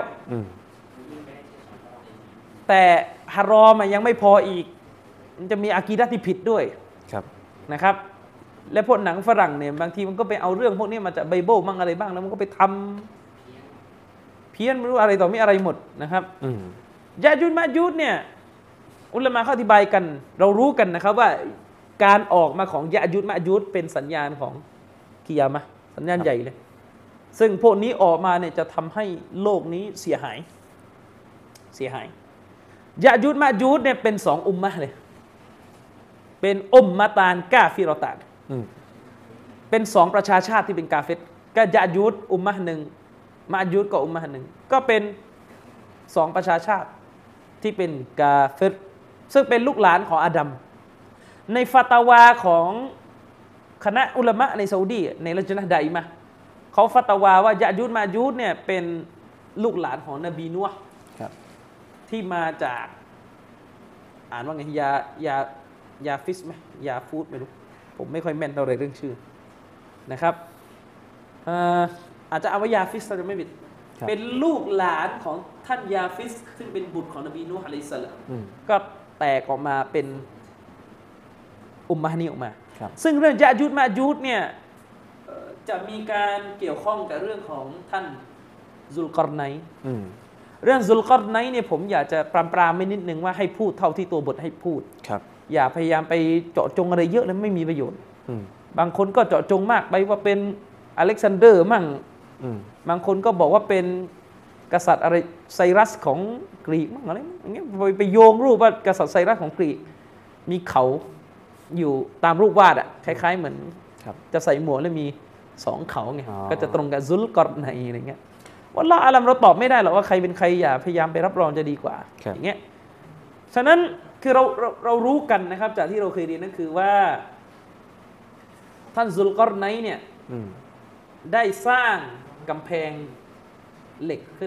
แต่ฮารอมยังไม่พออีกมันจะมีอากีดะห์ที่ผิดด้วยนะครับและพวกหนังฝรั่งเนี่ยบางทีมันก็ไปเอาเรื่องพวกนี้มาจากไบเบิลบ้างอะไรบ้างแล้วมันก็ไปทำเพี้ยนไม่รู้อะไรต่อมีอะไรหมดนะครับยะยูดมะยูดเนี่ยอุลามะเขาอธิบายกันเรารู้กันนะครับว่าการออกมาของยะยูดมะยูดเป็นสัญญาณของกิยามะห์สัญญาณใหญ่เลยซึ่งพวกนี้ออกมาเนี่ยจะทำให้โลกนี้เสียหายเสียหายยะยูดมะยูดเนี่ยเป็นสองอุมมะห์เลยเป็นอุมมะตานกาฟิรอตานเป็นสองประชาชาติที่เป็นกาเฟรก็ยะยูดอุมมะห์หนึ่งมะยูดก็อุมมะห์หนึ่งก็เป็นสองประชาชาติที่เป็นกาเฟรซึ่งเป็นลูกหลานของอาดัมในฟาตาวาของคณะอุลามะในซาอุดีในละญะนะห์ดาอิมะห์เขาฟาตาวาว่ายะยูดมะยูดเนี่ยเป็นลูกหลานของนบีนูห์ที่มาจากอ่านว่าไงยายายาฟิสไหมยาฟูดไม่รู้ผมไม่ค่อยแม่นเท่าไหร่เรื่องชื่อนะครับอาจจะเอาว่ายาฟิสจะไม่ผิดเป็นลูกหลานของท่านยาฟิสซึ่งเป็นบุตรของนบีนูห์อะลัยฮิสสลามก็แตกออกมาเป็นอุมมะห์นี้ออกมาซึ่งเรื่องยะยูดมะยูดเนี่ยจะมีการเกี่ยวข้องกับเรื่องของท่านซุลกัรนัยน์เรื่องซุลกัรนัยน์เนี่ยผมอยากจะปรามปรามไม่นิดนึงว่าให้พูดเท่าที่ตัวบทให้พูดอย่าพยายามไปเจาะจงอะไรเยอะแล้วไม่มีประโยชน์บางคนก็เจาะจงมากไปว่าเป็นอเล็กซานเดอร์มั่งบางคนก็บอกว่าเป็นกษัตริย์อะไรไซรัสของกรีกมั่งอะไรอย่างเงี้ยไปโยงรูปว่ากษัตริย์ไซรัสของกรีกมีเขาอยู่ตามรูปวาดอ่ะคล้ายๆเหมือนจะใส่หมวกแล้วมีสองเขาไงก็จะตรงกับซุลกัรนัยน์อะไรเงี้ยวัลลอฮุอาลัมเราตอบไม่ได้หรอกว่าใครเป็นใครอย่าพยายามไปรับรองจะดีกว่าอย่างเงี้ยฉะนั้นคือเราเราเรารู้กันนะครับจากที่เราเคยเรียนนั่นคือว่าท่านซุลกัรนัยน์เนี่ยได้สร้างกำแพงเหล็กขึ้น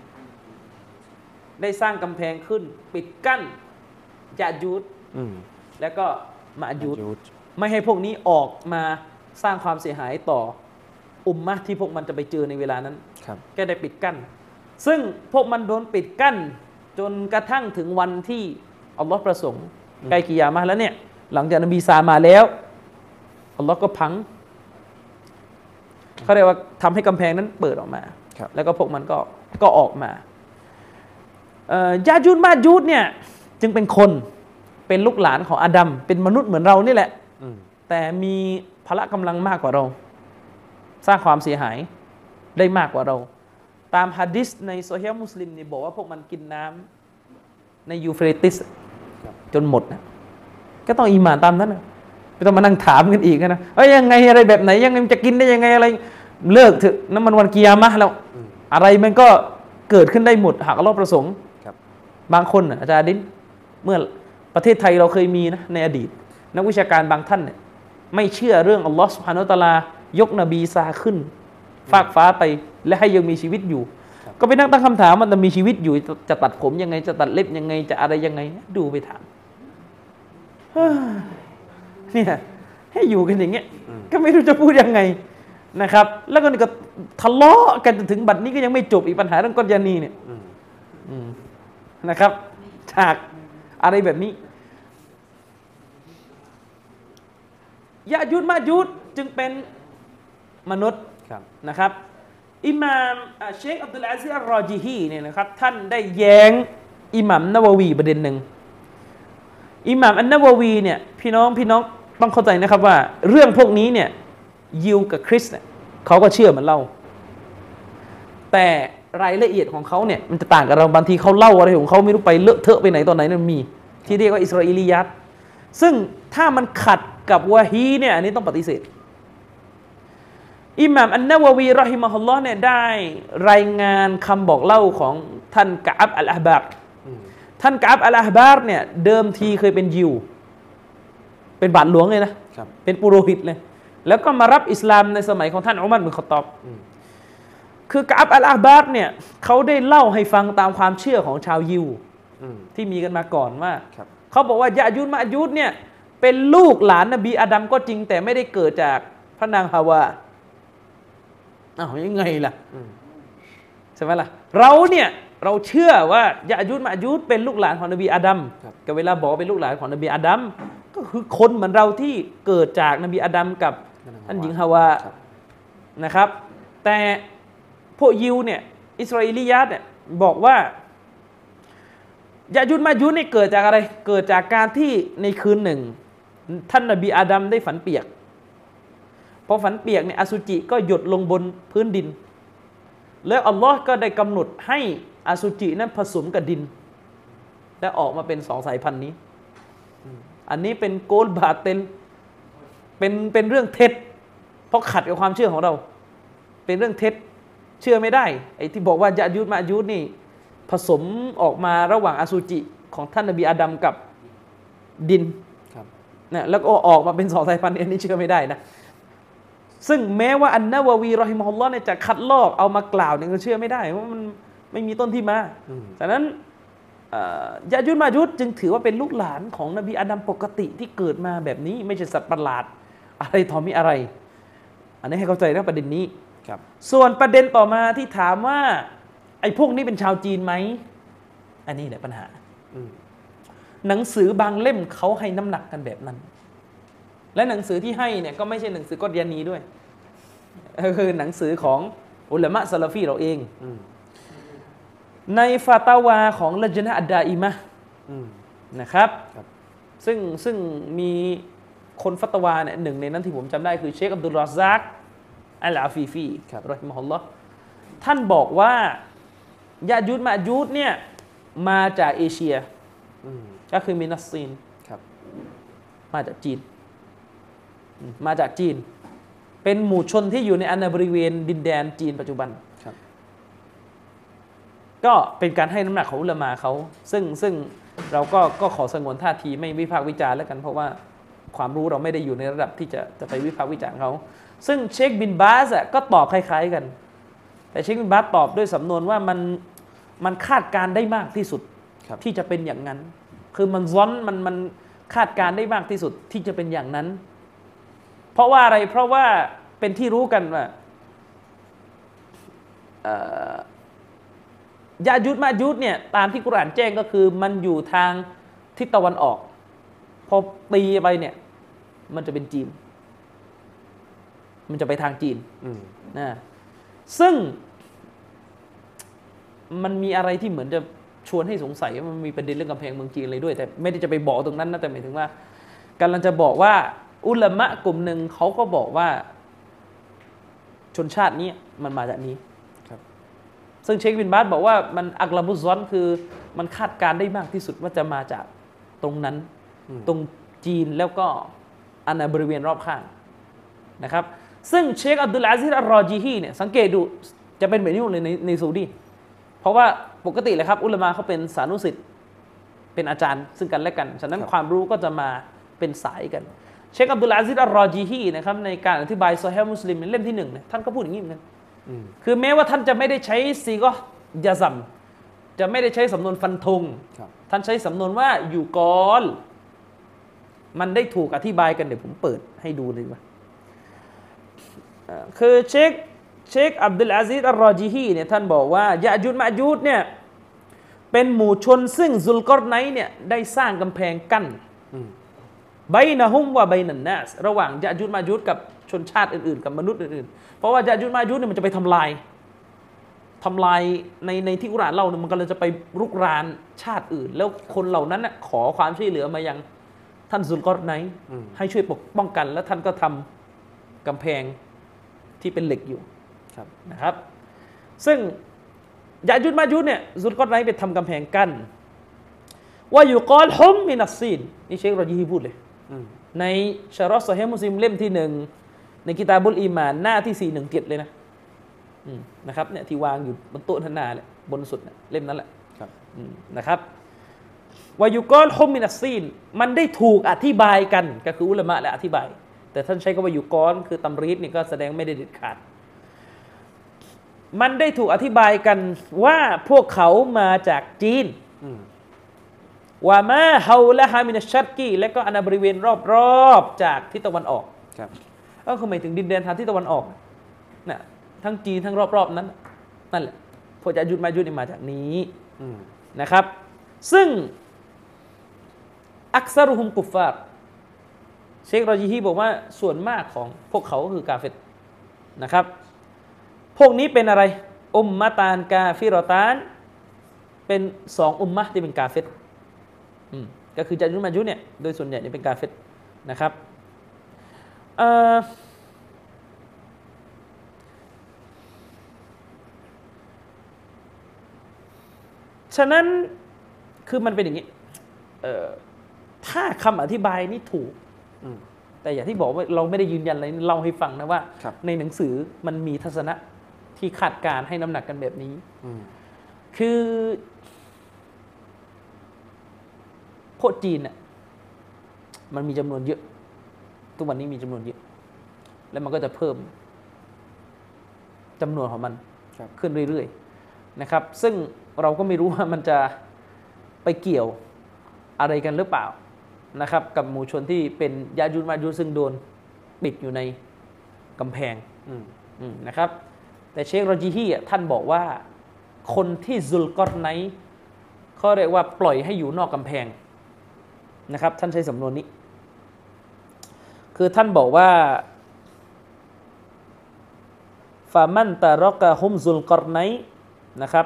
ได้สร้างกำแพงขึ้นปิดกั้นยะยูดแล้วก็มะยูดไม่ให้พวกนี้ออกมาสร้างความเสียหายต่ออุมมะห์ที่พวกมันจะไปเจอในเวลานั้นแกได้ปิดกั้นซึ่งพวกมันโดนปิดกั้นจนกระทั่งถึงวันที่อัลลอฮ์ประสงค์ใกล้กิยามะห์แล้วเนี่ยหลังจากนบีซามาแล้วอัลลอฮ์ก็พังเขาเรียกว่าทำให้กำแพงนั้นเปิดออกมาแล้วก็พวกมันก็ก็ออกมายะยูดมะยูดเนี่ยจึงเป็นคนเป็นลูกหลานของอาดัมเป็นมนุษย์เหมือนเรานี่แหละแต่มีพละกำลังมากกว่าเราสร้างความเสียหายได้มากกว่าเราตามหะดีษในซอฮีฮ์มุสลิมนี่บอกว่าพวกมันกินน้ำในยูเฟรติสจนหมดนะก็ต้องอีหม่านตามนั้นนะไม่ต้องมานั่งถามกันอีกนะเอ้ยยังไงอะไรแบบไหนยังไงจะกินได้ยังไงอะไรเลิกเถอะน้ำมันวันกิยามะห์แล้วอะไรมันก็เกิดขึ้นได้หมดหากอัลเลาะห์ประสงค์บางคนอาจารย์ดินเมื่อประเทศไทยเราเคยมีนะในอดีตนักวิชาการบางท่านเนี่ยไม่เชื่อเรื่องอัลลอฮฺซุบฮานะฮูวะตะอาลายกนบีอีสาขึ้นฟากฟ้าไปและให้ยังมีชีวิตอยู่ก็ไปนั่งตั้งคำถามมันจะมีชีวิตอยู่จะตัดผมยังไงจะตัดเล็บยังไงจะอะไรยังไงดูไปถามเนี่ยให้อยู่กันอย่างเงี้ยก็ไม่รู้จะพูดยังไงนะครับแล้วก็นี่ก็ทะเลาะกันจนถึงบัดนี้ก็ยังไม่จบอีกปัญหาเรื่องกอญญานีเนี่ยนะครับฉากอะไรแบบนี้ยะญูจมาญูจจึงเป็นมนุษย์นะครับอิหม่ามเชคอับดุลอาซิซอัลรอญิฮีเนี่ยนะครับท่านได้แย้งอิหม่ามนะวะวีประเด็นหนึ่งอิหม่ามอันนะวะวีเนี่ยพี่น้องพี่น้องต้องเข้าใจนะครับว่าเรื่องพวกนี้เนี่ยยิวกับคริสเนี่ยเขาก็เชื่อเหมือนเราแต่รายละเอียดของเขาเนี่ยมันจะต่างกับเราบางทีเขาเล่าอะไรของเขาไม่รู้ไปเลอะเทอะไปไหนตอนไหนนั่นมีที่เรียกว่าอิสราเอลียัตซึ่งถ้ามันขัดกับวะฮีเนี่ยอันนี้ต้องปฏิเสธอิหม่ามอันนะวะวีเราะฮิมะฮุลลอฮ์เนี่ยได้รายงานคำบอกเล่าของท่านกะอับอัลอะห์บาร์ท่านกะอับอัลอะห์บาร์เนี่ยเดิมทีเคยเป็นยิวเป็นบาทหลวงเลยนะเป็นปุโรหิตเลยแล้วก็มารับอิสลามในสมัยของท่านอุมัรบินค็อฏฏอบคือกะอับอัลอะห์บาร์เนี่ยเขาได้เล่าให้ฟังตามความเชื่อของชาวยิวที่มีกันมาก่อนว่าเขาบอกว่ายะญูจมะญูจเนี่ยเป็นลูกหลานนบีอาดัมก็จริงแต่ไม่ได้เกิดจากพระนางฮาวาอ้าวยังไงล่ะใช่ไหมล่ะเราเนี่ยเราเชื่อว่ายะญูจมะญูจเป็นลูกหลานของนบีอาดัมก็เวลาบอกเป็นลูกหลานของนบีอาดัมก็คือคนเหมือนเราที่เกิดจากนบีอาดัมกับท่านหญิงฮาวานะครับแต่พวกยิวเนี่ยอิสราเอลียัตเนี่ยบอกว่ายะญูจมะญูจนี่เกิดจากอะไรเกิดจากการที่ในคืนหนึ่งท่านนบีอาดัมได้ฝันเปียกพอฝันเปียกเนี่ยอสุจิก็หยดลงบนพื้นดินแล้วอัลลอฮ์ก็ได้กำหนดให้อสุจินั้นผสมกับดินและออกมาเป็นสองสายพันธุ์นี้อันนี้เป็นโกลบาเตนเป็นเป็นเรื่องเท็จเพราะขัดกับความเชื่อของเราเป็นเรื่องเท็จเชื่อไม่ได้ไอ้ที่บอกว่ายะญูจมะญูจนี่ผสมออกมาระหว่างอสุจิของท่านนบีอาดัมกับดินนะแล้วก็ออกมาเป็นสองสายพันธุ์อันนี้เชื่อไม่ได้นะซึ่งแม้ว่าอันนะวะวีเราะฮิมะฮุลลอฮ์เนี่ยจะคัดลอกเอามากล่าวเนี่ยก็เชื่อไม่ได้เพราะมันไม่มีต้นที่มาฉะนั้นยะญูจมะญูจจึงถือว่าเป็นลูกหลานของนบีอาดัมปกติที่เกิดมาแบบนี้ไม่ใช่สัตว์ประหลาดอะไรทอมีอะไรอันนี้ให้เข้าใจเรื่องประเด็นนี้ส่วนประเด็นต่อมาที่ถามว่าไอ้พวกนี้เป็นชาวจีนไหมอันนี้แหละปัญหาหนังสือบางเล่มเขาให้น้ำหนักกันแบบนั้นและหนังสือที่ให้เนี่ยก็ไม่ใช่หนังสือกอฎญานีด้วยคือหนังสือของอุลามะซะลาฟีเราเองในฟาตาวาของละญะนะอัดดาอิมะห์นะครับซึ่งซึ่งมีคนฟัตวาเนี่ยหนึ่งในนั้นที่ผมจำได้คือเชคอับดุลรอซากอัลอาฟีฟีรอฮิมะฮุลลอฮ์ท่านบอกว่ายะญูจมะญูจเนี่ยมาจากเอเชียก็คือมินัสซีนมาจากจีนมาจากจีนเป็นหมู่ชนที่อยู่ในอาณาบริเวณดินแดนจีนปัจจุบันก็เป็นการให้น้ำหนักของอุลามะเขาซึ่งซึ่งเราก็ก็ขอสงวนท่าทีไม่วิพากษ์วิจารณ์แล้วกันเพราะว่าความรู้เราไม่ได้อยู่ในระดับที่จะจะไปวิพากษ์วิจารณ์เขาซึ่งเชคบินบาสก็ตอบคล้ายๆกันแต่เชคบินบาสตอบด้วยสำนวนว่ามันมันคาดการได้มากที่สุดที่จะเป็นอย่างนั้น คือมันซ้อนมันมันคาดการได้มากที่สุดที่จะเป็นอย่างนั้นเพราะว่าอะไรเพราะว่าเป็นที่รู้กันว่ายายุดมายุดเนี่ยตามที่กุรอานแจ้งก็คือมันอยู่ทางทิศตะวันออกพอตีไปเนี่ยมันจะเป็นจีนมันจะไปทางจีนนะซึ่งมันมีอะไรที่เหมือนจะชวนให้สงสัยว่ามันมีประเด็นเรื่องกำแพงเมืองจีนเลยด้วยแต่ไม่ได้จะไปบอกตรงนั้นนะแต่หมายถึงว่ากำลังจะบอกว่าอุลามะกลุ่มหนึ่งเขาก็บอกว่าชนชาตินี้มันมาจากนี้ซึ่งเชคบินบาสบอกว่ามันอักลาบุซอนคือมันคาดการได้มากที่สุดว่าจะมาจากตรงนั้นตรงจีนแล้วก็อาณาบริเวณรอบข้างนะครับซึ่งเชคอับดุลอาซิซอัลรอจีฮีเนี่ยสังเกตดูจะเป็นแบบนี้เลยในในซาอุดีเพราะว่าปกติเลยครับอุลามะเขาเป็นสานุสิทธิ์เป็นอาจารย์ซึ่งกันและกันฉะนั้นครับความรู้ก็จะมาเป็นสายกันเชคอับดุลอาซิซอัลรอจีฮีนะครับในการอธิบายซอฮีฮ์มุสลิมเล่มที่หนึ่งเนี่ยท่านก็พูดอย่างนี้เหมือนกันอืมคือแม้ว่าท่านจะไม่ได้ใช้ซีกอห์ยะซัมจะไม่ได้ใช้สำนวนฟันธงครับท่านใช้สำนวนว่าอยู่กอลมันได้ถูกอธิบายกันเดี๋ยวผมเปิดให้ดูเลยว่าคือเชคเชคอับดุลอาซิซอัลรอจีฮีเนี่ยท่านบอกว่ายะจูดมะจูดเนี่ยเป็นหมู่ชนซึ่งซุลกอรไนท์เนี่ยได้สร้างกำแพงกั้นอืมไบนะฮุมวะไบนันนัสระหว่างยะจูดมาจูดกับชนชาติอื่นๆกับมนุษย์อื่นๆเพราะว่ายะจูดมาจูดเนี่ยมันจะไปทำลายทำลายในในที่กุรอานเล่าเนี่ยมันก็เลยจะไปรุกรานชาติอื่น แล้วคนเหล่านั้นน่ะขอความช่วยเหลือมายังท่านซุลกอรไนท์อืมให้ช่วยปกป้องกัน แล้วท่านก็ทำกำแพงที่เป็นเหล็กอยู่ครับนะครับซึ่งยะจูดมาจูดเนี่ยซุลกอรไนท์ไปทำกำแพงกั้นว่าอยู่กอลฮุมมินัสซีนนี่เชครอจีฮีพูดเลยอืมในชะรอฮ์ซอฮีฮ์มุสลิมเล่มที่หนึ่งในกิตาบุลอีมานหน้าที่สี่หนึ่งเจ็ดเลยนะอืมนะครับเนี่ยที่วางอยู่บนโต๊ะท่านหน้าเลยบนสุดน่ะเล่มนั้นแหละครับอืมนะครับวายุกอลฮุมมินัสซีนมันได้ถูกอธิบายกันก็คืออุลามะและอธิบาย แต่ท่านใช้คำว่ายุกอลคือตำรีดนี่ก็แสดงไม่ได้เด็ดขาดมันได้ถูกอธิบายกันว่าพวกเขามาจากจีนอืมว่ามาฮาละฮามินัชชัรกีและก็อาณาบริเวณรอบๆจากทิศตะวันออกครับก็คือหมายถึงดินแดนทางทิศตะวันออกน่ะทั้งจีนทั้งรอบๆนั้นนั่นแหละพวกยะจูดมาจูดนี่มาจากนี้อืมนะครับซึ่งอักษรุฮุมกุฟฟาร์เชครอจีฮีบอกว่าส่วนมากของพวกเขาก็คือกาเฟรนะครับพวกนี้เป็นอะไรอุมมะตานกาฟิรอตานเป็นสองอุมมะที่เป็นกาเฟรอืมก็คือยะจูดมาจูดเนี่ยโดยส่วนใหญ่เนี่ยเป็นกาเฟรนะครับเอ่อฉะนั้นคือมันเป็นอย่างนี้เอ่อถ้าคำอธิบายนี่ถูกอืมแต่อย่างที่บอกว่าเราไม่ได้ยืนยันอะไรเล่าให้ฟังนะว่าครับในหนังสือมันมีทัศนะที่คาดการณ์ให้น้ำหนักกันแบบนี้อืมคือพวกจีนน่ะมันมีจำนวนเยอะ ทุกวันนี้มีจำนวนเยอะ แล้วมันก็จะเพิ่มจำนวนของมันครับขึ้นเรื่อยๆนะครับ ซึ่งเราก็ไม่รู้ว่ามันจะไปเกี่ยวอะไรกันหรือเปล่านะครับ กับหมู่ชนที่เป็นยาจูดมาจูดซึ่งโดนปิดอยู่ในกำแพงอืมอืมนะครับ แต่เชครอจีฮีอ่ะท่านบอกว่าคนที่ซุลกอรไนท์เขาเรียกว่าปล่อยให้อยู่นอกกำแพงนะครับ ท่านใช้สำนวนนี้ คือท่านบอกว่าฟามันตารอกะฮุมซุลกอรไนท์นะครับ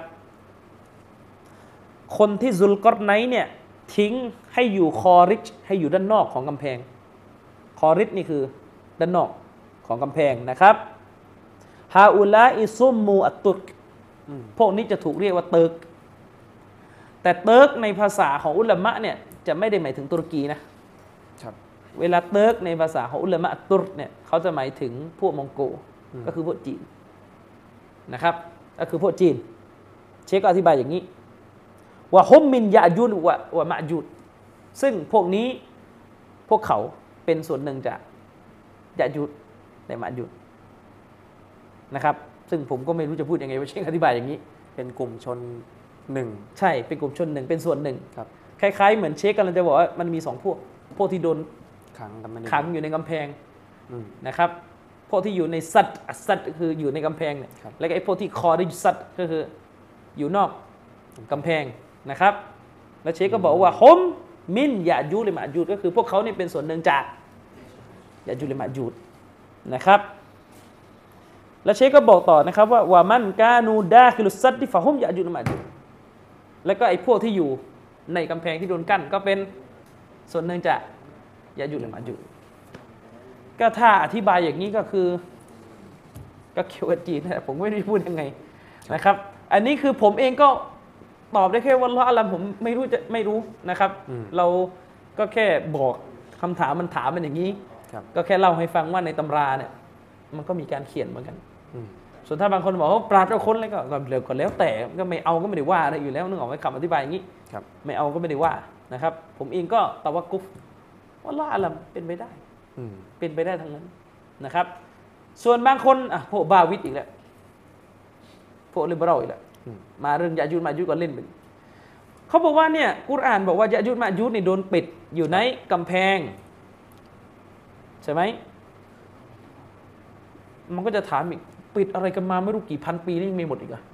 คนที่ซุลกอรไนท์เนี่ยทิ้งให้อยู่คอริจให้อยู่ด้านนอกของกำแพงคอริจนี่คือด้านนอกของกำแพงนะครับฮาอุลาอิซุมมูอัตตุรกอืมพวกนี้จะถูกเรียกว่าเติร์กแต่เติร์กในภาษาของอุลามะเนี่ยจะไม่ได้หมายถึงตุรกีนะครับ เวลาเติร์กในภาษาของอุลามะอัตตุรกเนี่ยเขาจะหมายถึงพวกมองโกอืมก็คือพวกจีนนะครับก็คือพวกจีนเชคก็อธิบายอย่างนี้ว่าฮุมมินยะจูดวะวะมะจูดซึ่งพวกนี้พวกเขาเป็นส่วนหนึ่งจากยะจูดและมะจูดนะครับซึ่งผมก็ไม่รู้จะพูดยังไงว่าเชคอธิบายอย่างนี้เป็นกลุ่มชนหนึ่งใช่เป็นกลุ่มชนหนึ่งเป็นส่วนหนึ่งครับคล้ายๆเหมือนเชคกำลังจะบอกว่ามันมีสองพวกพวกที่โดนขังกันมาขังอยู่ในกำแพงอืมนะครับพวกที่อยู่ในซัดอัสซัดคืออยู่ในกำแพงเนี่ยครับแล้วก็ไอ้พวกที่คอริซัดก็คืออยู่นอกกำแพงนะครับ แล้วเชคก็บอกว่าฮุมมินยะจูดและมะจูดก็คือพวกเขานี่เป็นส่วนหนึ่งจากยะจูดและมะจูดนะครับ แล้วเชคก็บอกต่อนะครับว่าวามันกานูดาคิลุซัดที่ฟะฮุมยะจูดและมะจูดแล้วก็ไอ้พวกที่อยู่ในกำแพงที่โดนกั้นก็เป็นส่วนหนึ่งจากยะจูดและมะจูดก็ถ้าอธิบายอย่างนี้ก็คือก็เกี่ยวกับจีนนะผมไม่รู้จะพูดยังไงนะครับ อันนี้คือผมเองก็ตอบได้แค่ว่าละอัลลัมผมไม่รู้จะไม่รู้นะครับอืมเราก็แค่บอกคำถามมันถามมันอย่างนี้ครับก็แค่เล่าให้ฟังว่าในตำราเนี่ยมันก็มีการเขียนเหมือนกันอืมส่วนถ้าบางคนบอกว่าปราชญ์เอาคนอะไรก็ก็เร็วก็แล้วแต่ก็ไม่เอาก็ไม่ได้ว่าอะไรอยู่แล้วนึกออกไหมคำอธิบายอย่างนี้ครับไม่เอาก็ไม่ได้ว่านะครับ ผมเองก็ตะวักกุฟว่าละอัลลัมเป็นไปได้อืมเป็นไปได้ทั้งนั้นนะครับ ส่วนบางคนอ่ะพวกบาวิดอีกแล้วพวกลิเบอรัลอีกแล้วอืมมาเรื่องยะญูจมาญูจก็เล่นไปเขาบอกว่าเนี่ยกุรอานบอกว่ายะญูจมาญูจนี่โดนปิดอยู่ในกำแพงใช่ไหมมันก็จะถามอีกปิดอะไรกันมาไม่รู้กี่พันปีนี่ยังไม่หมดอีกเหรอ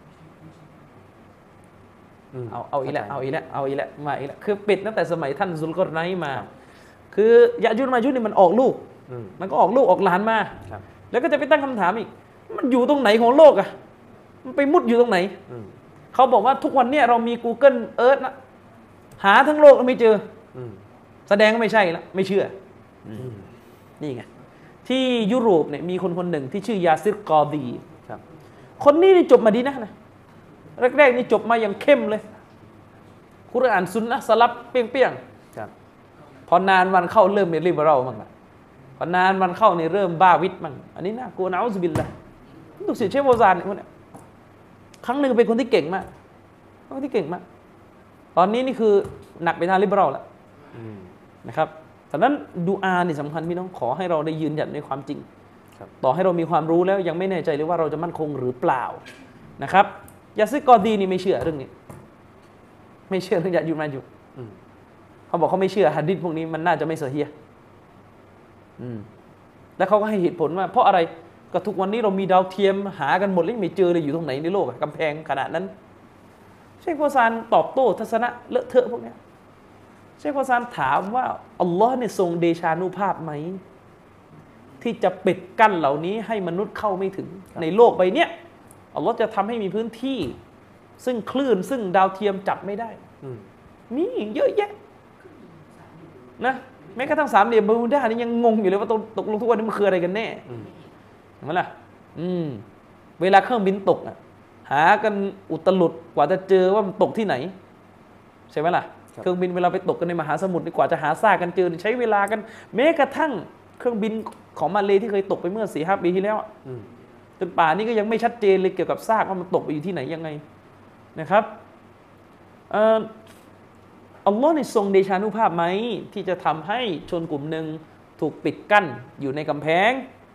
อืมเอาเอาอีกแล้วเข้าใจเอาอีกแล้วเอาอีกแล้วมาอีกแล้วคือปิดตั้งแต่สมัยท่านซุลกัรไนน์มา คือยะญูจมาญูจนี่มันออกลูกอืมมันก็ออกลูกออกหลานมาครับแล้วก็จะไปตั้งคำถามอีกมันอยู่ตรงไหนของโลกอะมันไปมุดอยู่ตรงไหนอืมเขาบอกว่าทุกวันเนี้เรามี Google Earth นะหาทั้งโลกก็ไม่เจออืมแสดงว่าไม่ใช่ละไม่เชื่ออืมนี่ไงที่ยุโรปเนี่ยมีคนคนหนึ่งที่ชื่อยาซิรกอดีครับคนนี้นี่จบมาดีนะนะแรกๆนี่จบมาอย่างเข้มเลยคุรอานซุนนะห์สลับเปี้ยงครับๆพอนานวันเข้าเริ่มเป็นลิเบอรัลมั่งละพอนานวันเข้านี่เริ่มบ้าวิทย์มั่งอันนี้น่ากลัวนะอัลลอฮฺบิลละตุกศิษย์เชฟโบซานเนี่ยคนเนี้ยครั้งหนึ่งเป็นคนที่เก่งมากคนที่เก่งมากตอนนี้นี่คือหนักไปทางลิเบอรัลแล้วอืมนะครับฉะนั้นดูอานี่สำคัญพี่น้องขอให้เราได้ยืนหยัดในความจริงครับต่อให้เรามีความรู้แล้วยังไม่แน่ใจเลยว่าเราจะมั่นคงหรือเปล่านะครับยาซิกอดีนี่ไม่เชื่อเรื่องนี้ ไม่เชื่อเรื่องยะญูจมาญูจอืมเขาบอกเขาไม่เชื่อหะดีษพวกนี้มันน่าจะไม่ซอฮีฮ์อืมแล้วเขาก็ให้เหตุผลว่าเพราะอะไรก็ทุกวันนี้เรามีดาวเทียมหากันหมดเลยไม่เจอเลยอยู่ตรงไหนในโลกอะกำแพงขนาดนั้นเชคฟาซานตอบโต้ทัศนะเลอะเทอะพวกเนี้ยเชคฟาซานถามว่าอัลลอฮ์เนี่ยทรงเดชานุภาพไหมที่จะปิดกั้นเหล่านี้ให้มนุษย์เข้าไม่ถึงในโลกใบเนี้ยอัลลอฮ์จะทำให้มีพื้นที่ ซึ่งคลื่นซึ่งดาวเทียมจับไม่ได้อืมมีเยอะแยะนะแม้กระทั่งสามเหลี่ยมเบอร์มูดานี่ยังงงอยู่เลยว่าตกตกลงทุกวันนี้มันคืออะไรกันแน่อืมเห็นไหมล่ะอืมเวลาเครื่องบินตกอะหากันอุตลุดกว่าจะเจอว่ามันตกที่ไหนใช่ไหมล่ะครับเครื่องบินเวลาไปตกกันในมหาสมุทรนี่กว่าจะหาซากกันเจอนี่ใช้เวลากัน แม้กระทั่งเครื่องบินของมาเลที่เคยตกไปเมื่อสี่ห้าปีที่แล้วอะอืมจนป่านนี้ก็ยังไม่ชัดเจนเลยเกี่ยวกับซากว่ามันตกไปอยู่ที่ไหนยังไงนะครับเอ่ออัลลอฮ์ในทรงเดชานุภาพไหมที่จะทำให้ชนกลุ่มหนึ่งถูกปิดกั้นอยู่ในกำแพง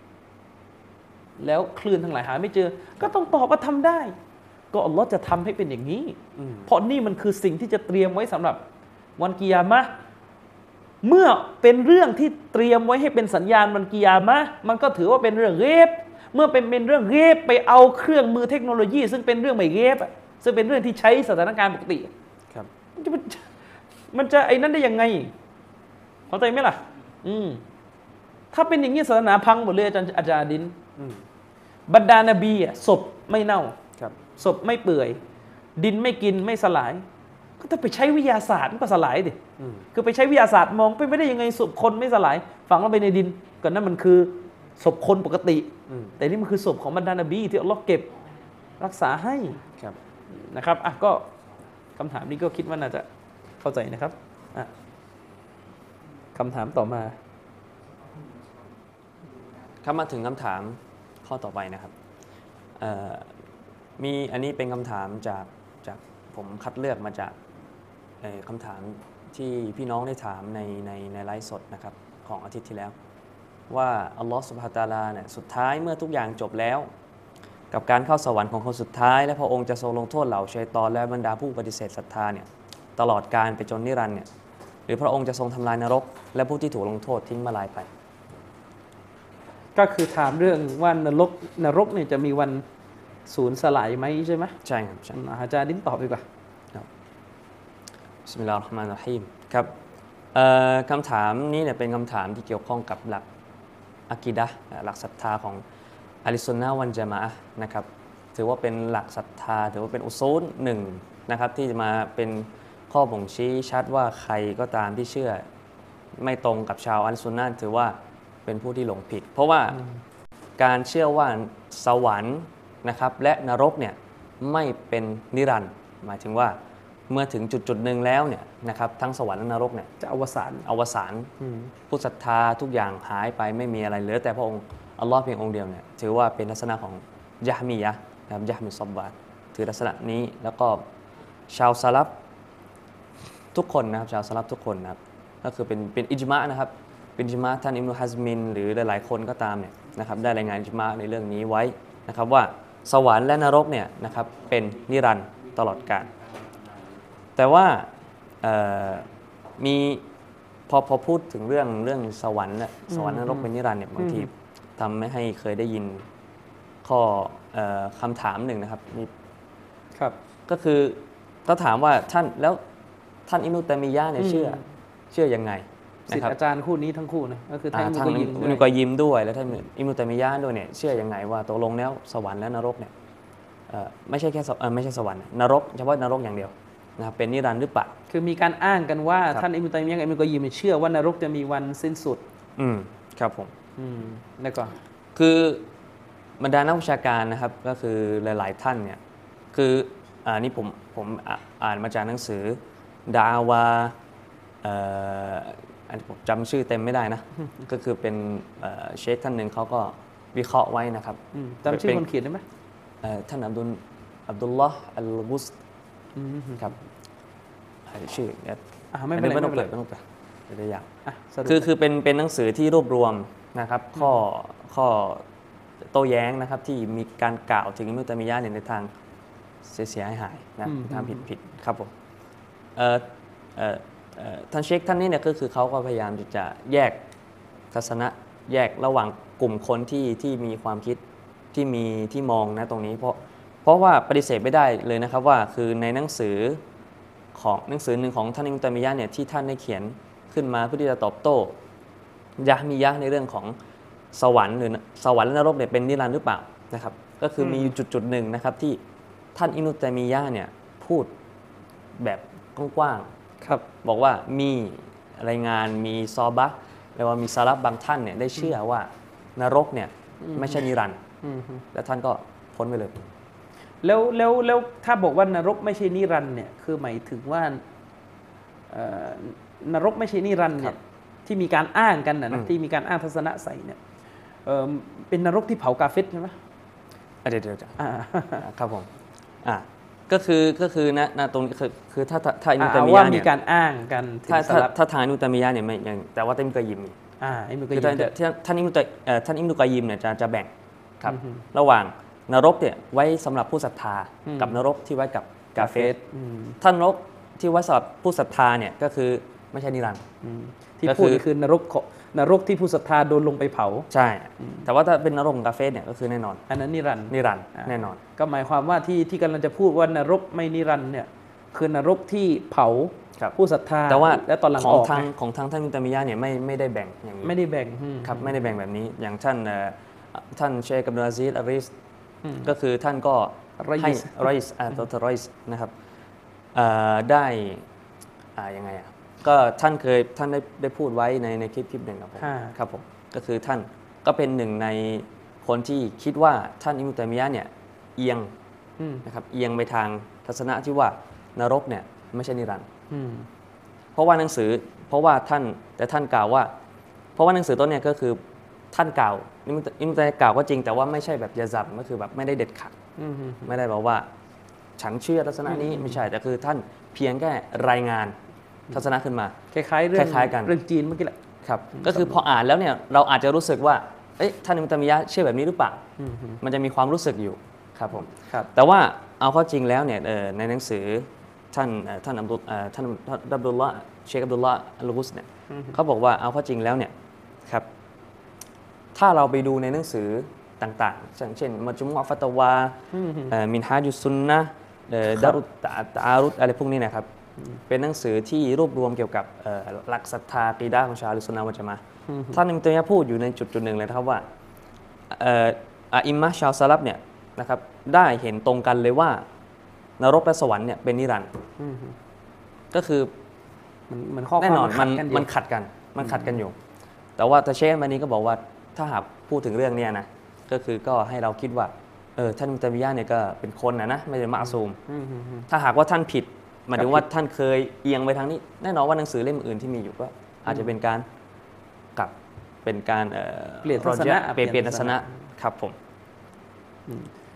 แล้วคลื่นทั้งหลายหาไม่เจอ ก็ต้องตอบว่าทำได้ ก็อัลลอฮ์จะทำให้เป็นอย่างนี้อืมเพราะนี่มันคือสิ่งที่จะเตรียมไว้สำหรับวันกิยามะห์เมื่อเป็นเรื่องที่เตรียมไว้ให้เป็นสัญญาณวันกิยามะห์มันก็ถือว่าเป็นเรื่องเกฟเมื่อเป็นเป็นเรื่องเกฟไปเอาเครื่องมือเทคโนโลยี ซึ่งเป็นเรื่องไม่เกฟอะซึ่งเป็นเรื่องที่ใช้สถานการณ์ปกติครับมันจะมันจะมันจะไอ้นั่นได้ยังไงเข้าใจไหมล่ะ อืมถ้าเป็นอย่างนี้ศาสนาพังหมดเลยอาจารย์อาจารย์ดินอืมบรรดานบีอ่ะศพไม่เน่าครับศพไม่เปื่อย ดินไม่กินไม่สลาย ก็ถ้าไปใช้วิทยาศาสตร์มันก็สลายดิอืมคือไปใช้วิทยาศาสตร์มองไปไม่ได้ยังไงศพคนไม่สลายฝังลงไปในดินก็นั่นมันคือศพคนปกติอืมแต่นี่มันคือศพของบรรดานบีที่อัลลอฮ์เก็บรักษาให้ครับนะครับอ่ะก็คำถามนี้ก็คิดว่าน่าจะเข้าใจนะครับอ่ะคำถามต่อมาครับมาถึงคำถามข้อต่อไปนะครับเอ่อมีอันนี้เป็นคำถามจากจากผมคัดเลือกมาจากเอ่อคำถามที่พี่น้องได้ถามในในในไลฟ์สดนะครับของอาทิตย์ที่แล้ว ว่าอัลลอฮฺซุบฮานะฮูวะตะอาลาเนี่ยสุดท้ายเมื่อทุกอย่างจบแล้ว กับการเข้าสวรรค์ของคนสุดท้าย และพระองค์จะทรงลงโทษเหล่าชัยฏอนและบรรดาผู้ปฏิเสธศรัทธาเนี่ยตลอดกาลไปจนนิรันดร์เนี่ยหรือพระองค์จะทรงทำลายนรก และผู้ที่ถูกลงโทษทิ้งมาลายไปก็คือถามเรื่องว่านรกนรกเนี่ยจะมีวันสูญสลายไหมใช่ไหมใช่ครับใช่อาจารย์ดิ้นตอบดีกว่าบิสมิลลาฮิรเราะห์มานิรเราะฮีมครับเอ่อคำถามนี้เนี่ยเป็นคำถามที่เกี่ยวข้องกับหลักอะกีดะห์หลักศรัทธาของอะลิซุนนะฮ์วัลญะมาอะห์นะครับถือว่าเป็นหลักศรัทธาถือว่าเป็นอุซูลหนึ่งนะครับที่จะมาเป็นข้อบ่งชี้ชัดว่าใครก็ตามที่เชื่อไม่ตรงกับชาวอะลิซุนนะฮ์ถือว่าเป็นผู้ที่หลงผิด เพราะว่าการเชื่อว่าสวรรค์นะครับและนรกเนี่ยไม่เป็นนิรันดร์หมายถึงว่าเมื่อถึงจุดจุดหนึ่งแล้วเนี่ยนะครับทั้งสวรรค์และนรกเนี่ยจะอวสานอวสานผู้ศรัทธาทุกอย่างหายไปไม่มีอะไรเหลือแต่พระองค์อัลลอฮ์เพียงองค์เดียวเนี่ยถือว่าเป็นลักษณะของยะฮ์มียะห์นะครับยะฮ์มิซอบบาร์ถือลักษณะนี้แล้วก็ชาวซาลัฟทุกคนนะครับชาวสลับทุกคนนะครับก็คือเป็นเป็นอิจมะนะครับเป็นอิจมะท่านอิบนุฮัซมินหรือหลายๆคนก็ตามเนี่ยนะครับได้รายงานอิจมะในเรื่องนี้ไว้นะครับว่าสวรรค์และนรกเนี่ยนะครับเป็นนิรันดร์ตลอดกาลแต่ว่ามีพอพอพูดถึงเรื่องเรื่องสวรรค์และสวรรค์นรกเป็นนิรันดร์เนี่ยบางทีทำให้เคยได้ยินข้อคำถามหนึ่งนะครับครับก็คือถ้าถามว่าท่านแล้วท่านอิบนุตัยมียะห์เนี่ยเชื่อเชื่อยังไงศิษย์อาจารย์คู่นี้ทั้งคู่นะก็คือท่านอิบนุกอยยิมด้วยและท่านอิบนุตัยมียะห์ด้วยเนี่ยเชื่อยังไงว่าตกลงแล้วสวรรค์และนรกเนี่ยไม่ใช่แค่ไม่ใช่สวรรค์นรกเฉพาะนรกอย่างเดียวนะครับเป็นนิรันดร์หรือเปล่าคือมีการอ้างกันว่าท่านอิบนุตัยมียะห์กับอิบนุกอยยิมเชื่อว่านรกจะมีวันสิ้นสุดอืมครับผมอืมแล้วก็คือบรรดานักวิชาการนะครับก็คือหลายๆท่านเนี่ยคืออ่านี่ผมผมอ่านมาจากหนังสือดาวาเอ่ออันผมจำชื่อเต็มไม่ได้นะก็คือเป็นเชคท่านหนึ่งเขาก็วิเคราะห์ไว้นะครับจำชื่อคนเขียนได้ไหมท่านอับดุลอับดุลลอฮ์อัลกุสครับชื่อไม่เป็นไรไม่ต้องเปิดไม่ต้องเปิดตัวอย่างคือคือเป็นเป็นหนังสือที่รวบรวมนะครับข้อข้อโต้แย้งนะครับที่มีการกล่าวถึงอิบนุตัยมียะห์ในทางเสียหายนะทางผิดผิดครับผมท่านเชคท่านนี้เนี่ยก็คือเขาก็พยายามจะแยกทัศนะแยกระหว่างกลุ่มคนที่ที่มีความคิดที่มีที่มองนะตรงนี้เพราะเพราะว่าปฏิเสธไม่ได้เลยนะครับว่าคือในหนังสือของหนังสือหนึ่งของท่านอิบนุตัยมียะห์เนี่ยที่ท่านได้เขียนขึ้นมาเพื่อที่จะตอบโต้ยะห์มียะห์ในเรื่องของสวรรค์หรือสวรรค์และนรกเนี่ยเป็นนิรันดร์หรือเปล่านะครับก็คือมีจุดจุดหนึ่งนะครับที่ท่านอิบนุตัยมียะห์เนี่ยพูดแบบกว้างๆครับบอกว่ามีรายงานมีซอบะห์แปลว่ามีซาลับบางท่านเนี่ยได้เชื่อว่านรกเนี่ยไม่ใช่นิรันดร์แล้วท่านก็พ้นไปเลยแล้วแล้วแล้วถ้าบอกว่านรกไม่ใช่นิรันดร์เนี่ยคือหมายถึงว่านรกไม่ใช่นิรันดร์เนี่ยที่มีการอ้างกันนะที่มีการอ้างทัศนะใส่เนี่ยเป็นนรกที่เผากาเฟรใช่ไหมเดี๋ยวเดี๋ยวครับผมอ่าก็คือก็คือณณตรงนี้คือคือถ้าถ้าอิบนุตัยมียะห์เนี่ยมีการอ้างกันถ้าถ้าถ้าทางอิบนุตัยมียะห์เนี่ยไม่อย่างแต่ว่าท่านอิบนุกอยยิมมีอ่าอิบนุกอยยิมท่านอิบนุตัยท่านอิบนุกอยยิมเนี่ยจะจะแบ่งครับระหว่างนรกเนี่ยไว้สำหรับผู้ศรัทธากับนรกที่ไว้กับกาเฟรท่านนรกที่ไว้สำหรับผู้ศรัทธาเนี่ยก็คือไม่ใช่นิรันดร์ที่พูดคือนรกนรกที่ผู้ศรัทธาโดนลงไปเผาใช่แต่ว่าถ้าเป็นนรกของกาเฟรเนี่ยก็คือแน่นอนอันนั้นนิรันดร์นิรันดร์แน่นอนก็หมายความว่าที่ที่กำลังจะพูดว่านรกไม่นิรันดร์เนี่ยคือนรกที่เผาผู้ศรัทธาแต่ว่าและตอนหลังของทางของทางท่านอิบนุตัยมียะห์เนี่ยไม่ไม่ได้แบ่งอย่างนี้ไม่ได้แบ่งครับไม่ได้แบ่งแบบนี้อย่างท่านท่านเชคอับดุลอาซีซอัลริสก็คือท่านก็ให้รอยส์อ่าตัวรอยส์นะครับได้อ่ายังไงอ่ะก็ท่านเคยท่านได้ได้พูดไว้ในในคลิปคลิปหนึ่งครับผมครับผมก็คือท่านก็เป็นหนึ่งในคนที่คิดว่าท่านอิบนุตัยมียะห์เนี่ยเอียงนะครับเอียงไปทางทัศนะที่ว่านรกเนี่ยไม่ใช่นิรันดร์เพราะว่าหนังสือเพราะว่าท่านแต่ท่านกล่าวว่าเพราะว่าหนังสือต้นเนี่ยก็คือท่านกล่าวอิบนุตัยมียะห์กล่าวก็จริงแต่ว่าไม่ใช่แบบยะซัมก็คือแบบไม่ได้เด็ดขาดไม่ได้บอกว่าฉันเชื่อทัศนะนี้ไม่ใช่แต่คือท่านเพียงแค่รายงานทัศนะขึ้นมาคล้ายๆเรื่องคล้ายๆกันเรื่องจีนเมื่อกี้แหละครับก็คือพออ่านแล้วเนี่ยเราอาจจะรู้สึกว่าเอ๊ะท่านอิบนุตัยมียะห์เชื่อแบบนี้หรือเปล่ามันจะมีความรู้สึกอยู่ครับผมแต่ว่าเอาเข้าจริงแล้วเนี่ยในหนังสือท่านท่านอับดุลท่านอับดุลลาห์เชคอับดุลลาห์อัลกุสเนี่ยเขาบอกว่าเอาเข้าจริงแล้วเนี่ยครับถ้าเราไปดูในหนังสือต่างๆเช่นมัจมุอะห์ฟัตวามินฮาจุสซุนนะห์ดารุตตะอารุตอะไรพวกนี้นะครับเป็นหนังสือที่รวบรวมเกี่ยวกับหลักศรัทธาอะกีดะห์ของชาวอะห์ลุสซุนนะฮ์วัลญะมาอะห์ท่านอิบนุตัยมียะห์พูดอยู่ในจุดจุดหนึ่งเลยนะครับว่าอะอิมมะห์ชาวซะลัฟเนี่ยนะครับได้เห็นตรงกันเลยว่านรกและสวรรค์เนี่ยเป็นนิรันดร์ก็คือมันข้อความแน่นอนมันมันขัดกันมันขัดกันอยู่แต่ว่าตะเชคมันนี้ก็บอกว่าถ้าหากพูดถึงเรื่องนี้นะก็คือก็ให้เราคิดว่าเออท่านอิบนุตัยมียะห์เนี่ยก็เป็นคนนะนะไม่ใช่มะซูมถ้าหากว่าท่านผิดหมายถึงว่าท่านเคยเอียงไปทางนี้แน่นอนว่าหนังสือเล่มอื่นที่มีอยู่ก็อาจจะเป็นการกลับเป็นการเปลี่ยนทัศนะเปลี่ยนทัศนะครับผมแ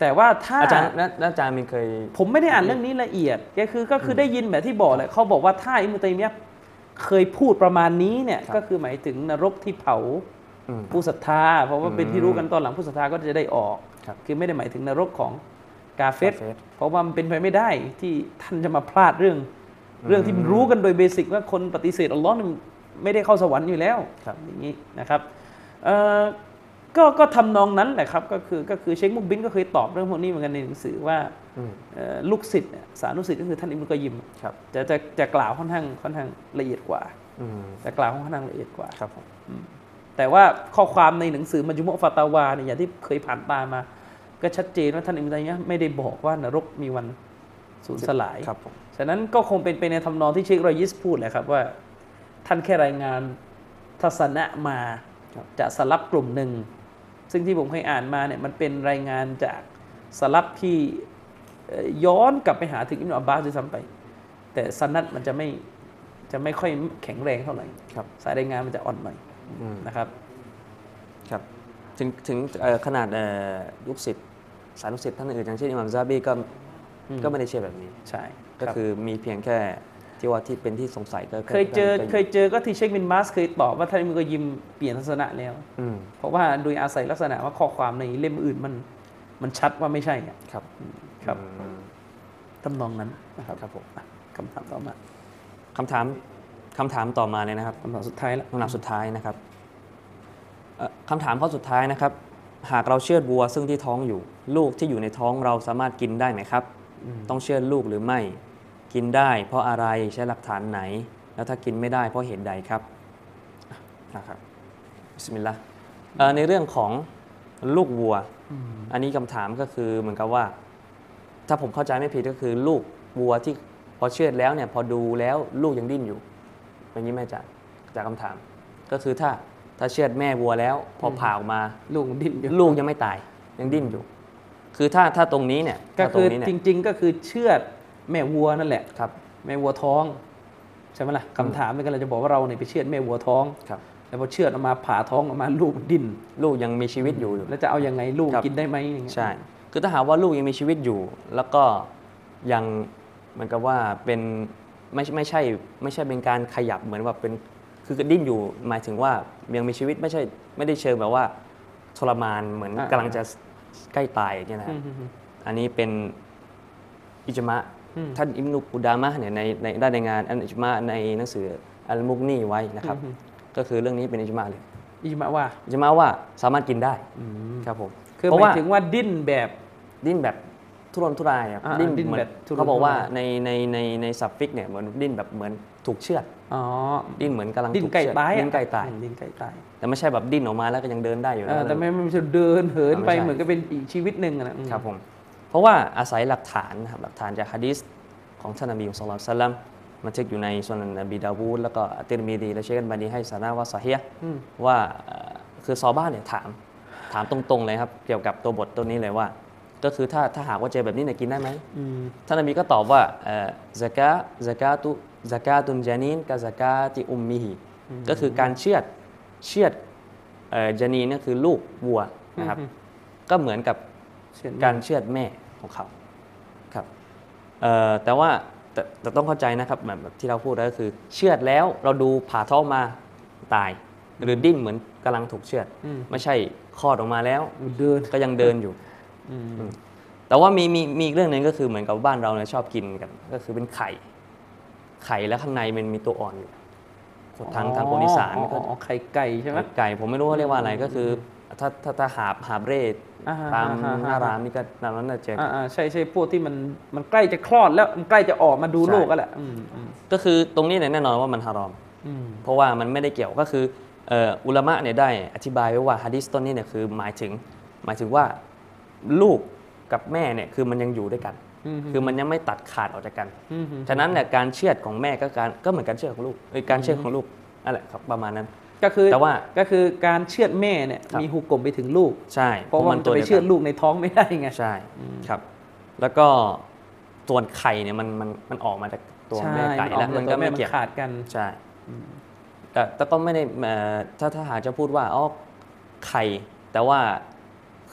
แต่ว่าถ้าอาจารย์นะอาจารย์มีเคยผมไม่ได้อ่านเรื่องนี้ละเอียดก็คือก็คือได้ยินแบบที่บอกแหละเขาบอกว่าถ้าอิบนุตัยมียะห์เคยพูดประมาณนี้เนี่ยก็คือหมายถึงนรกที่เผาอืมผู้ศรัทธาเพราะว่าเป็นที่รู้กันตอนหลังผู้ศรัทธาก็จะได้ออกครับคือไม่ได้หมายถึงนรกของกาเฟรกาเฟรเพราะว่ามันเป็นไปไม่ได้ที่ท่านจะมาพลาดเรื่อง เรื่องที่มันรู้กันโดยเบสิกว่าคนปฏิเสธอัลลอฮ์นี่ไม่ได้เข้าสวรรค์อยู่แล้วครับอย่างนี้นะครับเอ่อก็ก็ทำนองนั้นแหละครับก็คือก็คือเชคมุกบินก็เคยตอบเรื่องพวกนี้เหมือนกันในหนังสือว่าอืมเอ่อลูกศิษย์เนี่ยสานุศิษย์ก็คือท่านอิบนุกอยยิมครับจะจะจะกล่าวค่อนข้างค่อนข้างละเอียดกว่าอืมจะกล่าวค่อนข้างละเอียดกว่าครับผมแต่ว่าข้อความในหนังสือมัจญุมุอ์ฟาตาวาเนี่ยอย่างที่เคยผ่านตามา ก็ชัดเจนว่าท่านอิบนุตัยมียะห์ไม่ได้บอกว่านรกมีวันสูญสลายครับผมฉะนั้นก็คงเป็นไปในทำนองที่เชครอยิสพูดแหละครับว่าท่านแค่รายงานทัศนะมาครับจะสลับกลุ่มหนึ่ง ซึ่งที่ผมเคยอ่านมาเนี่ยมันเป็นรายงานจากสลับที่เอ่อย้อนกลับไปหาถึงอิบนุอับบาสด้วยซ้ำไป แต่สนัดมันจะไม่จะไม่ค่อยแข็งแรงเท่าไหร่ครับสายรายงานมันจะอ่อนหน่อยอืมนะครับครับถึงถึงเอ่อขนาดเอ่อลูกศิษย์สายลูกศิษย์ท่านอื่นอย่างเช่นอิหม่ามซาบีก็อืมก็ไม่ได้เชื่อแบบนี้ใช่ก็รับคือมีเพียงแค่ที่ว่าที่เป็นที่สงสัยก็เคยเจอก็เคยเจอก็ที่เชคบินบาสเคยตอบว่าท่านอิบนุกอยยิมเปลี่ยนทัศนะแล้วอืมเพราะว่าโดยอาศัยลักษณะว่าข้อความในเล่มอื่นมันมันชัดว่าไม่ใช่อะครับครับอืมทำนองนั้นนะครับครับผมอ่ะคำถามต่อมาคำถามคำถามต่อมาเลยนะครับคำถามสุดท้ายแล้วคำถามสุดท้ายนะครับเอ่อคำถามข้อสุดท้ายนะครับ หากเราเชือดวัวซึ่งที่ท้องอยู่ ลูกที่อยู่ในท้องเราสามารถกินได้ไหมครับ ต้องเชือดลูกหรือไม่ กินได้เพราะอะไรใช้หลักฐานไหน แล้วถ้ากินไม่ได้เพราะเหตุใดครับนะครับบิสมิลลาห์เอ่อในเรื่องของลูกวัว อันนี้คำถามก็คือเหมือนกับว่า ถ้าผมเข้าใจไม่ผิดก็คือลูกวัวที่พอเชือดแล้วเนี่ยพอดูแล้วลูกยังดิ้นอยู่อย่างนี้ไหมจ๊ะจากคำถาม ก็คือถ้าถ้าเชือดแม่วัวแล้ว พอผ่าออกมาลูกมันดิ้นอยู่ลูกยังไม่ตายยังดิ้นอยู่ คือถ้าถ้าตรงนี้เนี่ยก็ถ้าตรคืงอนี้เนี่ยจริง ๆ ก็คือเชือดแม่วัวนั่นแหละครับแม่วัวท้องใช่ไหมล่ะคำถามมันก็เลยจะบอกว่าเราเนี่ยไปเชือดแม่วัวท้องครับแล้วพอเชือดออกมาผ่าท้องออกมาลูกมันดิ้นลูกยังมีชีวิตอยู่แล้วจะเอายังไงลูกครับกินได้ไหมอย่างเงี้ยใช่ คือถ้าหากว่าลูกยังมีชีวิตอยู่ แล้วก็ยังเหมือนกับว่าเป็นไม่ไม่ใช่ไม่ใช่เป็นการขยับเหมือนว่าเป็นคือดิ้นอยู่หมายถึงว่ายังมีชีวิตไม่ใช่ไม่ได้เชิงแบบว่าทรมานเหมือนกำลังจะใกล้ตายอย่างเงี้ยนะคอืรับมอืมอันนี้เป็นอิจมะอืมท่านอิบนุกุดามะห์เนี่ยในในได้ในงานอันอิจมะในหนังสืออัลมุกนีไว้นะครับอืมก็คือเรื่องนี้เป็นอิจมะเลยอิจมาว่าอิจมะว่าสามารถกินได้อืมครับผมคือเพราะหมาว่ายถึงว่าดิ้นแบบดิ้นแบบทุรนทุรายครับอ่าดิ้นดิ้นเหมือแบบทุรนเขาบอกว่าทุรายในในในในสับฟิกเนี่ยเหมือนดิ้นแบบเหมือนถูกเชือดอ๋อดิ้นเหมือนกำลังดิ้นถูกไก่เชือดตายอะดิ้นไก่ตายอืมดิ้นไก่ตายแต่ไม่ใช่แบบดิ้นออกมาแล้วก็ยังเดินได้อยู่เออนะแต่ไม่ไม่ใช่เดินเหินไปไม่ใช่เหมือนกับเป็นอีกชีวิตหนึ่งอะนะอืมครับผมเพราะว่าอาศัยหลักฐานนะครับหลักฐานจากฮะดีษของท่านนบีศ็อลลัลลอฮุอะลัยฮิวะซัลลัมบันทึกอยู่ในซุนันนบีดาวูดแล้วก็อัตติรมิซีและเชคอัลบานีให้สานะว่าซอฮีฮ์อืมว่าเอ่อคือซอบ้านเนี่ยถามถามตรงๆเลยครับเกี่ยวกับตัวบทตัวนี้เลยว่า ก็คือถ้าถ้าหากว่าเจอแบบนี้เนี่ยกินได้ไหมอืมท่านนบีก็ตอบว่าซะกาซะกาตุซะกาตุนจานีนกับซะกาติอุมมิฮิก็คือการเชือดเชือดเอ่อจานีนก็คือลูกวัวนะครับอืมก็เหมือนกับเชือดการเชือดแม่ของเขาครับเอ่อแต่ว่าแต่แต่ต้องเข้าใจนะครับแบบแบบที่เราพูดก็คือเชือดแล้วเราดูผ่าท้องมาตาย หรือดิ้นเหมือนกำลังถูกเชือดอืมไม่ใช่คลอดออกมาแล้วเดินก็ยังเดินอยู่อืมแต่ว่ามีมีมีอีกเรื่องหนึ่งก็คือเหมือนกับบ้านเราเนี่ยชอบกินกัน ก็คือเป็นไข่ ไข่แล้วข้างในมันมีตัวอ่อนอยู่ทางทางคนอีสานอ๋อก็อ๋อไข่ไก่ใช่ไหมไก่ผมไม่รู้ว่าเรียกว่าอะไรก็คือ ถ้าถ้าถ้าหาบหาบเร่อ่าตามอ่าหน้าร้านนี่ก็ตามนั้นน่ะเจออ่าอ่าใช่ใช่พวกที่มันมันใกล้จะคลอดแล้วมันใกล้จะออกมาดูใช่โลกก็แหละอืมอืมก็คือตรงนี้เนี่ยแน่นอนว่ามันฮารอมอืมเพราะว่ามันไม่ได้เกี่ยวก็คือเอ่ออุลามะเนี่ยได้อธิบายไว้ว่าฮะดีษต้นนี้เนี่ยคือหมายถึงหมายถึงว่าลูกกับแม่เนี่ยคือมันยังอยู่ด้วยกันอืมคือมันยังไม่ตัดขาดออกจากกันอืมฉะนั้นเนี่ยการเชือดของแม่ก็การก็เหมือนการเชือดของลูกเอ้ยการเชือดของลูกนั่นแหละครับประมาณนั้นก็คือแต่ว่าก็คือการเชือดแม่เนี่ยครับมีหุกกลมไปถึงลูกใช่เพราะว่ามันจะไปเชือดลูกในท้องไม่ได้ไงใช่ครับ แล้วก็ส่วนไข่เนี่ยมันมันมันออกมาจากตัวใช่แม่ไก่แล้วออมันก็ตัวไม่แเกี่ยวขาดกันใช่แต่แต่ก็ไม่ได้เอ่อถ้าถ้าหากจะพูดว่าอ๋อไข่ แต่ว่าคือเป็น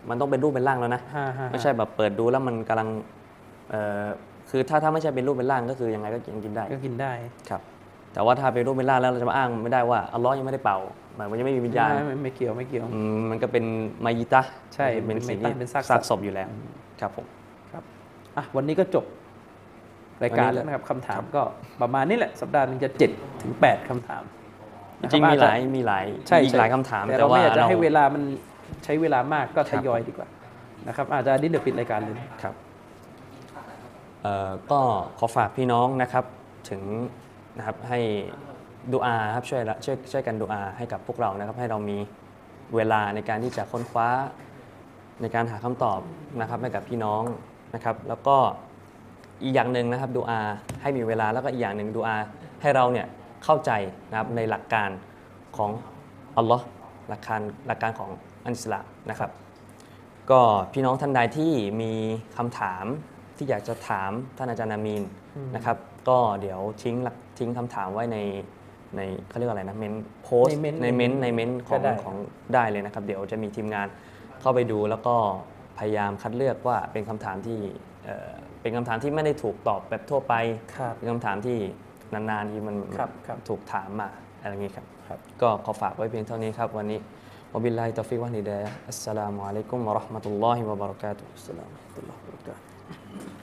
มันต้องเป็นรูปเป็นร่างแล้วนะฮะฮะไม่ใช่แบบเปิดดูแล้วมันกำลังเอ่อคือถ้าถ้าไม่ใช่เป็นรูปเป็นร่างก็คือยังไงก็ยังกินได้ก็กินได้ครับแต่ว่าถ้าเป็นรูปเป็นร่างแล้วเราจะมาอ้างไม่ได้ว่าอัลลอฮ์ยังไม่ได้เป่าหมายมันยังไม่มีวิญญาณไม่ไม่ไม่เกี่ยวไม่เกี่ยวอืมมันก็เป็นมายิตะห์ใช่เป็นสิ่งที่เป็นซากศพซากศพอยู่แล้วครับผมครับอ่ะวันนี้ก็จบรายการวันนี้แล้วนะครับคำถามก็ประมาณนี้แหละสัปดาห์หนึงจะเจ็ดถึงแปดคำถามจนะคบริงๆมีหลายอจจะมีหลายใช่มีอีกหลายคำถามแต่แต่เราว่าไม่อยากจะเราให้เวลามันใช้เวลามากก็ครัทบยอยดีกว่านะครับอาจจะนี้เดี๋ยวปิดรายการเลยครับเอ่อก็ขอฝากพี่น้องนะครับถึงนะครับให้ดุอาครับช่วยละช่วยช่วยกันดุอาให้กับพวกเรานะครับให้เรามีเวลาในการที่จะค้นคว้าในการหาคำตอบนะครับให้กับพี่น้องนะครับแล้วก็อีกอย่างหนึ่งนะครับดุอาให้มีเวลาแล้วก็อีกอย่างหนึ่งดุอาให้เราเนี่ยเข้าใจนะครับในหลักการของอัลลอฮ์หลักการหลักการของอันอิสลามนะครับ ก็พี่น้องท่านใดที่มีคำถามที่อยากจะถามท่านอาจารย์อามีนนะครับก็เดี๋ยวทิ้งหลักทิ้งคำถามไว้ในในเขาเรียกว่าอะไรนะเมนโพสในเมนต์ในเมนต์ในเมนต์ของก็ได้ของได้เลยนะครับ เดี๋ยวจะมีทีมงานเข้าไปดูแล้วก็พยายามคัดเลือกว่าเป็นคำถามที่เอ่อเป็นคำถามที่ไม่ได้ถูกตอบแบบทั่วไปครับเป็นคำถามที่นานๆที่มันครับครับถูกถามมาอะไรอย่างนี้ครับครับก็ขอฝากไว้เพียงเท่านี้ครับวันนี้วะบิลลาฮิตอฟิกวะฮิดายะฮ์อัสสลามุอะลัยกุมวะเราะห์มะตุลลอฮิวะบะเราะกาตุฮ์อัสสลามุอะลัยกุมวะเราะห์มะตุลลอฮิวะบะเราะกาตุฮ์